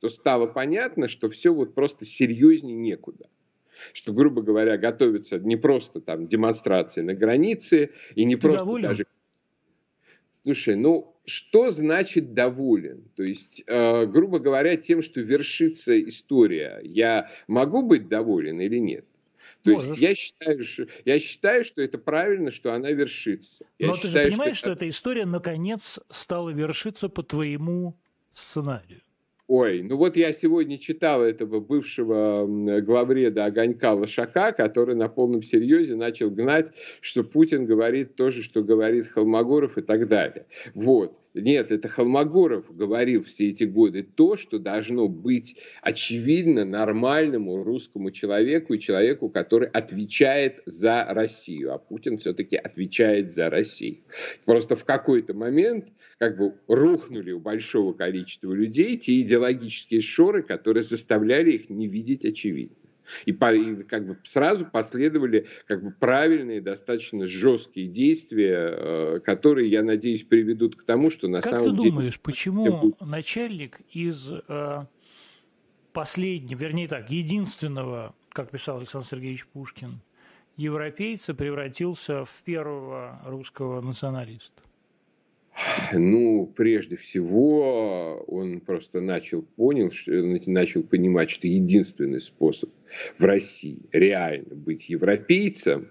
то стало понятно, что все вот просто серьезнее некуда. Что, грубо говоря, готовятся не просто там демонстрации на границе, и не Ты просто доволен? даже... Слушай, ну, что значит доволен? То есть, э, грубо говоря, тем, что вершится история, я могу быть доволен или нет? То Можешь. есть я считаю, что, я считаю, что это правильно, что она вершится. Я Но ты же считаю, понимаешь, что что это... эта история наконец стала вершиться по твоему сценарию? Ой, ну вот я сегодня читал этого бывшего м, главреда «Огонька» Лошака, который на полном серьезе начал гнать, что Путин говорит то же, что говорит Холмогоров и так далее. Вот. Нет, это Холмогоров говорил все эти годы то, что должно быть очевидно нормальному русскому человеку и человеку, который отвечает за Россию. А Путин все-таки отвечает за Россию. Просто в какой-то момент как бы рухнули у большого количества людей те идеологические шоры, которые заставляли их не видеть очевидно. И, по, и как бы сразу последовали как бы правильные, достаточно жесткие действия, э, которые, я надеюсь, приведут к тому, что на Как самом ты деле... думаешь, почему начальник из э, последнего, вернее так, единственного, как писал Александр Сергеевич Пушкин, европейца превратился в первого русского националиста? Ну, прежде всего, он просто начал, понял, что, начал понимать, что единственный способ в России реально быть европейцем,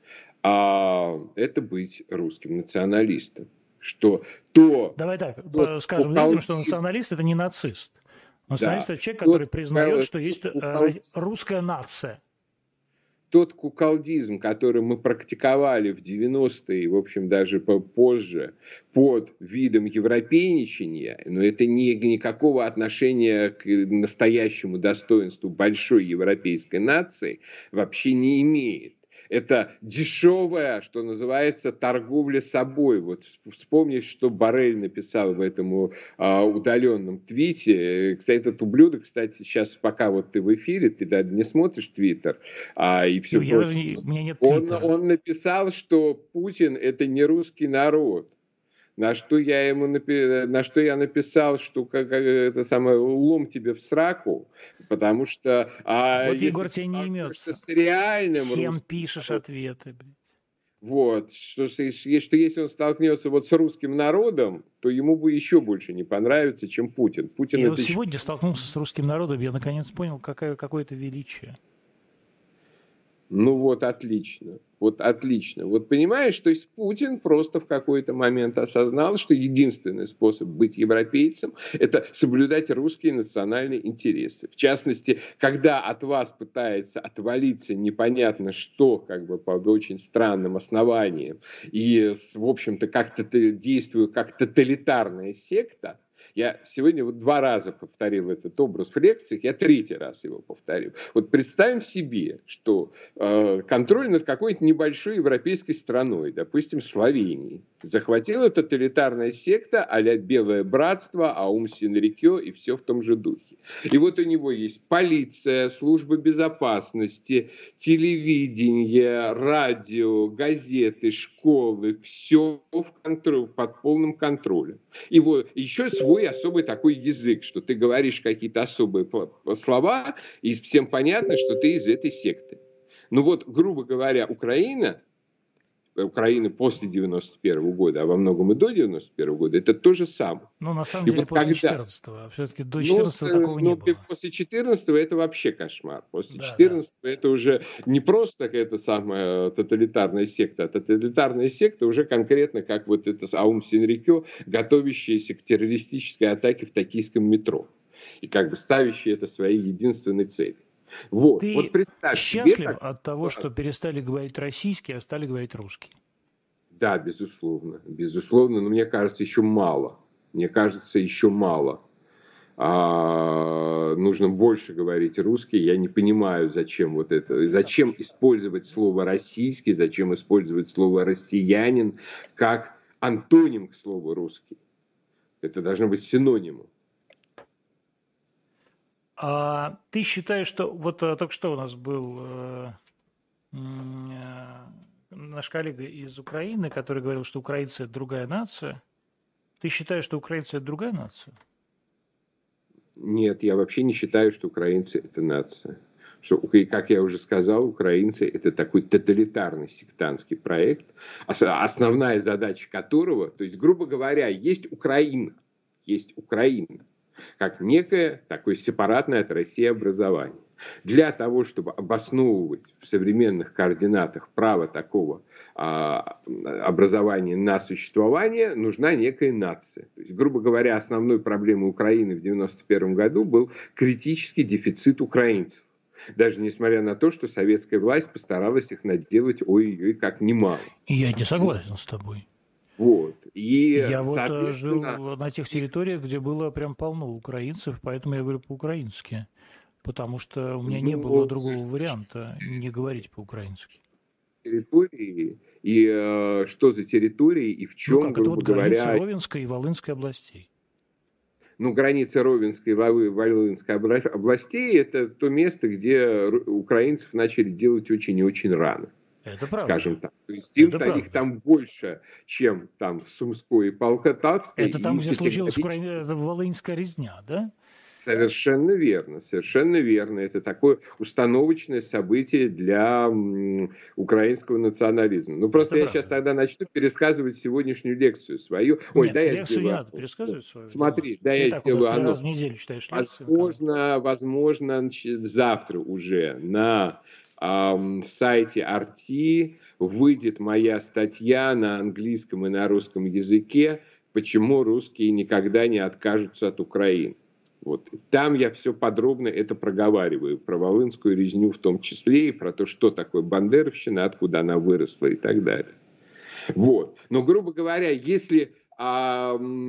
а, это быть русским националистом. Что то... Давай так, то, скажем людям, что националист – это не нацист. Националист – да, это человек, который тот, признает, что есть кукол... русская нация. Тот куколдизм, который мы практиковали в девяностые, в общем, даже позже, под видом европейничания, но это не, никакого отношения к настоящему достоинству большой европейской нации вообще не имеет. Это дешевая, что называется, торговля собой. Вот вспомнить, что Боррель написал в этом а, удаленном твите. Кстати, этот ублюдок, кстати, сейчас пока вот ты в эфире, ты даже не смотришь твиттер а, и все ну, прочее. Не, у меня нет он, он написал, что Путин это не русский народ. На что я ему напи... на что я написал, что как это самое лом тебе в сраку, потому что а, вот если Егор тебе не имется. С реальным всем пишешь народом, ответы. Блин. Вот что, что если он столкнется вот с русским народом, то ему бы еще больше не понравится, чем Путин. Путин я это вот еще... сегодня столкнулся с русским народом, я наконец понял, какое какое-то величие. Ну вот, отлично. Вот отлично. Вот понимаешь, то есть Путин просто в какой-то момент осознал, что единственный способ быть европейцем – это соблюдать русские национальные интересы. В частности, когда от вас пытается отвалиться непонятно что, как бы по очень странным основаниям, и, в общем-то, как-то действуя как тоталитарная секта, я сегодня вот два раза повторил этот образ в лекциях, я третий раз его повторю. Вот представим себе, что э, контроль над какой-то небольшой европейской страной, допустим, Словенией, захватила тоталитарная секта а-ля Белое Братство, Аум Синрикё и все в том же духе. И вот у него есть полиция, служба безопасности, телевидение, радио, газеты, школы, все в контроль, под полным контролем. И вот еще свой особый такой язык, что ты говоришь какие-то особые слова, и всем понятно, что ты из этой секты. Ну вот, грубо говоря, Украина, Украины после девяносто первого года, а во многом и до девяносто первого года, это то же самое. Ну, на самом и деле, вот после когда... четырнадцатого, а все-таки до четырнадцатого ну, такого ну, не было. После четырнадцатого это вообще кошмар. После да, четырнадцатого да. это уже не просто какая-то самая тоталитарная секта, а тоталитарная секта уже конкретно как вот это Аум Синрикё, готовящаяся к террористической атаке в токийском метро. И как бы ставящая это своей единственной целью. Вот. Ты вот представь счастлив себе, как... от того, что перестали говорить российский, а стали говорить русский? Да, безусловно. Безусловно, но мне кажется, еще мало. Мне кажется, еще мало. А, нужно больше говорить русский. Я не понимаю, зачем вот это, зачем использовать слово российский, зачем использовать слово россиянин как антоним к слову русский. Это должно быть синонимом. А ты считаешь, что вот только что у нас был э, э, наш коллега из Украины, который говорил, что украинцы это другая нация. Ты считаешь, что украинцы это другая нация? Нет, я вообще не считаю, что украинцы – это нация. Что, как я уже сказал, украинцы – это такой тоталитарный сектантский проект, основная задача которого, то есть, грубо говоря, есть Украина, есть Украина, как некое такое сепаратное от России образование. Для того, чтобы обосновывать в современных координатах право такого а, образования на существование, нужна некая нация. То есть, грубо говоря, основной проблемой Украины в девяносто первом году был критический дефицит украинцев. Даже несмотря на то, что советская власть постаралась их наделать ой-ой-ой как немало. Я не согласен с тобой. Вот. И, я вот соответственно... жил на тех территориях, где было прям полно украинцев, поэтому я говорю по-украински. Потому что у меня ну, не было другого варианта не говорить по-украински. Территории и э, что за территории и в чем, ну, как, грубо это вот говоря... граница Ровенской и Волынской областей. Ну, граница Ровенской и Волынской областей – это то место, где украинцев начали делать очень и очень рано. Это правда. Скажем так. То есть им это их там больше, чем там в Сумской и Полтавской. Это там, где случилась украин... Волынская резня, да? Совершенно верно, совершенно верно. Это такое установочное событие для м, украинского национализма. Ну, просто это я правда. Сейчас тогда начну пересказывать сегодняшнюю лекцию свою. Ой, Нет, да, я лекцию сделаю. Не надо пересказывать свою. Смотри, да, я так, сделаю оно. Раз в неделю читаешь лекцию. Возможно, возможно, завтра уже на эм, сайте Арти выйдет моя статья на английском и на русском языке, почему русские никогда не откажутся от Украины. Вот. Там я все подробно это проговариваю, про волынскую резню в том числе, и про то, что такое бандеровщина, откуда она выросла и так далее. Вот. Но, грубо говоря, если а,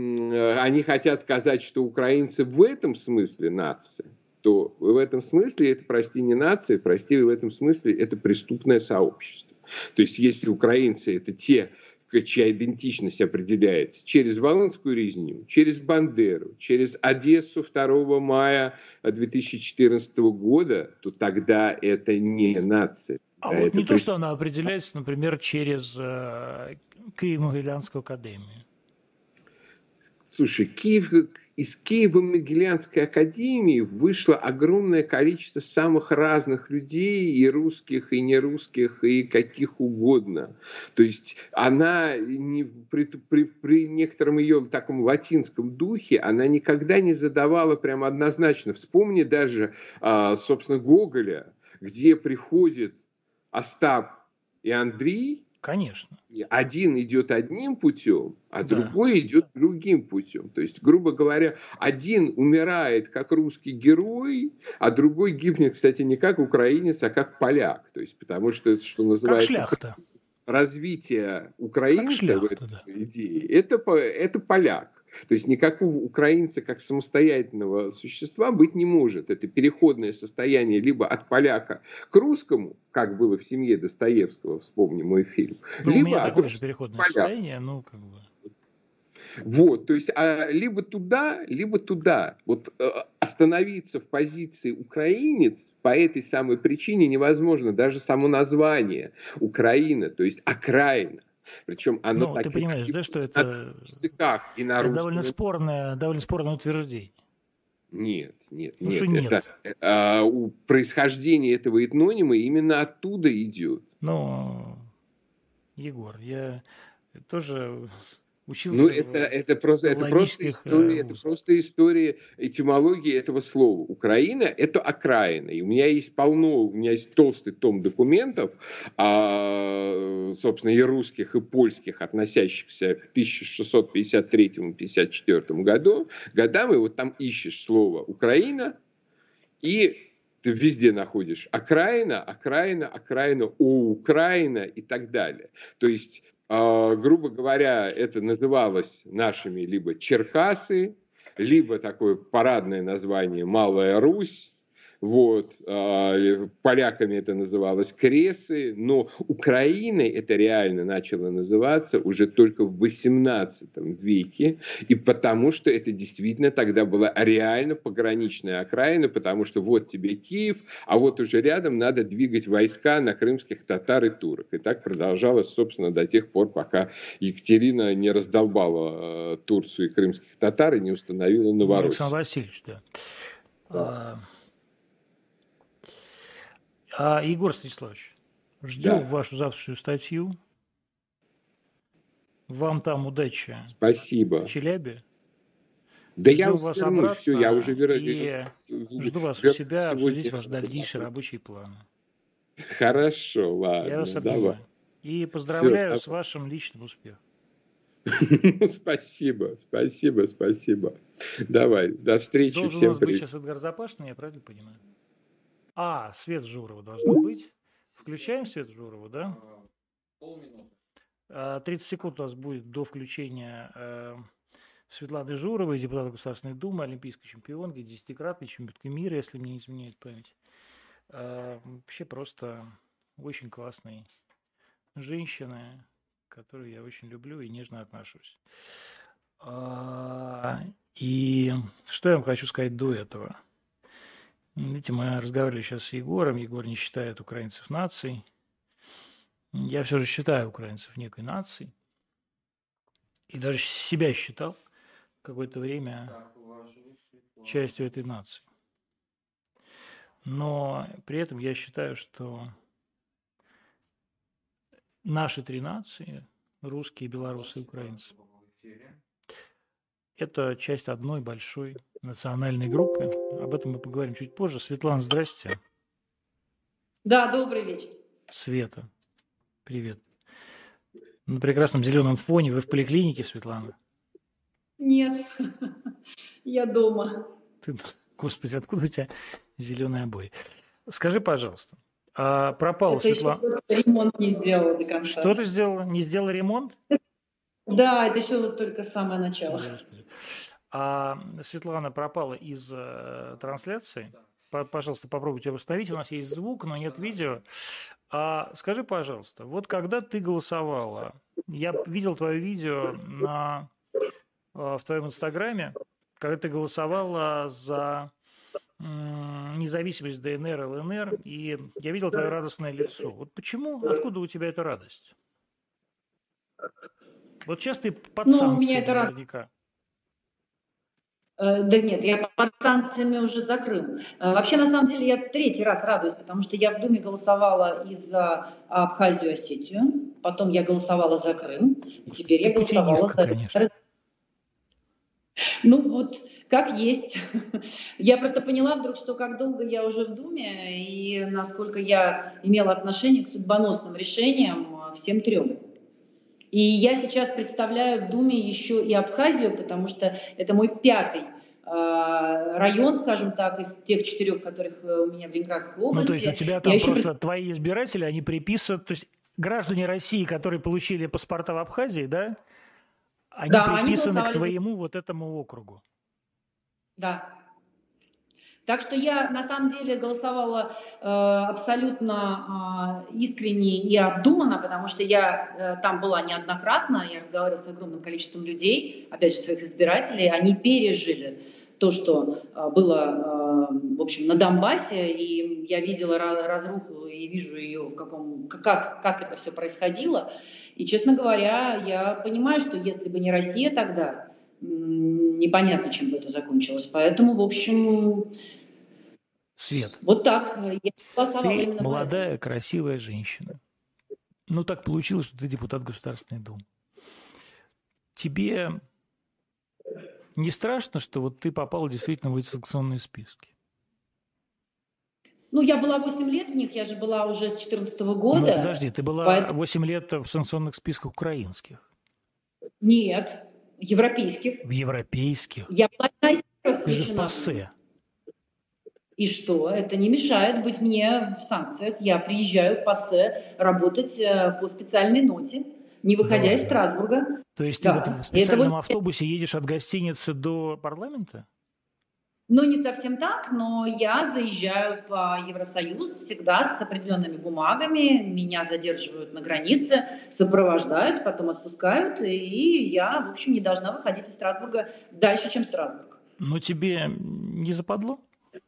они хотят сказать, что украинцы в этом смысле нация, то в этом смысле это, прости, не нация, прости, в этом смысле это преступное сообщество. То есть если украинцы это те, чья идентичность определяется через Волынскую резню, через Бандеру, через Одессу второго мая две тысячи четырнадцатого года, то тогда это не нация. А вот не преступ... то, что она определяется, например, через э, Киево-Могилянскую академию. Слушай, Киев, из Киево-Могилянской академии вышло огромное количество самых разных людей, и русских, и нерусских, и каких угодно. То есть она не, при, при, при некотором ее таком латинском духе, она никогда не задавала прям однозначно. Вспомни даже, собственно, Гоголя, где приходит Остап и Андрей. Конечно. Один идет одним путем, а да. другой идет другим путем. То есть, грубо говоря, один умирает как русский герой, а другой гибнет, кстати, не как украинец, а как поляк. То есть, потому что это, что называется, развитие украинца шляхта, в этой да. идее, это, это поляк. То есть никакого украинца как самостоятельного существа быть не может. Это переходное состояние либо от поляка к русскому, как было в семье Достоевского, вспомни мой фильм, ну, либо у меня от такое же переходное поляка. состояние, ну как бы. Вот, то есть а, либо туда, либо туда. Вот э, остановиться в позиции украинец по этой самой причине невозможно. Даже само название Украина, то есть окраина. Причем оно ну, так ты понимаешь, да, что это, языках и на это русском. довольно спорное, довольно спорное утверждение. Нет, нет, ну, нет. нет. Это, а, у происхождение этого этнонима именно оттуда идет. Ну, Егор, я тоже учился. Ну, это, это, просто, это, просто история, это просто история этимологии этого слова. Украина – это окраина. И у меня есть полно, у меня есть толстый том документов, а, собственно, и русских, и польских, относящихся к тысяча шестьсот пятьдесят третьему — пятьдесят четвёртому году, годам, и вот там ищешь слово «Украина», и ты везде находишь окраина, окраина, окраина, о, Украина и так далее. То есть, Uh, грубо говоря, это называлось нашими либо Черкасы, либо такое парадное название Малая Русь, Вот. Поляками это называлось кресы, но Украиной это реально начало называться уже только в восемнадцатом веке, и потому что это действительно тогда была реально пограничная окраина, потому что вот тебе Киев, а вот уже рядом надо двигать войска на крымских татар и турок. И так продолжалось, собственно, до тех пор, пока Екатерина не раздолбала Турцию и крымских татар и не установила Новороссию. Александр Васильевич, да. А, а, Егор Станиславович, ждем да. вашу завтрашнюю статью. Вам там удачи. Спасибо. В Челябе. Да жду я вас обратно, все, я уже вернусь. Жду вас у себя, обсудить ваши дальнейшие рабочие планы. Хорошо, ладно. Я вас обнимаю. И поздравляю все, с вашим личным успехом. Спасибо, спасибо, спасибо. Давай, до встречи. Должен всем у нас быть сейчас Эдгар Запашный, я правильно понимаю? А, Свет Журова должна быть. Включаем Свет Журову, да? Полминуты. тридцать секунд у нас будет до включения э, Светланы Журовой, депутата Государственной Думы, олимпийской чемпионки, десятикратной чемпионки мира, если мне не изменяет память. Э, вообще просто очень классные женщины, к которой я очень люблю и нежно отношусь. А, и что я вам хочу сказать до этого? Видите, мы разговаривали сейчас с Егором. Егор не считает украинцев нацией. Я все же считаю украинцев некой нацией. И даже себя считал какое-то время частью этой нации. Но при этом я считаю, что наши три нации, русские, белорусы и украинцы, это часть одной большой национальной группы. Об этом мы поговорим чуть позже. Светлана, здрасте. Да, добрый вечер. Света, привет. На прекрасном зеленом фоне. Вы в поликлинике, Светлана? Нет, я дома. Ты, господи, откуда у тебя зеленые обои? Скажи, пожалуйста, а пропала это Светлана... еще ремонт не сделала до конца. Что ты сделала? Не сделала ремонт? Да, это еще вот только самое начало. Господи. А Светлана пропала из э, трансляции. Пожалуйста, попробуйте восстановить. У нас есть звук, но нет видео. А скажи, пожалуйста, вот когда ты голосовала, я видел твое видео на, в твоем инстаграме, когда ты голосовала за м, независимость ДНР и ЛНР, и я видел твое радостное лицо. Вот почему, откуда у тебя эта радость? Вот сейчас ты под ну, санкциями у меня это наверняка. Да нет, я под санкциями уже за Крым. Вообще, на самом деле, я третий раз радуюсь, потому что я в Думе голосовала и за Абхазию и Осетию, потом я голосовала за Крым, и теперь я голосовала за... Конечно. Ну вот, как есть. Я просто поняла вдруг, что как долго я уже в Думе, и насколько я имела отношение к судьбоносным решениям всем трем. И я сейчас представляю в Думе еще и Абхазию, потому что это мой пятый э, район, скажем так, из тех четырех, которых у меня в Ленинградской области. Ну, то есть у тебя там я просто пред... твои избиратели, они приписаны, то есть граждане России, которые получили паспорта в Абхазии, да, они да, приписаны они к твоему вот этому округу. Да. Так что я на самом деле голосовала э, абсолютно э, искренне и обдуманно, потому что я э, там была неоднократно, я разговаривала с огромным количеством людей, опять же, своих избирателей, они пережили то, что э, было, э, в общем, на Донбассе, и я видела разруху и вижу ее, в каком, как, как это все происходило. И, честно говоря, я понимаю, что если бы не Россия тогда, непонятно, чем бы это закончилось. Поэтому, в общем... Свет, вот так. Я голосовала ты именно молодая, красивая женщина. Ну, так получилось, что ты депутат Государственной Думы. Тебе не страшно, что вот ты попал действительно в эти санкционные списки? Ну, я была восемь лет в них, я же была уже с две тысячи четырнадцатого года. Ну, подожди, ты была поэтому... восемь лет в санкционных списках украинских? Нет, европейских. В европейских? Я была Ты же в ПАСЕ. И что? Это не мешает быть мне в санкциях. Я приезжаю в ПАСЕ работать по специальной ноте, не выходя да, из Страсбурга. То есть да. ты вот в специальном вот... автобусе едешь от гостиницы до парламента? Ну, не совсем так, но я заезжаю в а, Евросоюз всегда с определенными бумагами, меня задерживают на границе, сопровождают, потом отпускают, и я, в общем, не должна выходить из Страсбурга дальше, чем Страсбург. Но тебе не западло?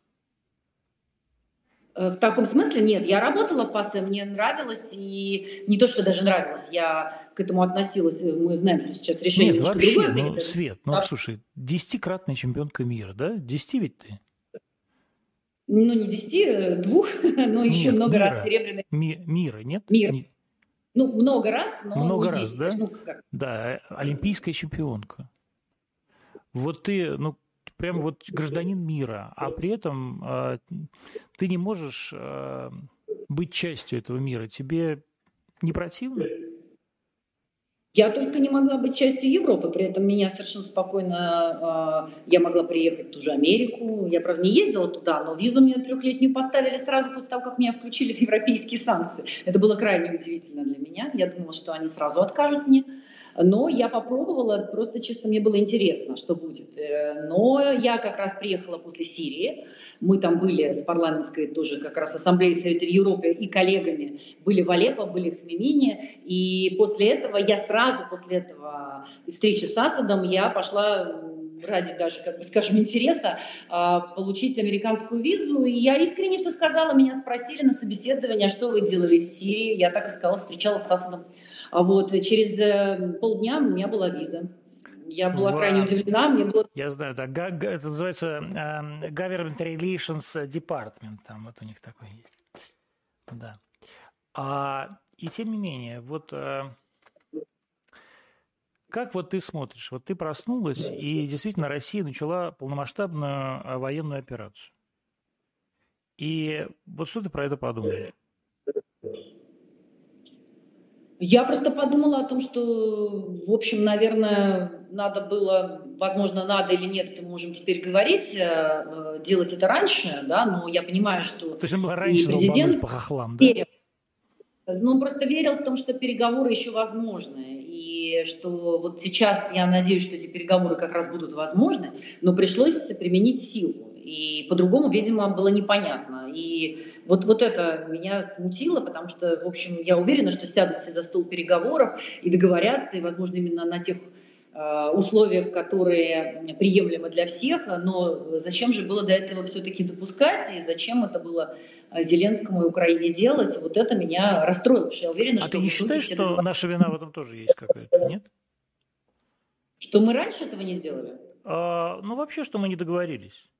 В таком смысле нет. Я работала в ПАСЕ, мне нравилось, и не то, что даже нравилось, я к этому относилась. Мы знаем, что сейчас решение Нет, немножко вообще, другое ну, принято. Свет, ну, Да. слушай, десятикратная чемпионка мира, да? Десяти ведь ты? Ну, не десяти, двух, но еще Нет, много мира. раз серебряный Ми- мира, нет? мир. Не- Ну, много раз, но Много не раз, десять. да? Ну, как? Да, олимпийская чемпионка. Вот ты, ну, прям вот гражданин мира, а при этом э, ты не можешь э, быть частью этого мира. Тебе не противно? Я только не могла быть частью Европы, при этом меня совершенно спокойно, э, я могла приехать в ту же Америку. Я, правда, не ездила туда, но визу мне трехлетнюю поставили сразу после того, как меня включили в европейские санкции. Это было крайне удивительно для меня. Я думала, что они сразу откажут мне. Но я попробовала, просто чисто мне было интересно, что будет. Э, Но я как раз приехала после Сирии. Мы там были с парламентской тоже как раз ассамблеей Совета Европы и коллегами. Были в Алеппо, были в Хмемине. И после этого, я сразу после этого встречи с Асадом, я пошла ради даже, как бы скажем, интереса а, получить американскую визу. И я искренне все сказала. Меня спросили на собеседовании, а что вы делали в Сирии. Я так и сказала, встречалась с Асадом. А вот через э, полдня у меня была виза. Я была Вау. крайне удивлена. Мне было... Я знаю, да, га- га- это называется э, Government Relations Department, там вот у них такой есть. Да. А, и тем не менее, вот э, как вот ты смотришь? Вот ты проснулась, и действительно Россия начала полномасштабную э, военную операцию. И вот что ты про это подумала? Я просто подумала о том, что, в общем, наверное, надо было, возможно, надо или нет, это мы можем теперь говорить, э, делать это раньше, да, но я понимаю, что То есть он был раньше и президент долбануть по хохлам, да? верил, ну, он просто верил в том, что переговоры еще возможны, и что вот сейчас я надеюсь, что эти переговоры как раз будут возможны, но пришлось применить силу, и по-другому, видимо, было непонятно, и вот, вот это меня смутило, потому что, в общем, я уверена, что сядут все за стол переговоров и договорятся, и, возможно, именно на тех э, условиях, которые приемлемы для всех, но зачем же было до этого все-таки допускать, и зачем это было Зеленскому и Украине делать, вот это меня расстроило, потому что я уверена, А что... ты не считаешь, что договор... наша вина в этом тоже есть какая-то, нет? Что мы раньше этого не сделали? А, ну, вообще, что мы не договорились.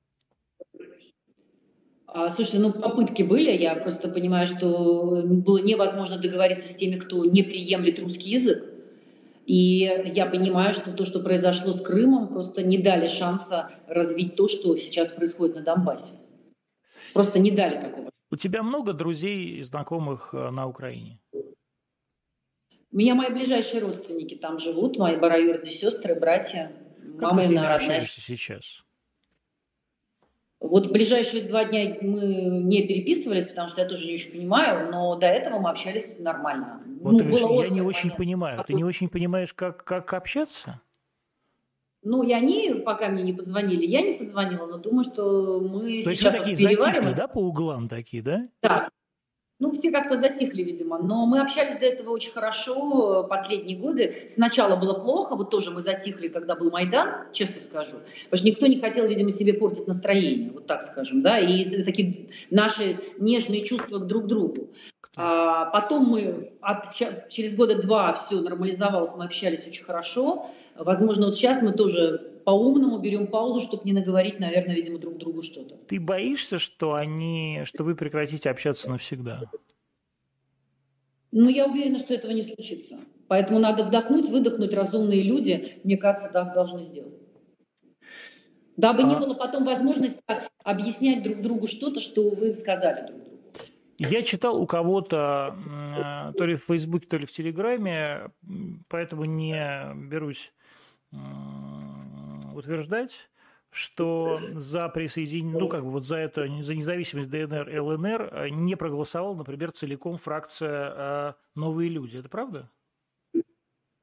А, слушайте, ну попытки были, я просто понимаю, что было невозможно договориться с теми, кто не приемлет русский язык. И я понимаю, что то, что произошло с Крымом, просто не дали шанса развить то, что сейчас происходит на Донбассе. Просто не дали такого. У тебя много друзей и знакомых на Украине? У меня мои ближайшие родственники там живут, мои двоюродные сестры, братья, как мама ты с и ними родная. общаешься сейчас? Вот в ближайшие два дня мы не переписывались, потому что я тоже не очень понимаю, но до этого мы общались нормально. Вот ну, ты говоришь, было я не очень момент. понимаю. Ты не очень понимаешь, как, как общаться? Ну, и они пока мне не позвонили, я не позвонила, но думаю, что мы То сейчас есть вы такие вот затихли, да, по углам такие, да? Да. Ну, все как-то затихли, видимо. Но мы общались до этого очень хорошо последние годы. Сначала было плохо, вот тоже мы затихли, когда был Майдан, честно скажу. Потому что никто не хотел, видимо, себе портить настроение, вот так скажем, да, и такие наши нежные чувства друг к другу. А потом мы, обща... через года два все нормализовалось, мы общались очень хорошо. Возможно, вот сейчас мы тоже по-умному берем паузу, чтобы не наговорить, наверное, видимо, друг другу что-то. Ты боишься, что они, что вы прекратите общаться навсегда? Ну, я уверена, что этого не случится. Поэтому надо вдохнуть, выдохнуть. Разумные люди, мне кажется, так должны сделать. Дабы а... не было потом возможности объяснять друг другу что-то, что вы сказали друг другу. Я читал у кого-то, то ли в Фейсбуке, то ли в Телеграме, поэтому не берусь утверждать, что за присоединение, ну как бы вот за это, за независимость ДНР, ЛНР не проголосовала, например, целиком фракция «Новые люди». Это правда?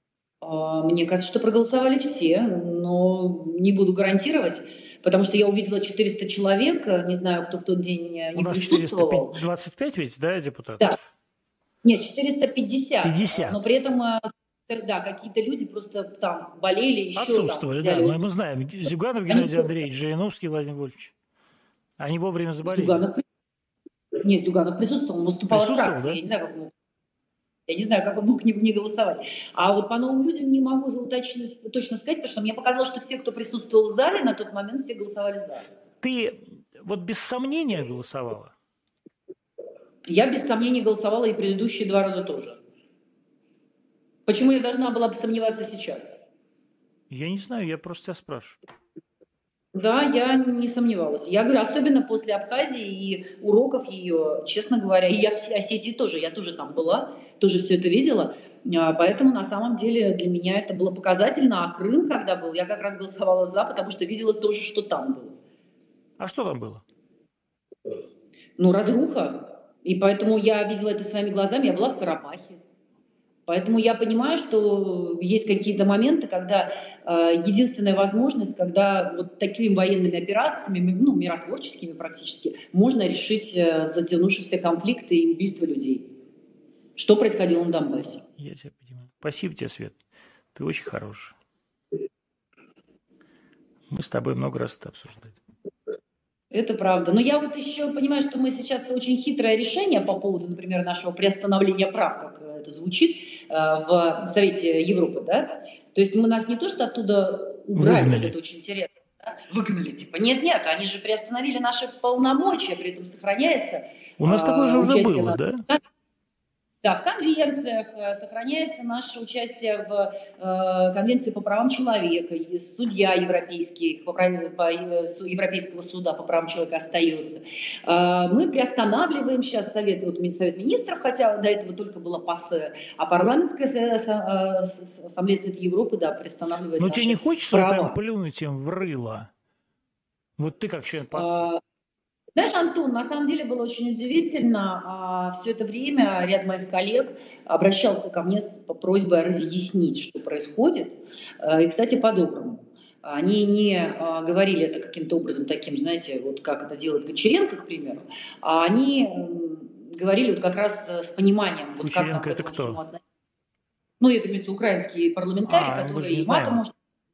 А, Мне кажется, что проголосовали все, но не буду гарантировать, потому что я увидела четыреста человек, не знаю, кто в тот день У не нас присутствовал. четыреста двадцать пять ведь, да, депутатов? Да. Нет, четыреста пятьдесят, пятьдесят. но при этом, а, да, какие-то люди просто там болели, еще там Отсутствовали, да. взяли Мы, отпуск. мы знаем. Зюганов Они Геннадий просто- Андреевич, Жириновский Владимир Вольфович. Они вовремя заболели. Зюганов при- Нет, Зюганов присутствовал, он выступал от Присутствовал, фракции. да? Я не знаю, как он мог, я не знаю, как он мог не, не голосовать. А вот по новым людям не могу точно, точно сказать, потому что мне показалось, что все, кто присутствовал в зале, на тот момент все голосовали за. Ты вот без сомнения голосовала? Я без сомнений голосовала и предыдущие два раза тоже. Почему я должна была бы сомневаться сейчас? Я не знаю, я просто тебя спрашиваю. Да, я не сомневалась. Я говорю, особенно после Абхазии и уроков ее, честно говоря, и я в Осетии тоже, я тоже там была, тоже все это видела. А, Поэтому на самом деле для меня это было показательно. А Крым, когда был, я как раз голосовала за, потому что видела тоже, что там было. А что там было? Ну, разруха. И поэтому я видела это своими глазами, я была в Карабахе. Поэтому я понимаю, что есть какие-то моменты, когда э, единственная возможность, когда вот такими военными операциями, ну, миротворческими практически, можно решить э, затянувшиеся конфликты и убийство людей. Что происходило на Донбассе. Я тебя понимаю. Спасибо тебе, Свет. Ты очень хороший. Мы с тобой много раз это обсуждали. Это правда. Но я вот еще понимаю, что мы сейчас очень хитрое решение по поводу, например, нашего приостановления прав, как это звучит э, в Совете Европы, да? То есть мы нас не то, что оттуда убрали, Выгнали. вот это очень интересно, да? Выгнали, типа. Нет-нет, они же приостановили наши полномочия, при этом сохраняется У нас э, такое же уже участие было, нас- да? Да, в конвенциях э, сохраняется наше участие в э, Конвенции по правам человека. И судья европейский, по, прав- по, э, су- Европейского суда по правам человека остается. Э, мы приостанавливаем сейчас Совет, вот, ми- Совет министров, хотя до этого только было ПАСЕ, а парламентская со- со- э, с- Ассамблея Совета Европы, да, приостанавливает Но наши тебе не хочется права. прям плюнуть им в рыло? Вот ты как член ПАС. А, Знаешь, Антон, на самом деле было очень удивительно. Все это время ряд моих коллег обращался ко мне с просьбой разъяснить, что происходит. Э, И, кстати, по-доброму. Они не а, говорили это каким-то образом таким, знаете, вот как это делает Гончаренко, к примеру, а они м, говорили вот как раз э, с пониманием, вот как нам Гончаренко к это этому кто? всему относиться. Ну, это имеется украинский парламентарий, А, мы же который не и матом знаем. может.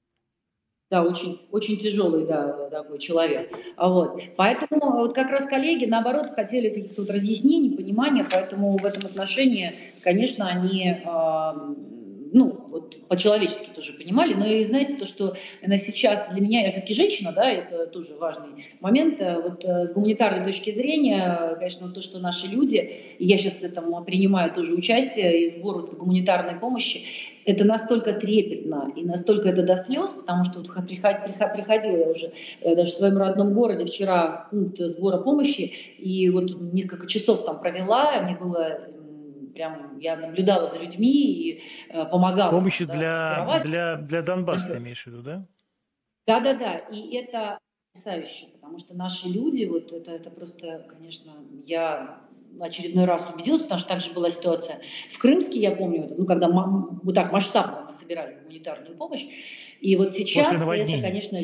Да, очень, очень тяжелый, да, такой человек. А Вот. Поэтому вот как раз коллеги, наоборот, хотели каких-то вот разъяснений, понимания, поэтому в этом отношении, конечно, они, а, ну, вот по-человечески тоже понимали. Но и знаете, то, что она сейчас для меня, я все-таки женщина, да, это тоже важный момент. А Вот э, с гуманитарной точки зрения, конечно, вот то, что наши люди, и я сейчас в этом принимаю тоже участие, и сбор вот гуманитарной помощи, это настолько трепетно и настолько это до слез, потому что вот ха- приход- приход- приходила я уже э, даже в своем родном городе вчера в пункт сбора помощи, и вот несколько часов там провела, мне было м, прям, я наблюдала за людьми и э, помогала Помощи да, для, сортировать. для, для Донбасса, ты Ага. имеешь в виду, да? Да-да-да, и это потрясающе, потому что наши люди, вот это, это просто, конечно, я очередной раз убедилась, потому что также была ситуация в Крымске, я помню, это, ну, когда ма- вот так масштабно мы собирали гуманитарную помощь, и вот сейчас После это, наводнения. конечно,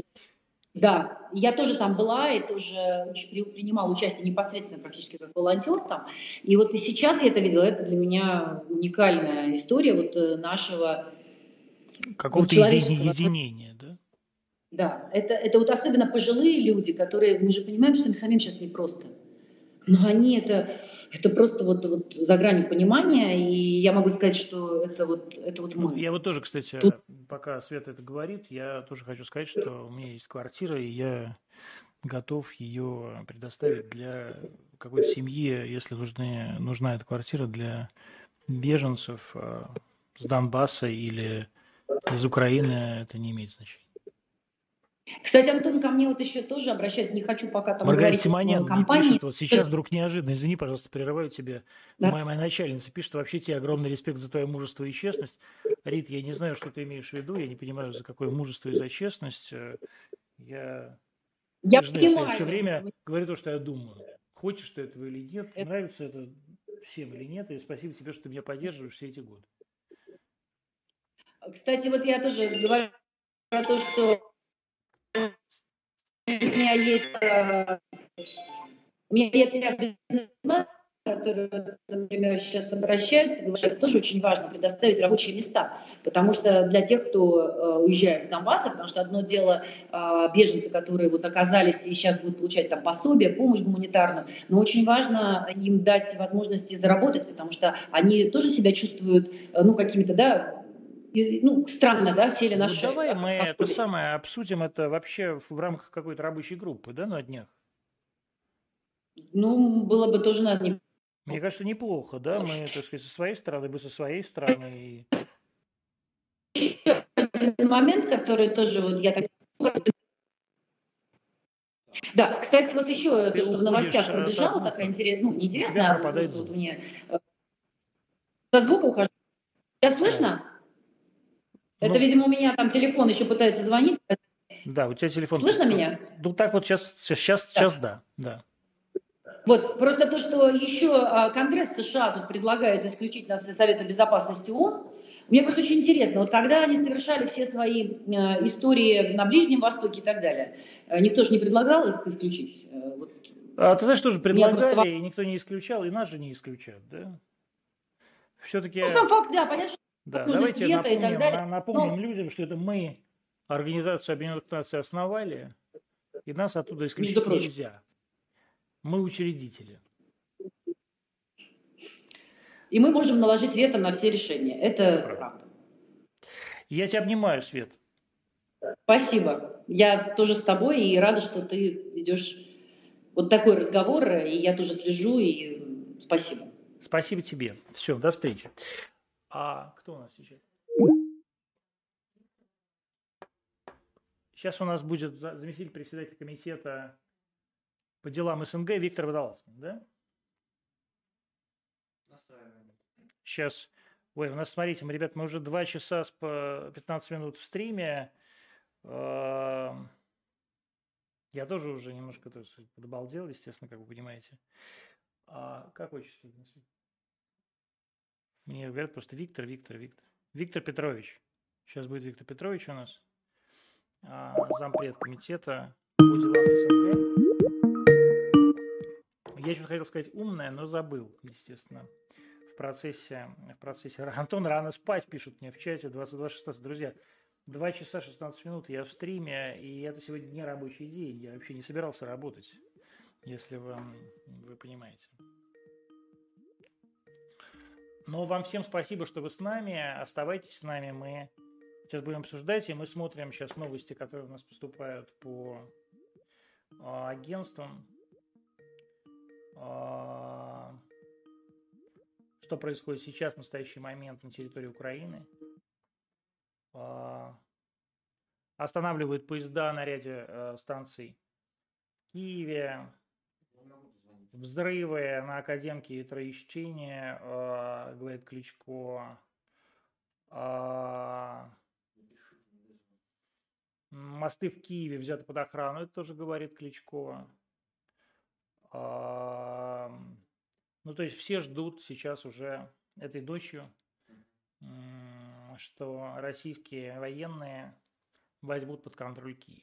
да, я тоже там была и тоже уч- при- принимала участие непосредственно практически как волонтер там, и вот и сейчас я это видела, это для меня уникальная история вот э, нашего вот Какого-то человеческого едини- единения, да? да, это, это вот особенно пожилые люди, которые, мы же понимаем, что им самим сейчас непросто. Но они это, это просто вот, вот за гранью понимания, и я могу сказать, что это вот, это вот Ну, мы. я вот тоже, кстати, Тут пока Света это говорит, я тоже хочу сказать, что у меня есть квартира, и я готов ее предоставить для какой-то семьи, если нужны, нужна эта квартира для беженцев э, с Донбасса или из Украины, это не имеет значения. Кстати, Антон, ко мне вот еще тоже обращается, не хочу пока там Маргарита говорить Симонян о мне компании. пишет, вот сейчас вдруг неожиданно, извини, пожалуйста, прерываю тебя, Да. моя, моя начальница пишет, вообще тебе огромный респект за твое мужество и честность. Рит, я не знаю, что ты имеешь в виду, я не понимаю, за какое мужество и за честность. Э, Я, Я ты же знаешь, что я понимаю. все время говорю то, что я думаю. Хочешь ты этого или нет, Это- нравится это всем или нет, и спасибо тебе, что ты меня поддерживаешь все эти годы. Кстати, вот я тоже говорю про то, что у меня есть, э, у меня есть ряд бизнесменов, которые, например, сейчас обращаются, говорят, это тоже очень важно предоставить рабочие места, потому что для тех, кто э, уезжает с Донбасса, потому что одно дело э, беженцы, которые вот оказались и сейчас будут получать там пособие, помощь гуманитарную, но очень важно им дать возможности заработать, потому что они тоже себя чувствуют, э, ну, какими-то, да, и, ну, странно, да, сели на Вот шею. давай Да, мы как это повесть. самое обсудим это вообще в рамках какой-то рабочей группы, да, на днях. Ну, было бы тоже надо не Мне кажется, неплохо, да, мы, так сказать, со своей стороны, вы со своей стороны. И... один момент, который тоже вот я так... Да, кстати, вот еще Ты то, что в уходишь новостях э, со пробежало, звука. такая интересная, ну, У тебя неинтересная, а пропадает просто вот звук. мне э, со звука ухожу. Сейчас слышно? Это, Ну, видимо, у меня там телефон еще пытается звонить. да, у тебя телефон. Слышно тут- меня? Ну так вот сейчас, сейчас, сейчас, да, да. Вот, просто то, что еще а, Конгресс США тут предлагает исключить нас из Совета Безопасности ООН, мне просто очень интересно, вот когда они совершали все свои э, истории на Ближнем Востоке и так далее, э, никто же не предлагал их исключить? Э, вот, А ты знаешь, тоже меня предлагали, просто- и никто не исключал, и нас же не исключают, да? Все-таки, Ну, сам факт, да, понятно, что да, возможность давайте вето и так напомним, далее. на- напомним Но- людям, что это мы Организацию Объединенных Наций основали, и нас оттуда исключить Между прочим. нельзя. Мы учредители. И мы можем наложить вето на все решения. Это Правда. правда. Я тебя обнимаю, Свет. Спасибо. Я тоже с тобой и рада, что ты ведешь вот такой разговор, и я тоже слежу, и спасибо. Спасибо тебе. Все, до встречи. А кто у нас сейчас? Сейчас у нас будет за- заместитель председателя комитета по делам СНГ Виктор Водолазкин, да? Сейчас, ой, у нас, смотрите, мы, ребят, мы уже два часа с по пятнадцать минут в стриме. Эм, Я тоже уже немножко то есть, подобалдел, естественно, как вы понимаете. А как отчество? Мне говорят просто Виктор, Виктор, Виктор. Виктор Петрович. Сейчас будет Виктор Петрович у нас, а, зампред комитета по делам СНГ. Я что-то хотел сказать умное, но забыл, естественно. В процессе, в процессе. Антон, рано спать, пишут мне в чате, двадцать два шестнадцать. Друзья, два часа шестнадцать минут я в стриме, и это сегодня не рабочий день. Я вообще не собирался работать, если вам, вы понимаете. Но вам всем спасибо, что вы с нами. Оставайтесь с нами. Мы сейчас будем обсуждать, и мы смотрим сейчас новости, которые у нас поступают по а, агентствам. А, что происходит сейчас, в настоящий момент на территории Украины. А, останавливают поезда на ряде а, станций в Киеве. Взрывы на Академке и Троещине, э, говорит Кличко. Э, мосты в Киеве взяты под охрану, это тоже говорит Кличко. Э, ну, то есть все ждут сейчас уже этой ночью, э, что российские военные возьмут под контроль Киев.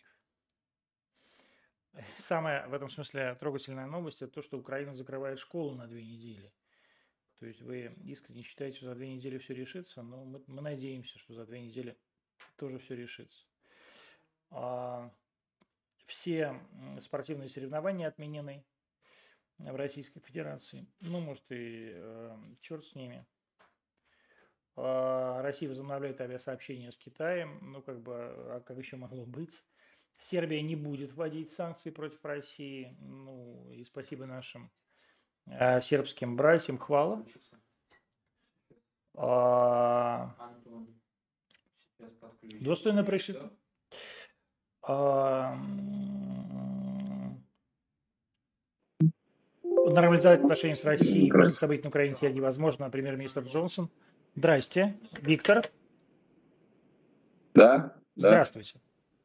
Самая в этом смысле трогательная новость – это то, что Украина закрывает школу на две недели. То есть вы искренне считаете, что за две недели все решится, но мы, мы надеемся, что за две недели тоже все решится. А, все спортивные соревнования отменены в Российской Федерации. Ну, может, и э, черт с ними. А, Россия возобновляет авиасообщение с Китаем. Ну, как бы, а как еще могло быть? Сербия не будет вводить санкции против России. Ну, и спасибо нашим э, сербским братьям. Хвала. А, достойно пришито. А, нормализовать отношения с Россией после событий на Украине теперь невозможно. Премьер-министр Джонсон. Здрасте. Виктор. Да. Здравствуйте.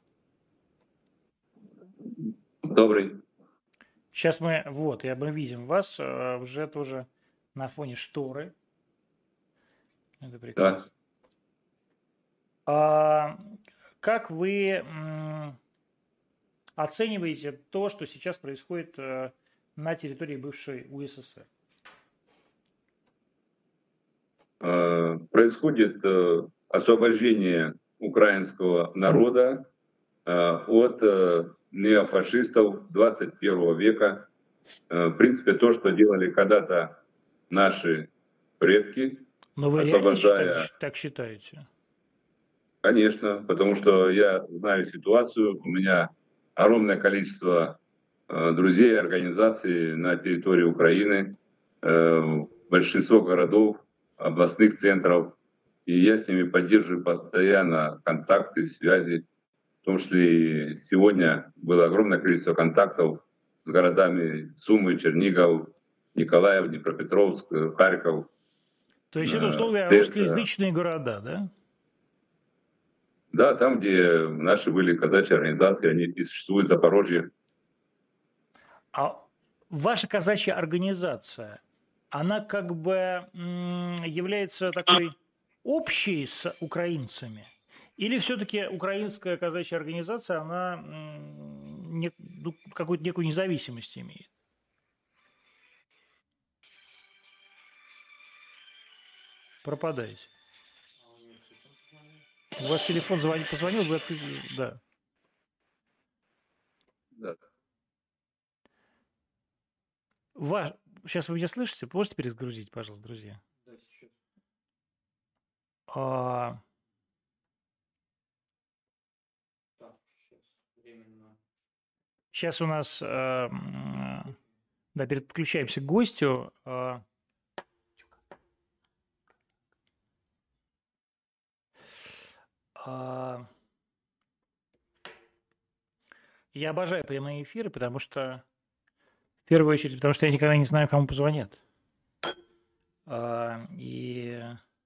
Добрый. Сейчас мы, вот, и мы видим вас э, уже тоже на фоне шторы. Это прекрасно. А, как вы м, оцениваете то, что сейчас происходит э, на территории бывшей УССР? Э, Происходит э, освобождение украинского народа э, от э, неофашистов двадцать первого века. Э, В принципе, то, что делали когда-то наши предки, Но вы реально освобождая... считаете- так считаете? Конечно, потому что я знаю ситуацию, у меня огромное количество э, друзей, организаций на территории Украины, э, большинство городов, областных центров, и я с ними поддерживаю постоянно контакты, связи. В том числе и сегодня было огромное количество контактов с городами Сумы, Чернигов, Николаев, Днепропетровск, Харьков. То есть это, условно говоря, Одесса. русскоязычные города, да? Да, там, где наши были казачьи организации, они и существуют в Запорожье. А ваша казачья организация, она как бы м, является такой общей с украинцами? Или все-таки украинская казачья организация, она м, не- ну, какую-то некую независимость имеет? Пропадаете. У вас телефон звонит, позвонил, вы отключили, да. Да. Ваш... Сейчас вы меня слышите? Можете перезагрузить, пожалуйста, друзья? Да, сейчас. А, Так, сейчас временно. Сейчас у нас, э, м, да, переключаемся к гостю. А, а, Я обожаю прямые эфиры, потому что, в первую очередь, потому что я никогда не знаю, кому позвонят. А, И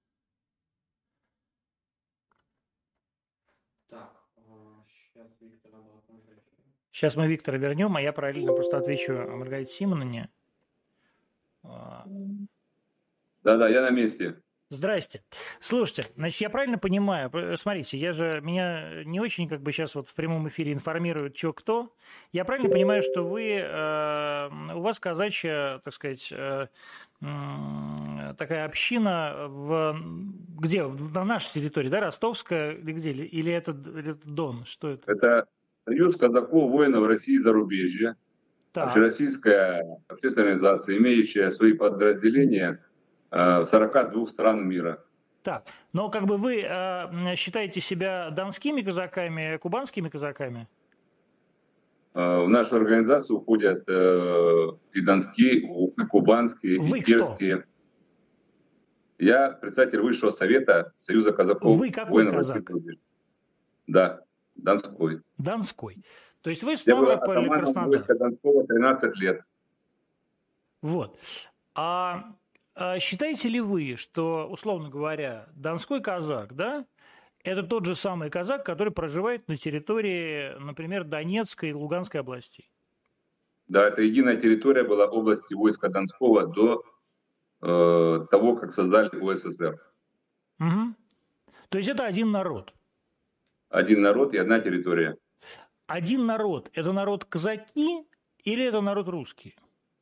Так, сейчас Виктора Балаконжа. сейчас мы Виктора вернем, а я параллельно просто отвечу Маргарите Симоновне. А, Да-да, я на месте. Здрасте. Слушайте, значит, я правильно понимаю, п- смотрите, я же, меня не очень как бы сейчас вот в прямом эфире информируют, что кто. Я правильно понимаю, что вы, э, у вас казачья, так сказать, э, м, такая община в, где, на нашей территории, да, ростовская или где, или или это, или это Дон, что это? Это Союз казаков воинов России зарубежья, Так, общероссийская общественная организация, имеющая свои подразделения э, в сорока двух стран мира. так, но как бы вы э, считаете себя донскими казаками, кубанскими казаками? Э, В нашу организацию входят э, и донские, и кубанские, Вы и кто? кирские. Я председатель Высшего совета Союза казаков Вы какой воинов казак? России зарубежья. Да, Донской. Донской. То есть вы Я был Ставрополь или атаманом Краснодар? войска Донского тринадцать лет. Вот. А, а считаете ли вы, что, условно говоря, донской казак, да, это тот же самый казак, который проживает на территории, например, Донецкой и Луганской областей? Да, это единая территория была области войска Донского до э, того, как создали УССР. Угу. То есть это один народ. Один народ и одна территория. Один народ – это народ казаки или это народ русский?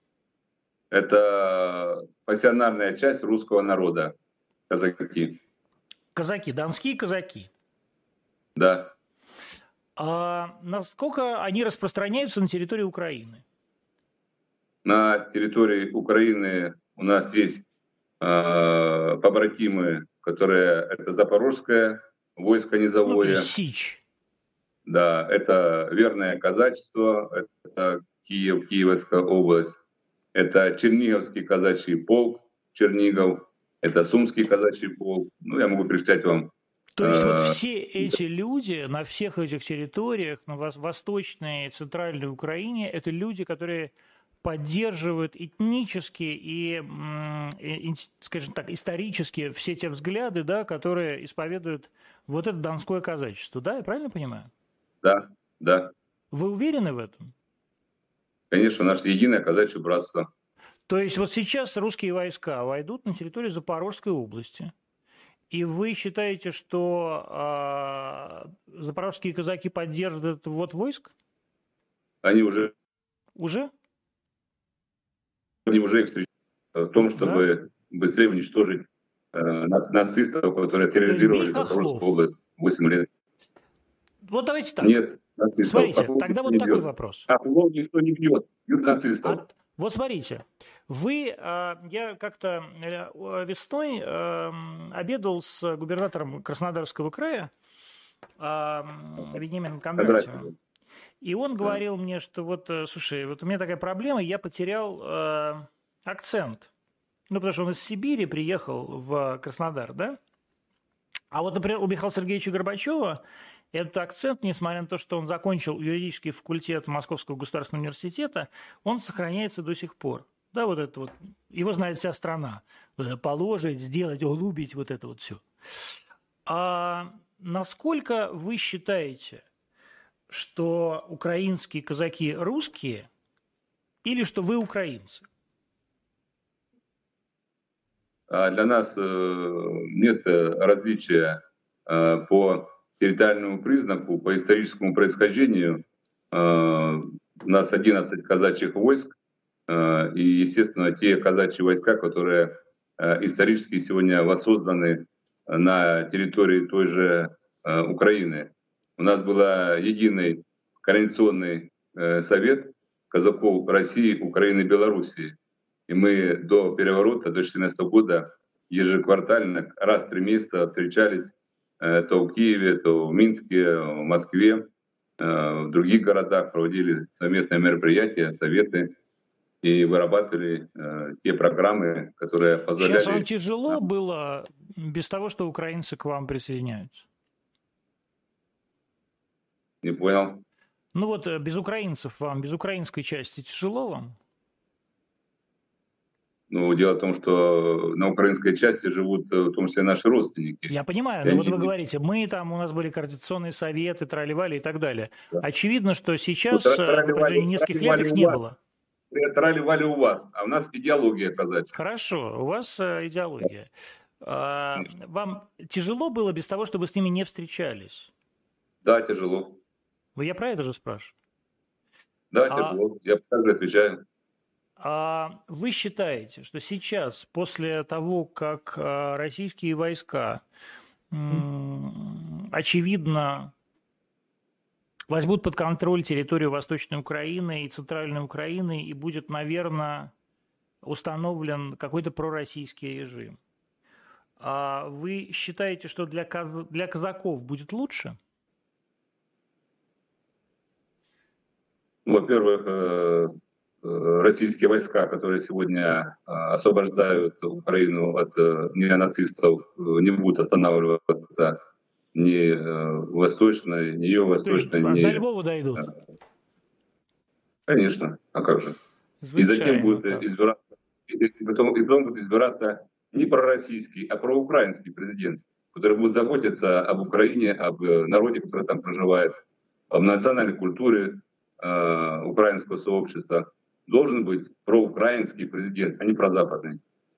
Это пассионарная часть русского народа, казаки. Казаки, донские казаки. Да. А насколько они распространяются на территории Украины? На территории Украины у нас есть э, побратимы, которые это Запорожское войско Ну, то низовое. есть Сич. Да, это верное казачество, это Киев, Киевская область, это Черниговский казачий полк, Чернигов, это Сумский казачий полк. Ну, я могу перечислять вам. То есть вот э, все эти люди на всех этих территориях, на вос- восточной и центральной Украине, это люди, которые поддерживают этнически и, м, и, ин- скажем так, исторически все те взгляды, да, которые исповедуют вот это донское казачество. Да, я правильно понимаю? Да, да. Вы уверены в этом? Конечно, наше единое казачье братство. То есть вот сейчас русские войска войдут на территорию Запорожской области, И вы считаете, что а, запорожские казаки поддержат этот ввод войск? Они уже, Уже? они уже их встречают в том, чтобы да? быстрее уничтожить э, нацистов, которые терроризировали Запорожскую область восемь лет. Вот давайте так. Нет, нацистов. Смотрите, а тогда вот такой бьет. вопрос. А плов никто не бьет, бьют нацистов. А, вот смотрите, вы, я как-то весной обедал с губернатором Краснодарского края Вениамином Кондратьевым, и он говорил мне, что вот, слушай, вот у меня такая проблема, я потерял акцент. Ну, потому что он из Сибири приехал в Краснодар, да? А вот, например, у Михаила Сергеевича Горбачева этот акцент, несмотря на то, что он закончил юридический факультет Московского государственного университета, он сохраняется до сих пор. Да, вот это вот, его знает вся страна. Положить, сделать, углубить, вот это вот все. А насколько вы считаете, что украинские казаки русские или что вы украинцы? Для нас нет различия по территориальному признаку, по историческому происхождению. У нас одиннадцать казачьих войск, и, естественно, те казачьи войска, которые исторически сегодня воссозданы на территории той же Украины. У нас был единый координационный совет казаков России, Украины и Белоруссии. И мы до переворота, до две тысячи четырнадцатого года ежеквартально, раз в три месяца встречались то в Киеве, то в Минске, в Москве, в других городах, проводили совместные мероприятия, советы и вырабатывали те программы, которые позволяли... Сейчас вам тяжело было без того, что украинцы к вам присоединяются? Не понял. Ну вот без украинцев вам, без украинской части тяжело вам? Ну, дело в том, что на украинской части живут в том числе наши родственники. Я понимаю, но вот вы говорите, мы там, у нас были координационные советы, тролливали и так далее. Да. Очевидно, что сейчас ну, на протяжении нескольких лет их не было. Тролливали у вас, а у нас идеология казачья. Хорошо, у вас идеология. А, вам тяжело было без того, чтобы с ними не встречались? Да, тяжело. Вы я про это же спрашиваю. Да, тяжело. А... Я также отвечаю. А вы считаете, что сейчас, после того, как российские войска, очевидно, возьмут под контроль территорию Восточной Украины и Центральной Украины, и будет, наверное, установлен какой-то пророссийский режим, а вы считаете, что для, каз... для казаков будет лучше? Во-первых, российские войска, которые сегодня освобождают Украину от неонацистов, не будут останавливаться ни в Восточной, ни в Восточной, ни... До Львова дойдут? Конечно, а как же? И затем будет избираться, и потом, и потом будет избираться не пророссийский, а проукраинский президент, который будет заботиться об Украине, об народе, который там проживает, об национальной культуре э, украинского сообщества. Должен быть проукраинский президент, а не прозападный.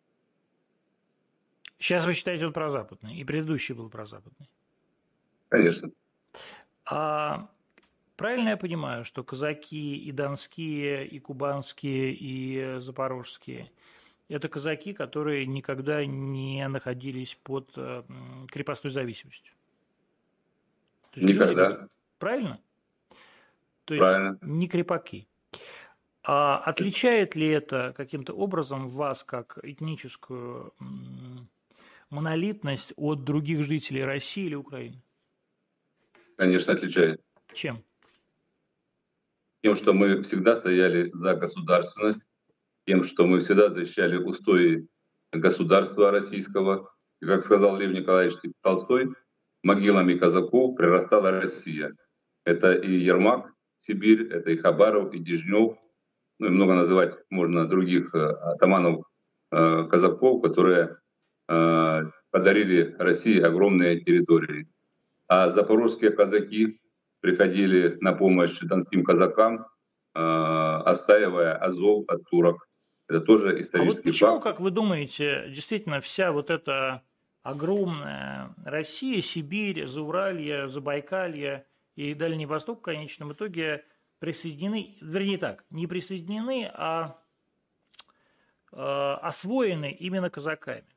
Сейчас вы считаете, он прозападный, и предыдущий был прозападный? Конечно. А правильно я понимаю, что казаки и донские, и кубанские, и запорожские – это казаки, которые никогда не находились под крепостной зависимостью? Никогда. Люди, правильно? То правильно. Есть не крепаки. А отличает ли это каким-то образом вас как этническую монолитность от других жителей России или Украины? Конечно, отличает. Чем? Тем, что мы всегда стояли за государственность, тем, что мы всегда защищали устои государства российского. И, как сказал Лев Николаевич Толстой, могилами казаков прирастала Россия. Это и Ермак, Сибирь, это и Хабаров, и Дежнев. Ну и много называть можно других э, атаманов э, казаков, которые э, подарили России огромные территории. А запорожские казаки приходили на помощь донским казакам, э, отстаивая Азов от турок. Это тоже исторический факт. А вот почему, факт. как вы думаете, действительно вся вот эта огромная Россия, Сибирь, Зауралье, Забайкалье и Дальний Восток в конечном итоге присоединены, вернее так, не присоединены, а э, освоены именно казаками.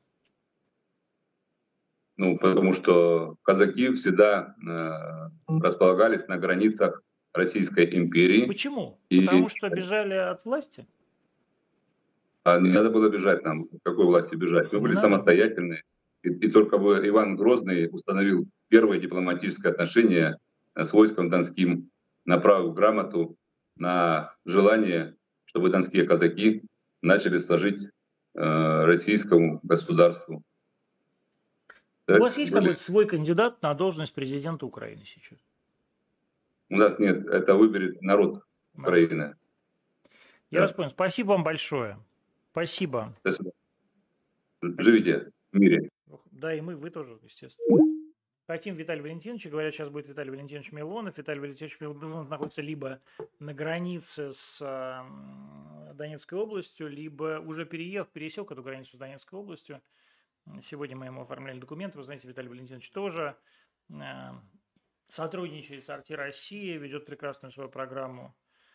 Ну, потому что казаки всегда э, располагались на границах Российской империи. Почему? И... Потому что бежали от власти? А не надо было бежать нам. К какой власти бежать? Мы Не были надо. самостоятельны. И, и только бы Иван Грозный установил первое дипломатическое отношение с войском донским, направив грамоту на желание, чтобы донские казаки начали служить э, российскому государству. У так, вас есть были... какой-то свой кандидат на должность президента Украины сейчас? У нас нет, это выберет народ Украины. Я да. вас понял. Спасибо вам большое. Спасибо. До свидания. Живите в мире. Да, и мы, вы тоже, естественно. Хотим Виталия Валентиновича. Говорят, сейчас будет Виталий Валентинович Милонов. Виталий Валентинович Милонов находится либо на границе с э, Донецкой областью, либо уже переехал, пересел эту границу с Донецкой областью. Сегодня мы ему оформляли документы. Вы знаете, Виталий Валентинович тоже э, сотрудничает с Арти России, ведет прекрасную свою программу.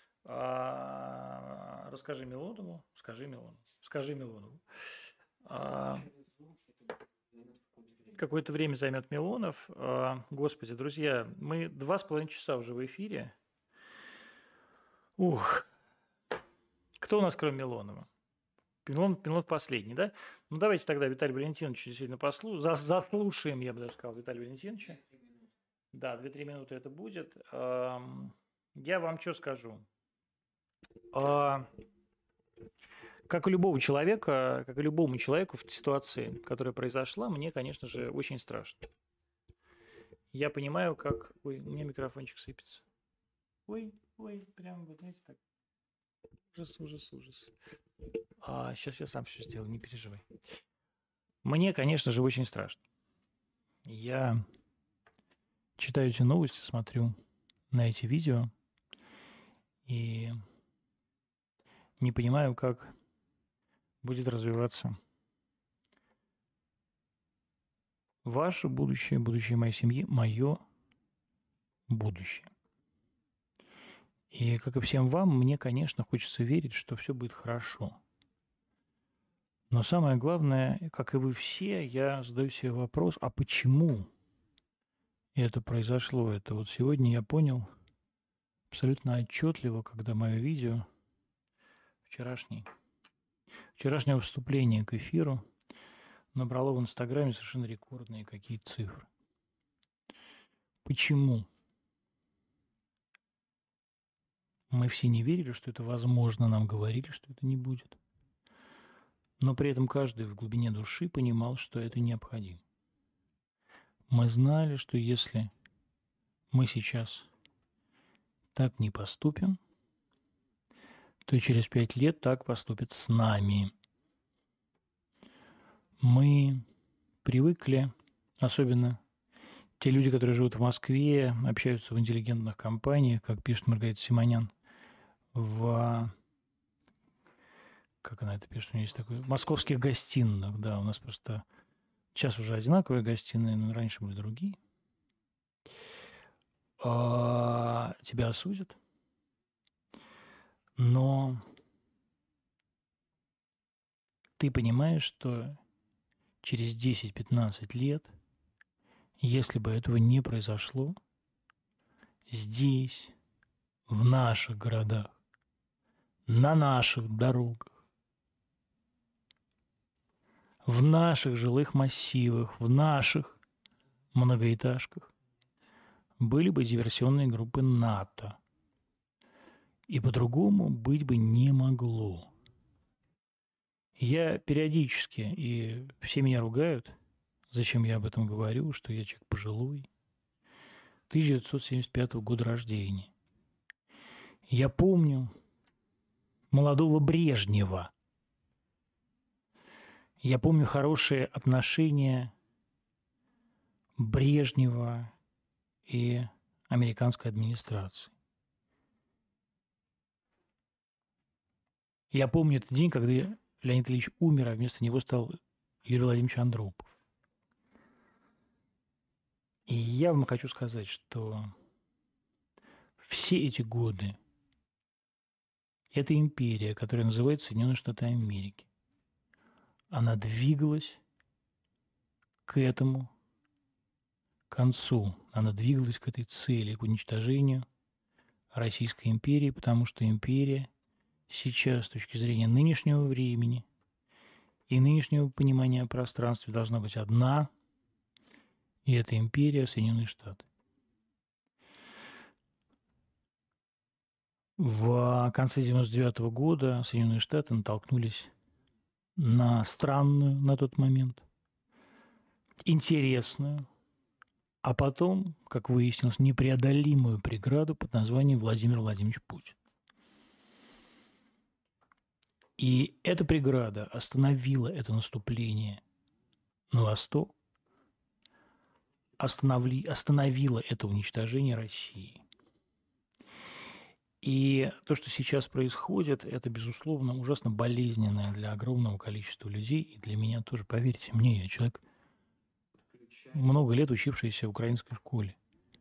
А, расскажи Милонову, скажи Милонову, скажи Милонову. А, какое-то время займет Милонов. А, господи, друзья, мы два с половиной часа уже в эфире. Ух. Кто у нас, кроме Милонова? Милонов, Милонов последний, да? Ну, давайте тогда Виталия Валентиновича действительно послушаем. За, заслушаем, я бы даже сказал, Виталия Валентиновича. Да, две-три минуты это будет. А, я вам что скажу? А, как и любого человека, как и любому человеку в ситуации, которая произошла, мне, конечно же, очень страшно. Я понимаю, как... Ой, у меня микрофончик сыпется. Ой, ой, прям вот, знаете, так. Ужас, ужас, ужас. А, сейчас я сам все сделаю, не переживай. Мне, конечно же, очень страшно. Я читаю эти новости, смотрю на эти видео и не понимаю, как будет развиваться ваше будущее, будущее моей семьи, мое будущее. И, как и всем вам, мне, конечно, хочется верить, что все будет хорошо. Но самое главное, как и вы все, я задаю себе вопрос, а почему это произошло? Это вот сегодня я понял абсолютно отчетливо, когда мое видео, вчерашний, вчерашнее выступление к эфиру набрало в Инстаграме совершенно рекордные какие-то цифры. Почему? Мы все не верили, что это возможно, нам говорили, что это не будет. Но при этом каждый в глубине души понимал, что это необходимо. Мы знали, что если мы сейчас так не поступим, то через пять лет так поступят с нами. Мы привыкли, особенно те люди, которые живут в Москве, общаются в интеллигентных компаниях, как пишет Маргарита Симонян, в... Как она это пишет? У нее есть такой... В московских гостиных, да, у нас просто... Сейчас уже одинаковые гостиные, но раньше были другие. А... Тебя осудят. Но ты понимаешь, что через десять-пятнадцать лет, если бы этого не произошло, здесь, в наших городах, на наших дорогах, в наших жилых массивах, в наших многоэтажках были бы диверсионные группы НАТО. И по-другому быть бы не могло. Я периодически, и все меня ругают, зачем я об этом говорю, что я человек пожилой, тысяча девятьсот семьдесят пятого года рождения. Я помню молодого Брежнева. Я помню хорошие отношения Брежнева и американской администрации. Я помню этот день, когда Леонид Ильич умер, а вместо него стал Юрий Владимирович Андропов. И я вам хочу сказать, что все эти годы эта империя, которая называется Соединенные Штаты Америки, она двигалась к этому концу, она двигалась к этой цели, к уничтожению Российской империи, потому что империя сейчас, с точки зрения нынешнего времени и нынешнего понимания о пространстве, должна быть одна, и это империя Соединенные Штаты. В конце девяносто девятого года Соединенные Штаты натолкнулись на странную на тот момент, интересную, а потом, как выяснилось, непреодолимую преграду под названием Владимир Владимирович Путин. И эта преграда остановила это наступление на восток, остановили, остановила это уничтожение России. И то, что сейчас происходит, это, безусловно, ужасно болезненное для огромного количества людей, и для меня тоже, поверьте мне, я человек, много лет учившийся в украинской школе.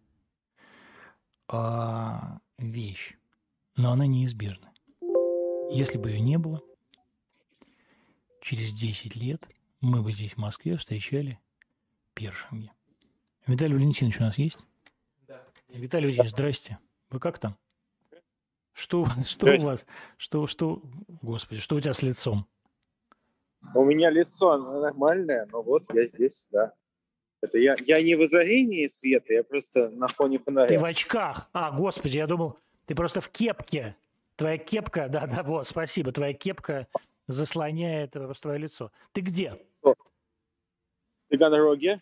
А, вещь, но она неизбежна. Если бы ее не было, через десять лет мы бы здесь в Москве встречали Першинги. Виталий Валентинович у нас есть? Да. Виталий Валентинович, здрасте. Вы как там? Что, что у вас? Что, что, господи, что у тебя с лицом? У меня лицо нормальное, но вот я здесь, да. Это я, я не в озарении света, я просто на фоне фонаря. Ты в очках? А, господи, я думал, ты просто в кепке. Твоя кепка, да-да, вот, спасибо, твоя кепка заслоняет просто твое лицо. Ты где? В Таганроге.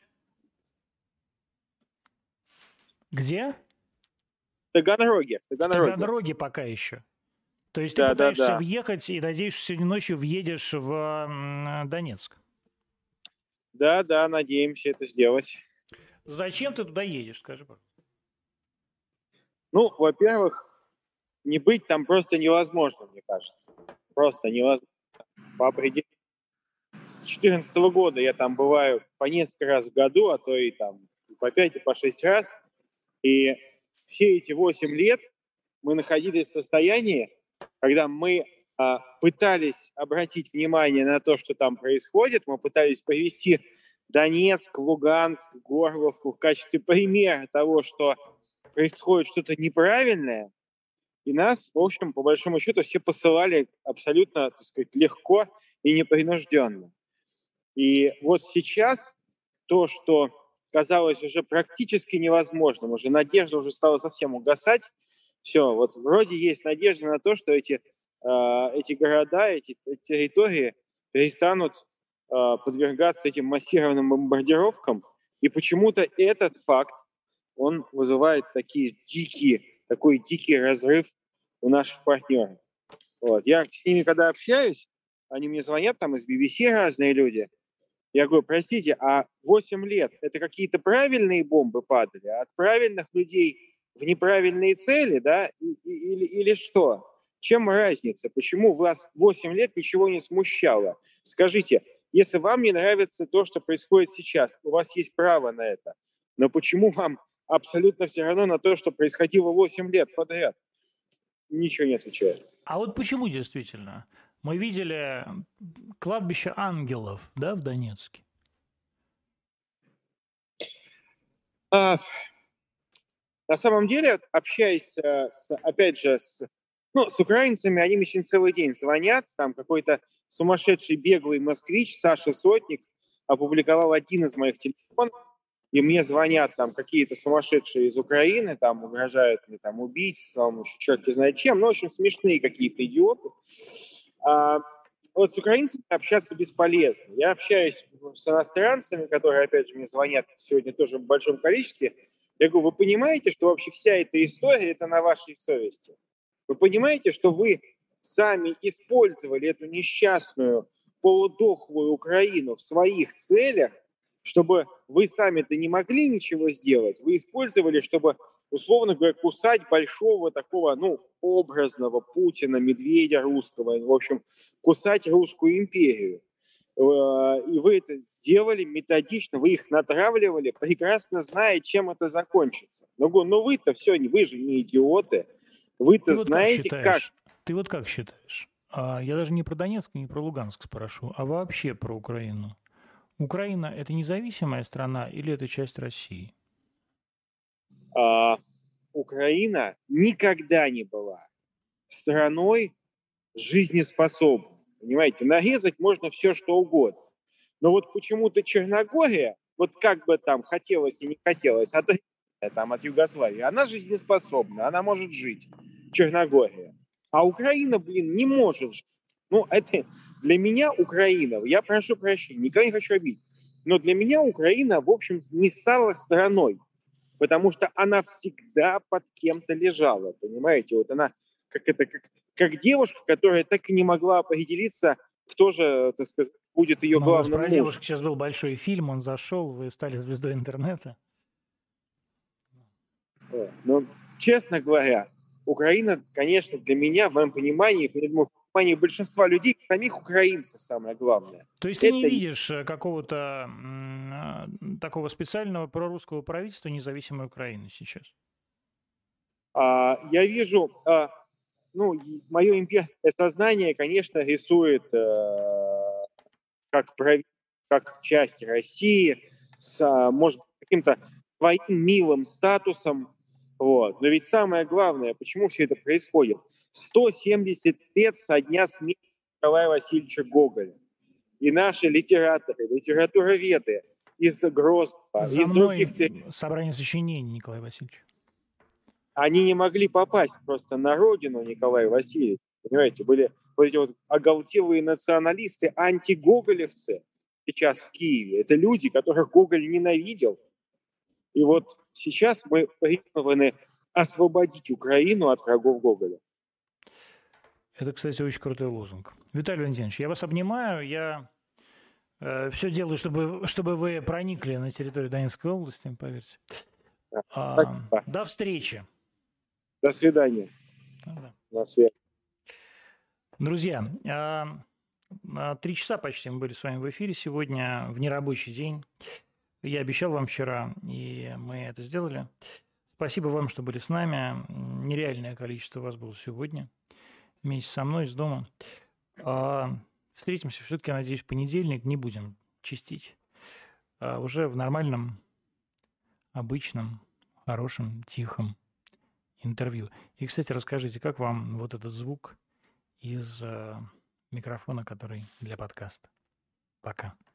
Где? В Таганроге. В Таганроге. В Таганроге пока еще. То есть ты да, пытаешься да, да. въехать и надеешься, сегодня ночью въедешь в Донецк. Да, да, надеемся это сделать. Зачем ты туда едешь, скажи, пожалуйста? Ну, во-первых, не быть там просто невозможно, мне кажется. Просто невозможно. По определению. С две тысячи четырнадцатого года я там бываю по несколько раз в году, а то и там по пять, и по шесть раз. И все эти восемь лет мы находились в состоянии, когда мы а, пытались обратить внимание на то, что там происходит, мы пытались привести Донецк, Луганск, Горловку в качестве примера того, что происходит что-то неправильное, и нас, в общем, по большому счету, все посылали абсолютно, так сказать, легко и непринужденно. И вот сейчас то, что казалось уже практически невозможным, уже надежда уже стала совсем угасать, все, вот вроде есть надежда на то, что эти, э, эти города, эти территории перестанут э, подвергаться этим массированным бомбардировкам, и почему-то этот факт, он вызывает такие дикие, такой дикий разрыв у наших партнеров. Вот. Я с ними, когда общаюсь, они мне звонят там из би би си разные люди. Я говорю, простите, а восемь лет это какие-то правильные бомбы падали, а от правильных людей в неправильные цели, да, и, и, или, или что? Чем разница? Почему вас восемь лет ничего не смущало? Скажите, если вам не нравится то, что происходит сейчас, у вас есть право на это, но почему вам абсолютно все равно на то, что происходило восемь лет подряд? Ничего не отвечает. А вот почему действительно? Мы видели кладбище ангелов, да, в Донецке? А, на самом деле, общаясь, с, опять же, с, ну, с украинцами, они мне сегодня целый день звонят. Там какой-то сумасшедший беглый москвич Саша Сотник опубликовал один из моих телефонов, и мне звонят там какие-то сумасшедшие из Украины, там угрожают мне там убийством, черт не знает чем, ну, в общем, смешные какие-то идиоты. А, вот с украинцами общаться бесполезно. Я общаюсь с иностранцами, которые, опять же, мне звонят сегодня тоже в большом количестве. Я говорю, вы понимаете, что вообще вся эта история – это на вашей совести? Вы понимаете, что вы сами использовали эту несчастную, полудохлую Украину в своих целях, чтобы вы сами-то не могли ничего сделать, вы использовали, чтобы, условно говоря, кусать большого такого, ну, образного Путина, медведя русского, в общем, кусать русскую империю. И вы это сделали методично, вы их натравливали, прекрасно зная, чем это закончится. Но, но вы-то все, вы же не идиоты. Вы-то вот знаете, как, как... Ты вот как считаешь? Я даже не про Донецк, не про Луганск спрошу, а вообще про Украину. Украина – это независимая страна или это часть России? А, Украина никогда не была страной жизнеспособной. Понимаете, нарезать можно все, что угодно. Но вот почему-то Черногория, вот как бы там хотелось и не хотелось, от, там, от Югославии, она жизнеспособна, она может жить, Черногория. А Украина, блин, не может жить. Ну, это для меня Украина, я прошу прощения, никого не хочу обидеть, но для меня Украина, в общем, не стала страной, потому что она всегда под кем-то лежала, понимаете? Вот она, как это, как, как девушка, которая так и не могла определиться, кто же, так сказать, будет ее Но главным про мужем. девушек сейчас был большой фильм, он зашел, вы стали звездой интернета. Но, честно говоря, Украина, конечно, для меня, в моем понимании, в понимании большинства людей, самих украинцев самое главное. То есть ты это... не видишь какого-то м- такого специального прорусского правительства независимой Украины сейчас? А, я вижу, а, ну, мое имперское сознание, конечно, рисует а, как, прави... как часть России с, а, может быть, каким-то своим милым статусом. Вот. Но ведь самое главное, почему все это происходит? сто семьдесят лет со дня смерти Николая Васильевича Гоголя. И наши литераторы, литературоведы из Грозного, За из мной других... собрание сочинений Николая Васильевича. Они не могли попасть просто на родину Николая Васильевича. Понимаете, были вот эти вот оголтелые националисты, антигоголевцы сейчас в Киеве. Это люди, которых Гоголь ненавидел. И вот сейчас мы призваны освободить Украину от врагов Гоголя. Это, кстати, очень крутой лозунг. Виталий Валентинович, я вас обнимаю. Я э, все делаю, чтобы, чтобы вы проникли на территорию Донецкой области, поверьте. А, до встречи. До свидания. Да. На связи. Друзья, э, три часа почти мы были с вами в эфире сегодня, в нерабочий день. Я обещал вам вчера, и мы это сделали. Спасибо вам, что были с нами. Нереальное количество вас было сегодня. Вместе со мной из дома. А, встретимся все-таки, надеюсь, в понедельник. Не будем чистить. А, уже в нормальном, обычном, хорошем, тихом интервью. И, кстати, расскажите, как вам вот этот звук из а, микрофона, который для подкаста. Пока.